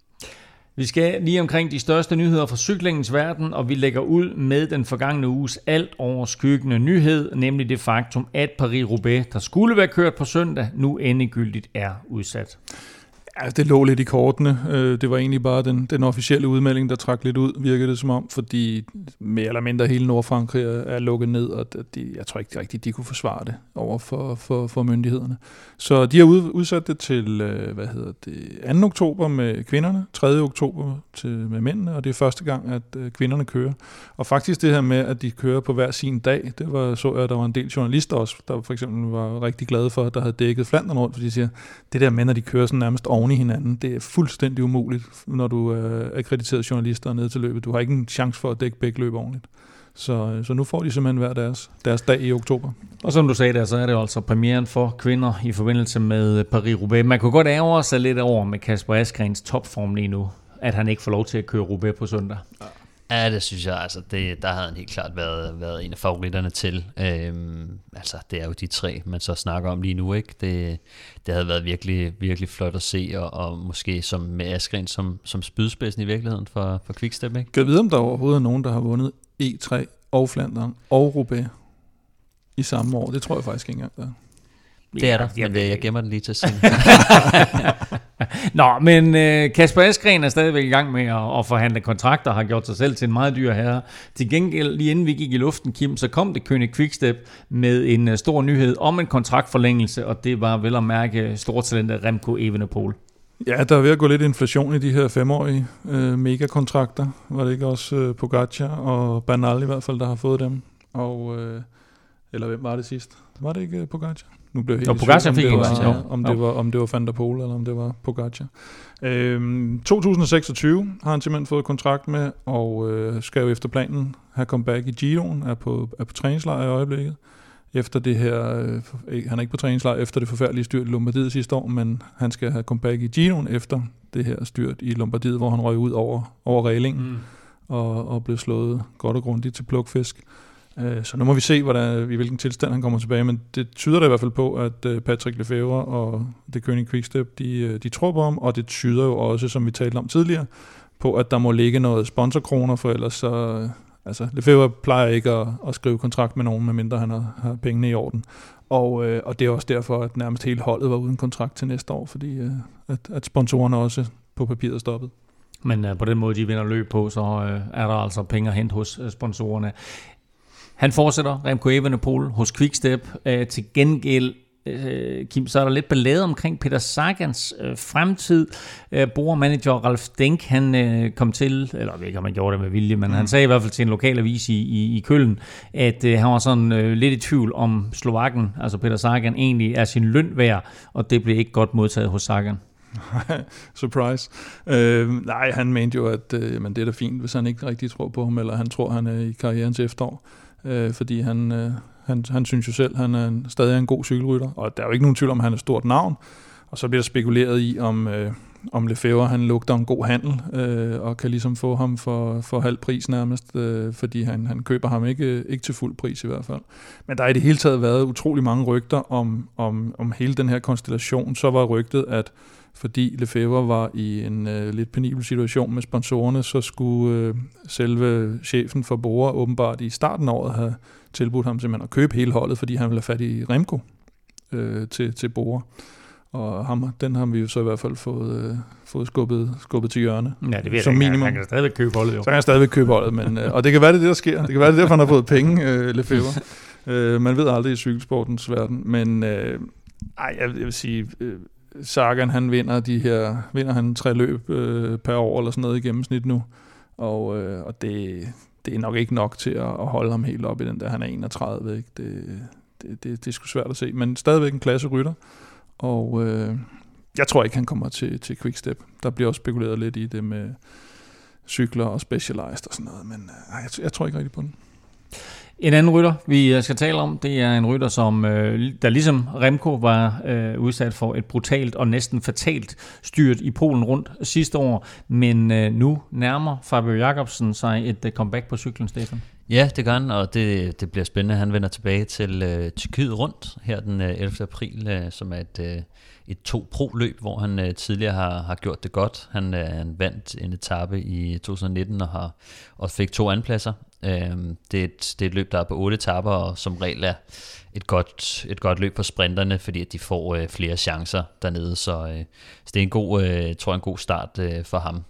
Vi skal lige omkring de største nyheder fra cyklingens verden, og vi lægger ud med den forgangne uges alt overskyggende nyhed, nemlig det faktum, at Paris-Roubaix, der skulle være kørt på søndag, nu endegyldigt er udsat. Ja, det lå lidt i kortene. Det var egentlig bare den, den officielle udmelding, der trak lidt ud, virkede det som om, fordi mere eller mindre hele Nordfrankrig er lukket ned, og de, jeg tror ikke rigtigt, de kunne forsvare det over for, for, for myndighederne. Så de har udsat det til, hvad hedder det, anden oktober med kvinderne, tredje oktober til, med mændene, og det er første gang, at kvinderne kører. Og faktisk det her med, at de kører på hver sin dag, det var, så jeg, at der var en del journalister også, der for eksempel var rigtig glade for, der havde dækket Flandern rundt, fordi de siger, det der med, når de kører sådan nærmest oven i hinanden, det er fuldstændig umuligt, når du er akkrediteret journalister ned til løbet. Du har ikke en chance for at dække begge løb ordentligt. Så, så nu får de simpelthen hver deres, deres dag i oktober. Og som du sagde der, så er det altså premieren for kvinder i forbindelse med Paris-Roubaix. Man kunne godt ærge sig lidt over med Kasper Asgrens topform lige nu, at han ikke får lov til at køre Roubaix på søndag. Ja. Ja, det synes jeg, altså, det, der havde han helt klart været, været en af favoritterne til. Øhm, altså, det er jo de tre, man så snakker om lige nu, ikke? Det, det havde været virkelig, virkelig flot at se, og, og måske som med Askren som, som spydspidsen i virkeligheden for, for Quickstep, ikke? Kan jeg vide, om der overhovedet er nogen, der har vundet E tre og Flandern og Roubaix i samme år? Det tror jeg faktisk ikke engang, der. Det er der, men det, jeg gemmer den lige til at sige. Nå, men øh, Kasper Asgreen er stadigvæk i gang med at, at forhandle kontrakter og har gjort sig selv til en meget dyr herre. Til gengæld, lige inden vi gik i luften, Kim, så kom det König Quickstep med en uh, stor nyhed om en kontraktforlængelse, og det var vel at mærke stortalentet Remco Evenepoel. Ja, der er ved at gå lidt inflation i de her femårige øh, megakontrakter. Var det ikke også øh, Pogacar og Bernal i hvert fald, der har fået dem? Og, øh, eller hvem var det sidst? Var det ikke øh, Pogacar? Nu blev jeg helt Pogacar fik om, det var, ja. om, det var, om det var Van der Poel, eller om det var Pogacar. Øhm, to tusind seksogtyve har han simpelthen fået kontrakt med, og øh, skal jo efter planen have comeback i Giroen, er på, er på træningslejr i øjeblikket. Efter det her, øh, han er ikke på træningslejr efter det forfærdelige styrt i Lombardiet sidste år, men han skal have comeback i Giroen efter det her styrt i Lombardiet, hvor han røg ud over, over reglingen mm. og, og blev slået godt og grundigt til plukfisk. Så nu må vi se, hvordan, i hvilken tilstand han kommer tilbage, men det tyder da i hvert fald på, at Patrick Lefevre og det König Quickstep, de, de tror på ham, og det tyder jo også, som vi talte om tidligere, på at der må ligge noget sponsorkroner, for ellers så, altså Lefevre plejer ikke at, at skrive kontrakt med nogen, medmindre han har, har pengene i orden. Og, og det er også derfor, at nærmest hele holdet var uden kontrakt til næste år, fordi at, at sponsorerne også på papiret stoppede. Men uh, på den måde, de vinder løb på, så uh, er der altså penge at hente hos uh, sponsorerne. Han fortsætter, Remco Evenepoel, hos Quickstep. Øh, til gengæld, øh, Kim, så er der lidt ballade omkring Peter Sagans øh, fremtid. Øh, Borgermanager Ralf Denk, han øh, kom til, eller jeg ved ikke, om han gjorde det med vilje, men mm. han sagde i hvert fald til en lokal avis i, i, i Køln, at øh, han var sådan øh, lidt i tvivl om Slovakken, altså Peter Sagan, egentlig er sin løn værd, og det blev ikke godt modtaget hos Sagan. Surprise. Øh, nej, han mente jo, at øh, men det er da fint, hvis han ikke rigtig tror på ham, eller han tror, han er i karrierens efterår. Øh, fordi han, øh, han, han synes jo selv, han er en, stadig en god cykelrytter, og der er jo ikke nogen tvivl om, han er et stort navn, og så bliver der spekuleret i, om, øh, om Lefevre, han lugter en god handel, øh, og kan ligesom få ham for, for halv pris nærmest, øh, fordi han, han køber ham ikke, ikke til fuld pris i hvert fald. Men der har i det hele taget været utrolig mange rygter om, om, om hele den her konstellation. Så var rygtet, at fordi Lefevre var i en øh, lidt penibel situation med sponsorerne, så skulle øh, selve chefen for Bora åbenbart i starten af året have tilbudt ham simpelthen at købe hele holdet, fordi han ville have fat i Remco øh, til, til Bora. Og ham, den har vi jo så i hvert fald fået, øh, fået skubbet, skubbet til hjørne. Ja, det ved jeg ikke. Han kan stadigvæk købe holdet, jo. Så kan han stadigvæk købe holdet, men, øh, og det kan være, det er det, der sker. Det kan være, det er derfor, han har fået penge, øh, Lefevre. øh, man ved aldrig i cykelsportens verden, men øh, ej, jeg, jeg vil sige... Øh, Sagan, han vinder de her, vinder han tre løb øh, per år eller sådan noget i gennemsnit nu, og, øh, og det, det er nok ikke nok til at, at holde ham helt op i den der, han er enogtredive, ikke? Det, det, det, det er sgu svært at se, men stadigvæk en klasserytter, og øh, jeg tror ikke, han kommer til, til Quickstep. Der bliver også spekuleret lidt i det med cykler og Specialized og sådan noget, men øh, jeg, jeg tror ikke rigtig på den. En anden rytter, vi skal tale om, det er en rytter, som øh, der ligesom Remco var øh, udsat for et brutalt og næsten fatalt styrt i Polen rundt sidste år, men øh, nu nærmer Fabio Jakobsen sig et uh, comeback på cyklen, Stefan. Ja, det gør han, og det, det bliver spændende. Han vender tilbage til øh, Tyrkiet rundt her den øh, ellevte april, øh, som er et, øh, et to pro-løb, hvor han øh, tidligere har, har gjort det godt. Han, øh, han vandt en etape i to tusind nitten og, har, og fik to andenpladser. Øh, det, er et, det er et løb, der er på otte etaper, og som regel er et godt, et godt løb for sprinterne, fordi at de får øh, flere chancer dernede. Så, øh, så det er en god, øh, tror jeg, en god start øh, for ham.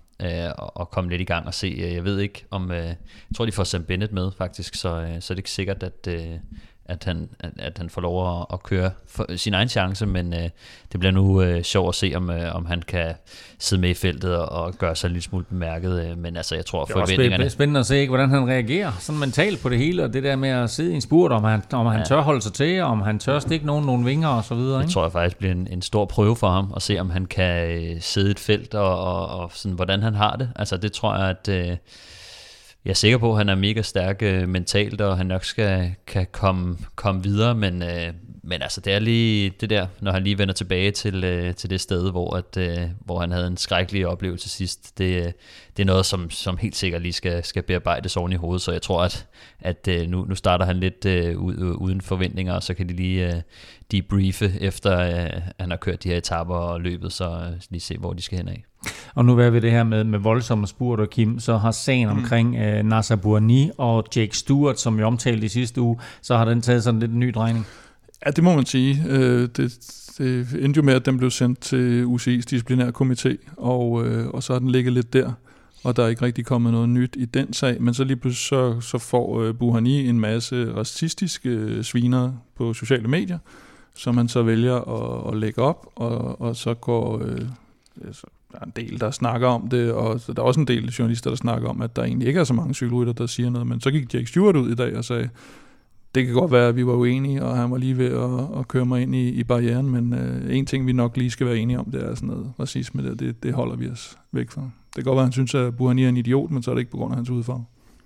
Og komme lidt i gang og se. Jeg ved ikke om, jeg tror de får Sam Bennett med faktisk, så, så er det ikke sikkert, at, at, han, at han får lov at køre sin egen chance, men det bliver nu sjovt at se, om, om han kan sidde med i feltet og gøre sig en lille smule bemærket, men altså jeg tror forventningerne... Det er spændende at se, hvordan han reagerer sådan mentalt på det hele, og det der med at sidde i en spurt, om han, om han ja. tør holde sig til, om han tør stikke nogen nogle vinger og så videre. Det ikke? tror jeg faktisk bliver en, en stor prøve for ham, at se om han kan sidde i et felt, og, og, og sådan, hvordan han har det. Altså det tror jeg, at... Øh, jeg er sikker på, at han er mega stærk øh, mentalt, og han nok skal kan komme, komme videre, men, øh, men altså, det er lige det der, når han lige vender tilbage til, øh, til det sted, hvor, at, øh, hvor han havde en skrækkelig oplevelse sidst. Det, det er noget, som, som helt sikkert lige skal, skal bearbejdes oven i hovedet, så jeg tror, at, at øh, nu, nu starter han lidt øh, uden forventninger, og så kan de lige øh, debriefe, efter øh, han har kørt de her etaper og løbet, så øh, lige se, hvor de skal hen af. Og nu er vi det her med, med voldsomme spurter, Kim, så har sagen mm. omkring øh, Nacer Bourny og Jake Stewart, som vi omtalte i sidste uge, så har den taget sådan lidt en ny drejning. Ja, det må man sige. Øh, det, det endte jo med, at den blev sendt til U C I's disciplinære komité, og, øh, og så har den ligget lidt der, og der er ikke rigtig kommet noget nyt i den sag, men så lige pludselig så, så får øh, Bourny en masse racistiske øh, sviner på sociale medier, som han så vælger at, at lægge op, og, og så går... Øh, så der er en del, der snakker om det, og så der er også en del journalister, der snakker om, at der egentlig ikke er så mange cykelrytter, der siger noget, men så gik Jake Stewart ud i dag og sagde, det kan godt være, at vi var uenige, og han var lige ved at, at køre mig ind i, i barrieren, men øh, en ting, vi nok lige skal være enige om, det er sådan noget racisme, der, det, det holder vi os væk fra. Det kan godt være, at han synes, at Bourny er en idiot, men så er det ikke på grund af hans hudfarve.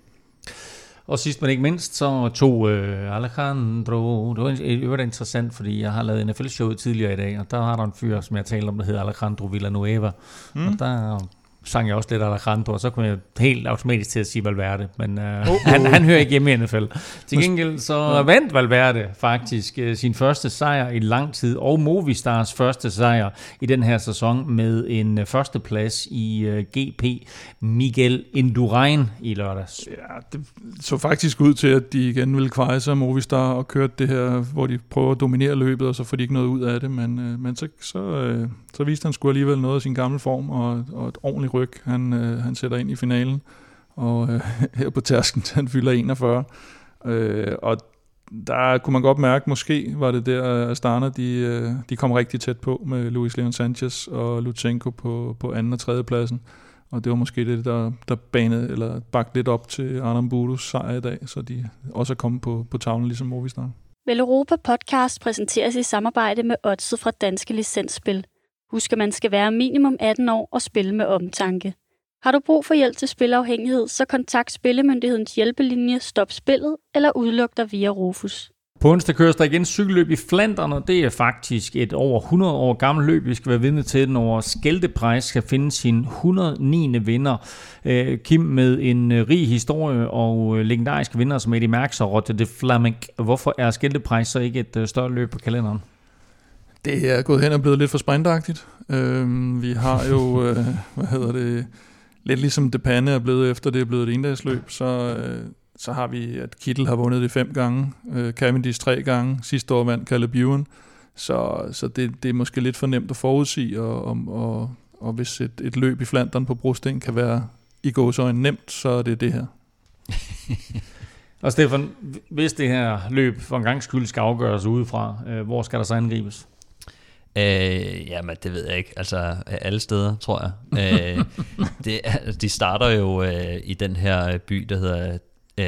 Og sidst men ikke mindst, så tog øh, Alejandro, det var øvrigt interessant, fordi jeg har lavet N F L-showet tidligere i dag, og der har der en fyr, som jeg talte om, der hedder Alejandro Villanueva, mm. og der sang jeg også lidt Alejandro, og så kom jeg helt automatisk til at sige Valverde, men øh, oh, oh. Han, han hører ikke hjemme i N F L. Til gengæld så vandt Valverde faktisk øh, sin første sejr i lang tid, og Movistars første sejr i den her sæson med en øh, førsteplads i øh, G P Miguel Indurain i lørdags. Ja, det så faktisk ud til, at de igen ville kveje sig Movistar og kørte det her, hvor de prøver at dominere løbet, og så får de ikke noget ud af det, men, øh, men så, så, øh, så viste han sgu alligevel noget af sin gamle form, og, og et ordentligt ryg, han, øh, han sætter ind i finalen, og øh, her på tærsken, han fylder enogfyrre, øh, og der kunne man godt mærke, måske var det der, Astana, de, øh, de kom rigtig tæt på med Luis Leon Sanchez og Lutsenko på, på anden og tredje pladsen, og det var måske det, der, der banede, eller bagte lidt op til Arnaud Budus sejr i dag, så de også er kommet på, på tavlen, ligesom Movistar. Vel Europa Podcast præsenteres i samarbejde med Oddset fra Danske Licensspil. Husk, at man skal være minimum atten år og spille med omtanke. Har du brug for hjælp til spilafhængighed, så kontakt Spillemyndighedens hjælpelinje Stop Spillet eller udluk dig via Rufus. På onsdag køres der igen cykelløb i Flandern, og det er faktisk et over hundrede år gammelt løb, vi skal være vidne til, når Skelteprejs skal finde sin et hundrede og niende vinder. Kim, med en rig historie og legendariske vinder som Eddy Merckx og Roger de Vlaeminck. Hvorfor er Skelteprejs så ikke et større løb på kalenderen? Det er gået hen og blevet lidt for sprintagtigt. Øh, vi har jo, øh, hvad hedder det, lidt ligesom De Panne er blevet efter det er blevet et endagsløb, så, øh, så har vi, at Kittel har vundet det fem gange, øh, Cavendish tre gange, sidste år vandt Caleb Ewan, så, så det, det er måske lidt for nemt at forudsige, og, og, og, og hvis et, et løb i Flandern på brosten kan være i gåseøjne nemt, så er det det her. Og Stefan, hvis det her løb for en gang skyld skal afgøres udefra, øh, hvor skal der så angribes? Øh, jamen, det ved jeg ikke. Altså, alle steder, tror jeg. øh, det, de starter jo øh, i den her by, der hedder øh,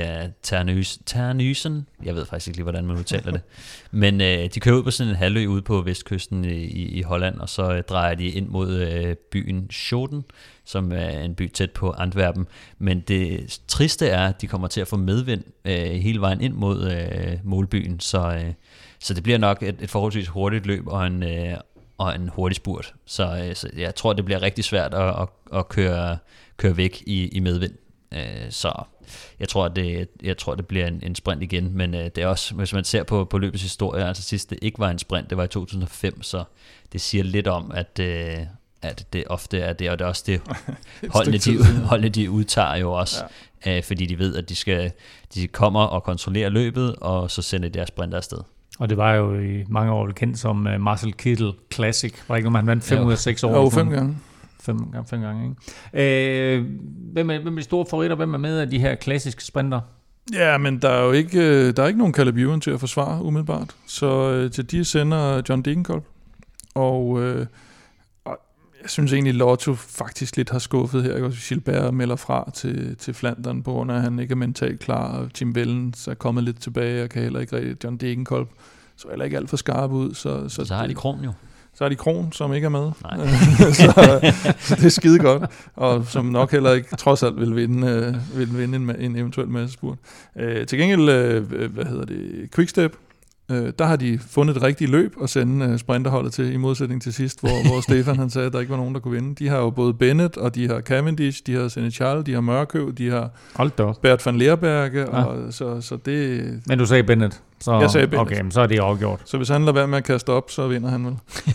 Terneuzen, jeg ved faktisk ikke lige, hvordan man udtaler det, men øh, de kører ud på sådan en halvø ude på vestkysten i, i Holland, og så øh, drejer de ind mod øh, byen Schoten, som er en by tæt på Antwerpen, men det triste er, at de kommer til at få medvind øh, hele vejen ind mod øh, målbyen, så, øh, så det bliver nok et, et forholdsvis hurtigt løb og en, øh, og en hurtig spurt, så, øh, så jeg tror, det bliver rigtig svært at, at, at køre, køre væk i, i medvind. Så jeg tror, det, jeg tror, det bliver en, en sprint igen, men det er også, hvis man ser på, på løbets historie, altså sidst det ikke var en sprint, det var i to tusind og fem, så det siger lidt om, at, at det ofte er det, og det er også det, holdene de, holdene de udtager jo også, ja. Fordi de ved, at de, skal, de kommer og kontrollerer løbet, og så sender de deres sprinter afsted. Og det var jo i mange år kendt som Marcel Kittel Classic, var ikke, når man vandt fem ud af seks år? Jo, fem gange. Fem, fem gange, ikke? Øh, hvem, er, hvem er de store favoritter? Hvem er med af de her klassiske sprinter? Ja, men der er jo ikke, der er ikke nogen Caleb Ewan til at forsvare umiddelbart. Så øh, til de sender John Degenkolb. Og, øh, og jeg synes egentlig, Lotto faktisk lidt har skuffet her. Også Gilbert melder fra til, til Flandern, på grund af, at han ikke er mentalt klar. Og Tim Wellens er kommet lidt tilbage, og kan heller ikke rigtig. John Degenkolb så heller ikke alt for skarp ud. Så, så, så har de Kron jo. Så er de Kron, som ikke er med. så, så det er skide godt. Og som nok heller ikke, trods alt, vil vinde, øh, vil vinde en, en eventuel massespurt. Øh, til gengæld, øh, hvad hedder det, Quickstep, øh, der har de fundet et rigtigt løb at sende øh, sprinterholdet til, i modsætning til sidst, hvor, hvor Stefan han sagde, at der ikke var nogen, der kunne vinde. De har jo både Bennett, og de har Cavendish, de har Senechal, de har Mørkøv, de har Bert van Leerberge, ja. og så, så det... Men du sagde Bennett? Så, jeg sagde Bennett. Okay, så er det afgjort. Så hvis han lader være med at kaste op, så vinder han vel.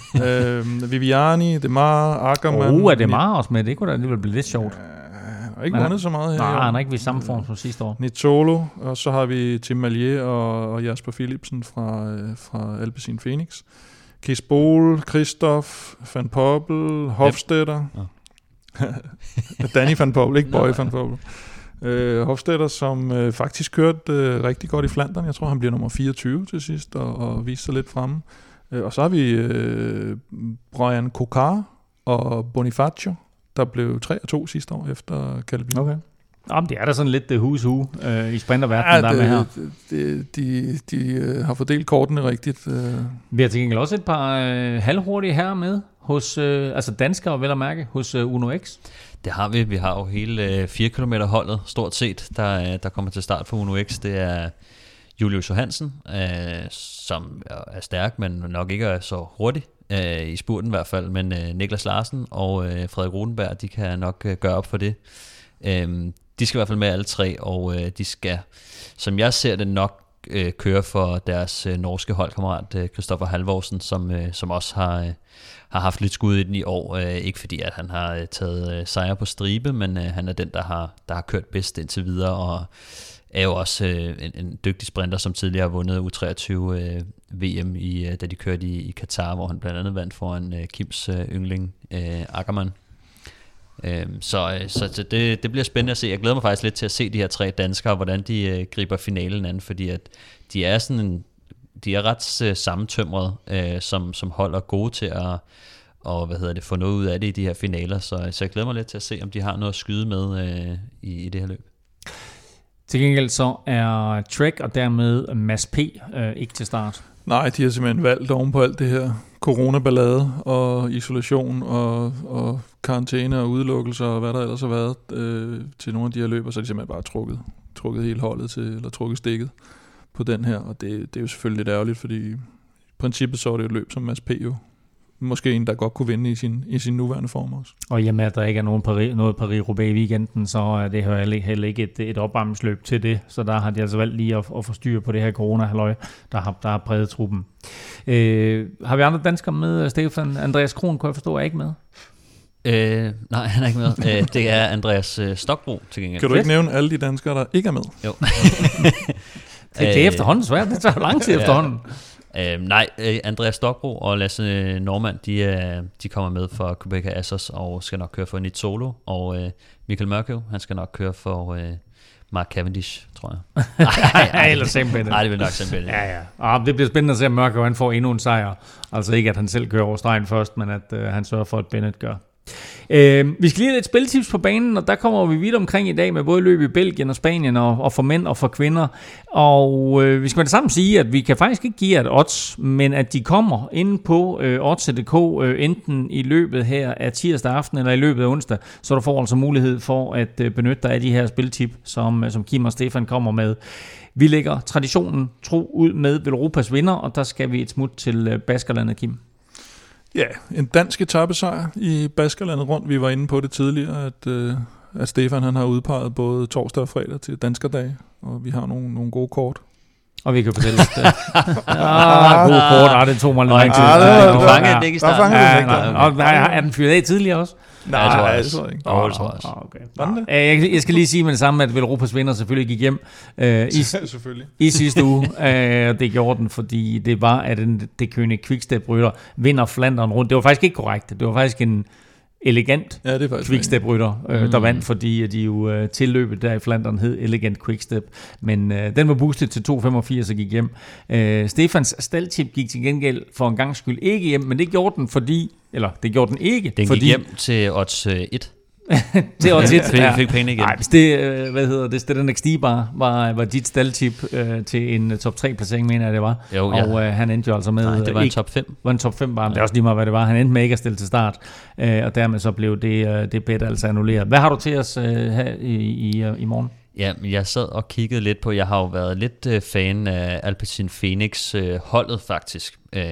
øh, Viviani, Demar, Ackermann... Oh, er Demar også med? Det kunne da alligevel blive lidt sjovt. Han har ikke vundet så meget her. Nej, han har ikke vist samme form som sidste år. Nizzolo, og så har vi Tim Mallier og, og Jasper Philipsen fra, fra Alpecin Phoenix. Kees Bol, Christoph, Van Poppel, Hofstetter. Ja. Danny Van Poppel, ikke Boy Van Poppel. Uh, Hofstetter, som uh, faktisk kørte uh, rigtig godt i Flandern. Jeg tror, han bliver nummer fireogtyve til sidst, og, og viste sig lidt fremme. Uh, og så har vi uh, Brian Kokar og Bonifacio, der blev tre og to sidste år efter Caleb Ewan. Okay. Jamen, det er da sådan lidt det who's who uh, i sprinterverdenen, ja, der med her. Det, de de uh, har fordelt kortene rigtigt. Uh. Vi har til gengæld også et par uh, halvhurtige herrer med, hos, uh, altså danskere vel at mærke, hos uh, Uno X. Det har vi. Vi har jo hele fire kilometer holdet, stort set, der, der kommer til start for Uno X. Det er Julius Johansen, øh, som er stærk, men nok ikke er så hurtig, øh, i spurten i hvert fald. Men øh, Niklas Larsen og øh, Frederik Rodenberg, de kan nok øh, gøre op for det. Øh, de skal i hvert fald med alle tre, og øh, de skal, som jeg ser det, nok øh, køre for deres øh, norske holdkammerat, øh, Christoffer Halvorsen, som, øh, som også har... Øh, har haft lidt skud i den i år, øh, ikke fordi at han har øh, taget øh, sejre på stribe, men øh, han er den, der har, der har kørt bedst indtil videre, og er jo også øh, en, en dygtig sprinter, som tidligere har vundet U treogtyve øh, V M, i, øh, da de kørte i, i Katar, hvor han blandt andet vandt foran øh, Kims øh, yndling øh, Ackermann. Øh, så øh, så det, det bliver spændende at se. Jeg glæder mig faktisk lidt til at se de her tre danskere, hvordan de øh, griber finalen an, fordi at de er sådan en de er ret øh, sammentømret, øh, som, som holder gode til at og, hvad hedder det, få noget ud af det i de her finaler. Så, så jeg glæder mig lidt til at se, om de har noget at skyde med øh, i, i det her løb. Til gengæld så er Trek og dermed Mads P. Øh, ikke til start. Nej, de har simpelthen valgt oven på alt det her coronaballade og isolation og, og karantæne og udelukkelser og hvad der ellers har været øh, til nogle af de her løber, så er de simpelthen bare trukket, trukket hele holdet til, eller trukket stikket på den her, og det, det er jo selvfølgelig lidt ærgerligt, fordi i princippet så er det et løb som Mads P. jo måske en, der godt kunne vinde i sin, i sin nuværende form også. Og i og med, at der ikke er nogen Paris, noget Paris-Roubaix i weekenden, så er det her heller ikke et, et opvarmningsløb til det, så der har de altså valgt lige at, at få styr på det her corona-halløj, der har, der har præget truppen. Øh, har vi andre danskere med? Stefan Andreas Kron, kunne jeg forstå, er ikke med? Øh, nej, han er ikke med. øh, det er Andreas øh, Stokbro til gengæld. Kan du ikke nævne alle de danskere, der ikke er med? Jo. Det er efterhånden svært, det tager lang tid efterhånden. Ja. Øh, nej, Andreas Stokbro og Lasse Normand, de, de kommer med for Quebec Assos og skal nok køre for Nizzolo, og øh, Michael Mørkøv, han skal nok køre for øh, Mark Cavendish, tror jeg. Nej, eller Sam Bennett. Nej, det vil nok Sam Bennett. Ja, ja. Og det bliver spændende at se, om Mørkøv han får endnu en sejr. Altså ikke, at han selv kører over stregen først, men at øh, han sørger for, at Bennett gør. Øh, vi skal lige have lidt spiltips på banen, og der kommer vi vidt omkring i dag med både løb i Belgien og Spanien, og, og for mænd og for kvinder. Og øh, vi skal med det samme sige, at vi kan faktisk ikke give jer et odds, men at de kommer inde på øh, odds punktum d k, øh, enten i løbet her af tirsdag aften, eller i løbet af onsdag, så du får altså mulighed for at øh, benytte dig af de her spiltip, som, som Kim og Stefan kommer med. Vi lægger traditionen tro ud med Velropas vinder, og der skal vi et smut til øh, Baskerlandet, Kim. Ja, en dansk etapesejr i Baskerlandet rundt. Vi var inde på det tidligere, at, øh, at Stefan han har udpeget både torsdag og fredag til Danskerdage, og vi har nogle, nogle gode kort. Og vi kan fortælle det. ah, gode kort. Ah, det tog mig lidt lang tid. Ah, du fangede den ikke i starten. Er den fyret af tidligere også? Nej, jeg tror jeg også. Jeg tror også. Okay. Jeg, jeg skal lige sige med det samme, at Velropas vinder selvfølgelig gik hjem øh, i, i sidste uge. Øh, det gjorde den, fordi det var, at den, det kønne Quickstep-rytter vinder Flandern rundt. Det var faktisk ikke korrekt. Det var faktisk en elegant ja, Quickstep-rytter, øh, mm. der vandt, fordi de jo øh, tilløbet der i Flandern hed Elegant Quickstep. Men øh, den var boostet til to femogfirs og gik hjem. Øh, Stefans staldtip gik til gengæld for en gang skyld ikke hjem, men det gjorde den, fordi eller det gjorde den ikke. Den fordi, gik hjem til odds et. til odds et. Fik, ja. fik penge igen. Nej, hvis det, øh, hvad hedder det, Stedden Stibar var, var dit staldtip øh, til en top tre placering, mener jeg det var. Jo, ja. Og øh, han endte jo altså med... Nej, det var en ikke, top fem. var en top fem bare, ja. Det er også lige meget, hvad det var. Han endte med ikke at stille til start, øh, og dermed så blev det, øh, det bet altså annulleret. Hvad har du til os øh, her i, i, i morgen? Ja, jeg sad og kiggede lidt på, jeg har jo været lidt øh, fan af Alpecin Phoenix øh, holdet faktisk, øh,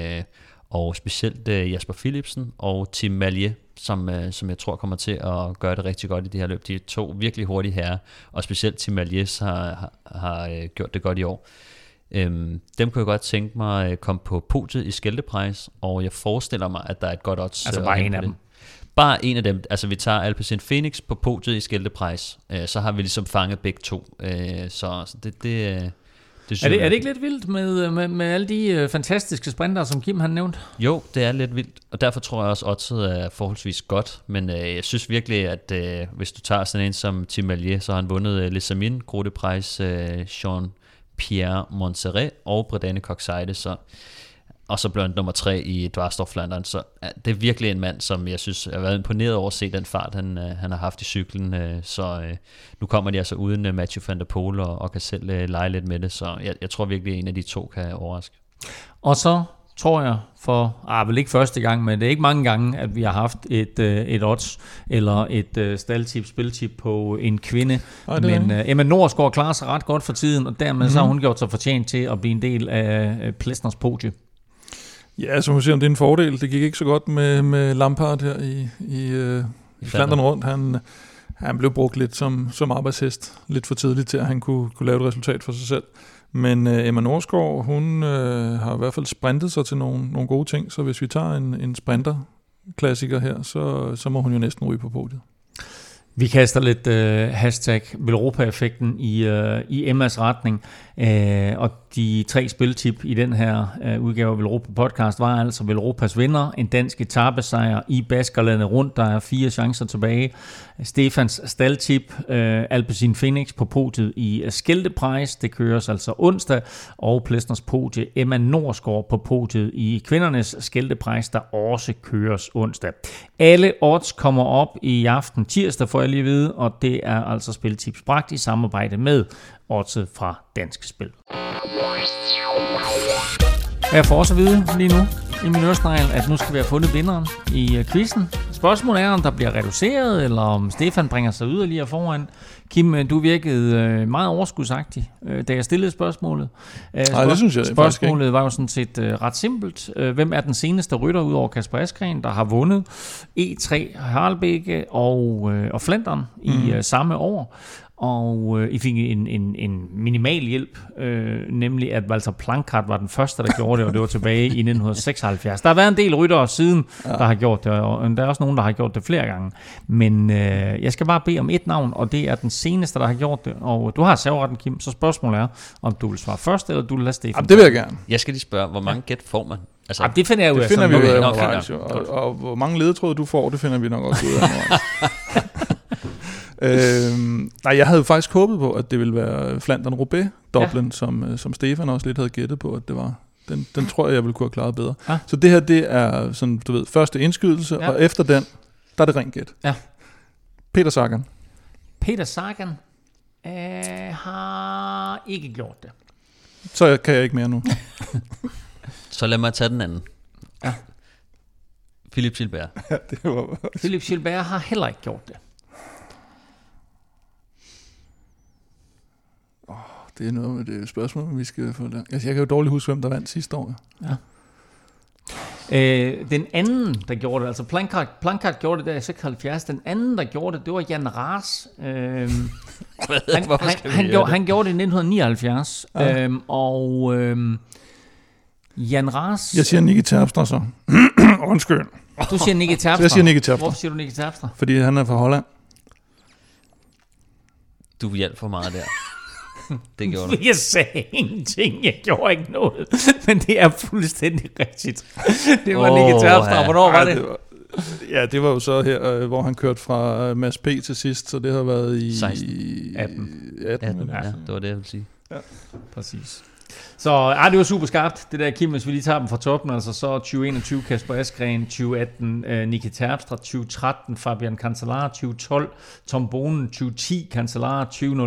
og specielt øh, Jasper Philipsen og Tim Merlier, som, øh, som jeg tror kommer til at gøre det rigtig godt i det her løb. De er to virkelig hurtige herrer, og specielt Tim Merlier har, har, har øh, gjort det godt i år. Øhm, dem kunne jeg godt tænke mig at komme på podiet i Skelteprejs, og jeg forestiller mig, at der er et godt odds. Altså bare en af dem? Bare en af dem. Altså vi tager Alpecin Phoenix på podiet i Skelteprejs, øh, så har vi ligesom fanget begge to. Øh, så, så det... det Det er, det, er det ikke lidt vildt med, med, med alle de uh, fantastiske sprinter, som Kim han nævnt? Jo, det er lidt vildt, og derfor tror jeg også, at oddset er forholdsvis godt. Men uh, jeg synes virkelig, at uh, hvis du tager sådan en som Tim Merlier, så har han vundet uh, Les Amis, Grote Prijs, uh, Jean-Pierre Montserrat og Bredane Coxeide, så og så blev han nummer tre i Dvarsdorf Flandern. Så ja, det er virkelig en mand, som jeg synes har været imponeret over at se den fart, han, øh, han har haft i cyklen. Øh, så øh, nu kommer de altså uden øh, Mathieu van der Poel og, og kan selv øh, lege lidt med det. Så jeg, jeg tror virkelig, at en af de to kan overraske. Og så tror jeg for, ah, vel ikke første gang, men det er ikke mange gange, at vi har haft et, øh, et odds eller et øh, staldtip, spiltip på en kvinde. Ej, men øh, Emma Norsgaard klarer sig ret godt for tiden, og dermed mm-hmm. så har hun gjort sig fortjent til at blive en del af øh, Plesners podie. Ja, så må vi se, om det er en fordel. Det gik ikke så godt med, med Lampard her i, i, øh, i Flandern rundt. Han, han blev brugt lidt som, som arbejdshest, lidt for tidligt til, at han kunne, kunne lave et resultat for sig selv. Men øh, Emma Norsgaard, hun øh, har i hvert fald sprintet sig til nogle, nogle gode ting, så hvis vi tager en, en sprinter-klassiker her, så, så må hun jo næsten ryge på podiet. Vi kaster lidt øh, hashtag Velropa-effekten i, øh, i Emmas retning, øh, og de tre spiltip i den her øh, udgave af Velropa podcast var altså Velropas vinder, en dansk etapesejr i Baskerlandet rundt, der er fire chancer tilbage, Stefans staldtip, øh, Alpecin Phoenix på podiet i Skelteprejs, det køres altså onsdag, og Plesners podie Emma Norsgaard på podiet i kvindernes Skelteprejs, der også køres onsdag. Alle odds kommer op i aften tirsdag, får jeg lige vide, og det er altså spiltips bragt i samarbejde med oddset fra Danske Spil. Jeg får også at vide lige nu i min øresnegl, at nu skal vi have fundet vinderen i quizzen. Spørgsmålet er, om der bliver reduceret, eller om Stefan bringer sig yderligere foran. Kim, du virkede meget overskudsagtig, da jeg stillede spørgsmålet. Spørg- Nej, det synes jeg. Spørgsmålet var jo sådan set ret simpelt. Hvem er den seneste rytter ud over Kasper Asgreen, der har vundet E tre Harlebække og, og Flandern i mm. samme år? Og øh, I fik en, en, en minimal hjælp, øh, nemlig at Walter Plankart var den første, der gjorde det, og det var tilbage i nitten seksoghalvfjerds. Der har været en del ryttere siden, ja. der har gjort det, og der er også nogen, der har gjort det flere gange. Men øh, jeg skal bare bede om et navn, og det er den seneste, der har gjort det. Og du har serveretten, Kim, så spørgsmålet er, om du vil svare først, eller du vil lade Stefan. Jamen, det vil jeg gerne. Jeg skal lige spørge, hvor mange gæt får man? Altså, Jamen, det finder jeg ud af. Det finder vi ud af, og, og, og hvor mange ledetråde du får, det finder vi nok også ud af. Øhm, nej, jeg havde faktisk håbet på, at det ville være Flandern-Roubaix Dublin, ja. som, som Stefan også lidt havde gættet på, at det var. Den, den tror jeg, jeg ville kunne have klaret bedre. Ja. Så det her, det er sådan, du ved, første indskydelse, ja. og efter den, Der er det rent gæt. Ja. Peter Sagan. Peter Sagan øh, har ikke gjort det. Så kan jeg ikke mere nu. Så lad mig tage den anden. Ja. Philip Gilbert. Ja, det var... Philip Gilbert har heller ikke gjort det. Oh, det er noget med det spørgsmål, vi skal få der. Jeg kan jo dårligt huske, hvem der vandt sidste år. Ja. Øh, den anden, der gjorde det, altså Plancard, Plancard gjorde det der i seksoghalvfjerds, den anden, der gjorde det, det var Jan Raas. Øh, han, han, han, gjorde, han gjorde det i nitten nioghalvfjerds, ja. øhm, og øhm, Jan Raas... Jeg siger Nicky Terpstra så. Undskyld. Du siger Nicky Terpstra? Jeg siger Nicky Terpstra. Hvorfor siger du Nicky Terpstra? Fordi han er fra Holland. Du hjalp for meget der. Det gjorde du. Jeg sagde ingenting, jeg gjorde ikke noget. Men det er fuldstændig rigtigt. Det var oh, Nicky Terpstra. Ja. Hvornår var det? det var, ja, det var jo så her, hvor han kørte fra Mads P til sidst, så det har været i... seksten atten atten, atten, ja, det var det, jeg ville sige. Ja. Præcis. Så ah, det var super skarpt, det der, Kim, hvis vi lige tager dem fra toppen, altså så tyve enogtyve Kasper Asgreen, tyve atten uh, Nicky Terpstra, tyve tretten Fabian Cancellara, tyve tolv Tom Bonen, tyve ti Cancellara,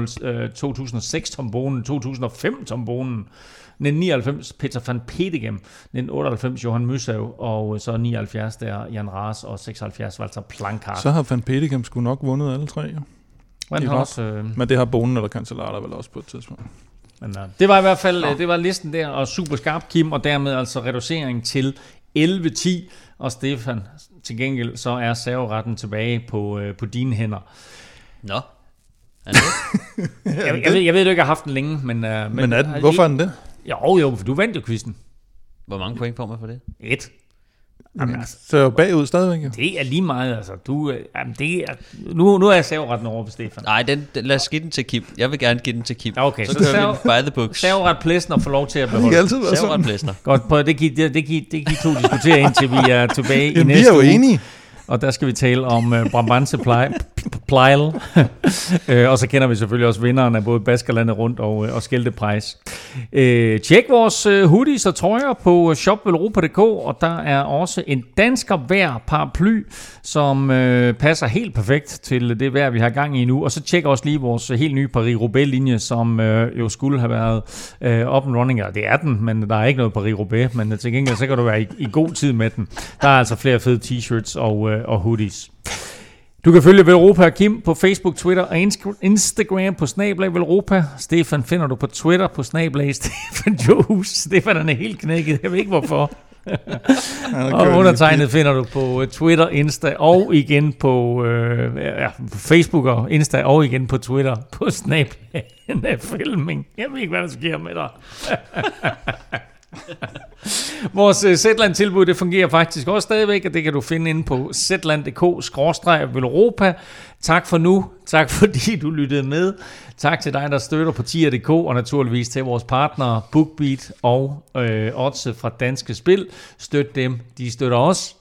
to tusind og seks Tom Bonen, to tusind og fem Tom Bonen, nitten nioghalvfems Peter van Petegem, nitten otteoghalvfems Johan Musev, og så nioghalvfjerds der Jan Raas, og seksoghalvfjerds Walter Plancard. Så har van Petegem sgu nok vundet alle tre, jo. Men, også, øh... Men det har Bonen eller Cancellara vel også på et tidspunkt. Men, uh, det var i hvert fald uh, det var listen der, og super skarp, Kim, og dermed altså reducering til elleve ti, og Stefan, til gengæld så er serveretten tilbage på, uh, på dine hænder. Nå, er det? jeg, jeg, ved, jeg ved, du ikke har haft den længe, men... Uh, men, men er den, hvorfor er den det? Jo, jo, for du vandt jo quizzen. Hvor mange point får man for det? Et. Jamen, altså, så er jo bagud stadigvæk, jo. Det er lige meget, altså. Du, jamen, det er, nu, nu er jeg serveretten over på Stefan. Nej, den, den, lad os give den til Kim. Jeg vil gerne give den til Kim. Okay, så, så kører vi by the books. Serveret Plesner får lov til at beholde. Serveret Plesner. Godt, på, det kan det, det, det, det to diskutere, indtil vi er tilbage i Jamen, næste uge. vi er jo enige. Og der skal vi tale om uh, Brabantse Plejl. uh, og så kender vi selvfølgelig også vinderen af både Baskerlandet rundt og, uh, og Skelte Prize. Uh, tjek vores uh, hoodies og trøjer på shop velropa punktum d k, og der er også en dansker hver paraply, som uh, passer helt perfekt til det vejr, vi har gang i nu. Og så tjek også lige vores uh, helt nye Paris-Roubaix-linje, som uh, jo skulle have været uh, up and running. Ja, det er den, men der er ikke noget Paris-Roubaix, men uh, til gengæld så kan du være i, i god tid med den. Der er altså flere fede t-shirts og uh, og hoodies. Du kan følge Velropa og Kim på Facebook, Twitter og Instagram på snablag Velropa. Stefan finder du på Twitter på snablag Stefan Johus. Stefan han er helt knækket, jeg ved ikke hvorfor. Og undertegnet finder du på Twitter, Insta og igen på, øh, ja, på Facebook og Insta og igen på Twitter på snablag filming. Jeg ved ikke hvad der sker med dig. Vores uh, Zetland-tilbud, det fungerer faktisk også stadigvæk, og det kan du finde inde på zetland punktum d k skråstreg velropa. Tak for nu. Tak fordi du lyttede med. Tak til dig, der støtter på tier punktum d k, og naturligvis til vores partnere BookBeat og øh, Odds fra Danske Spil. Støt dem, de støtter os.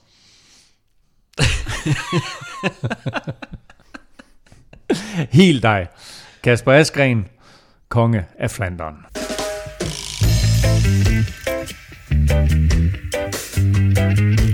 Hil dig, Kasper Asgreen, konge af Flandern. Thank you.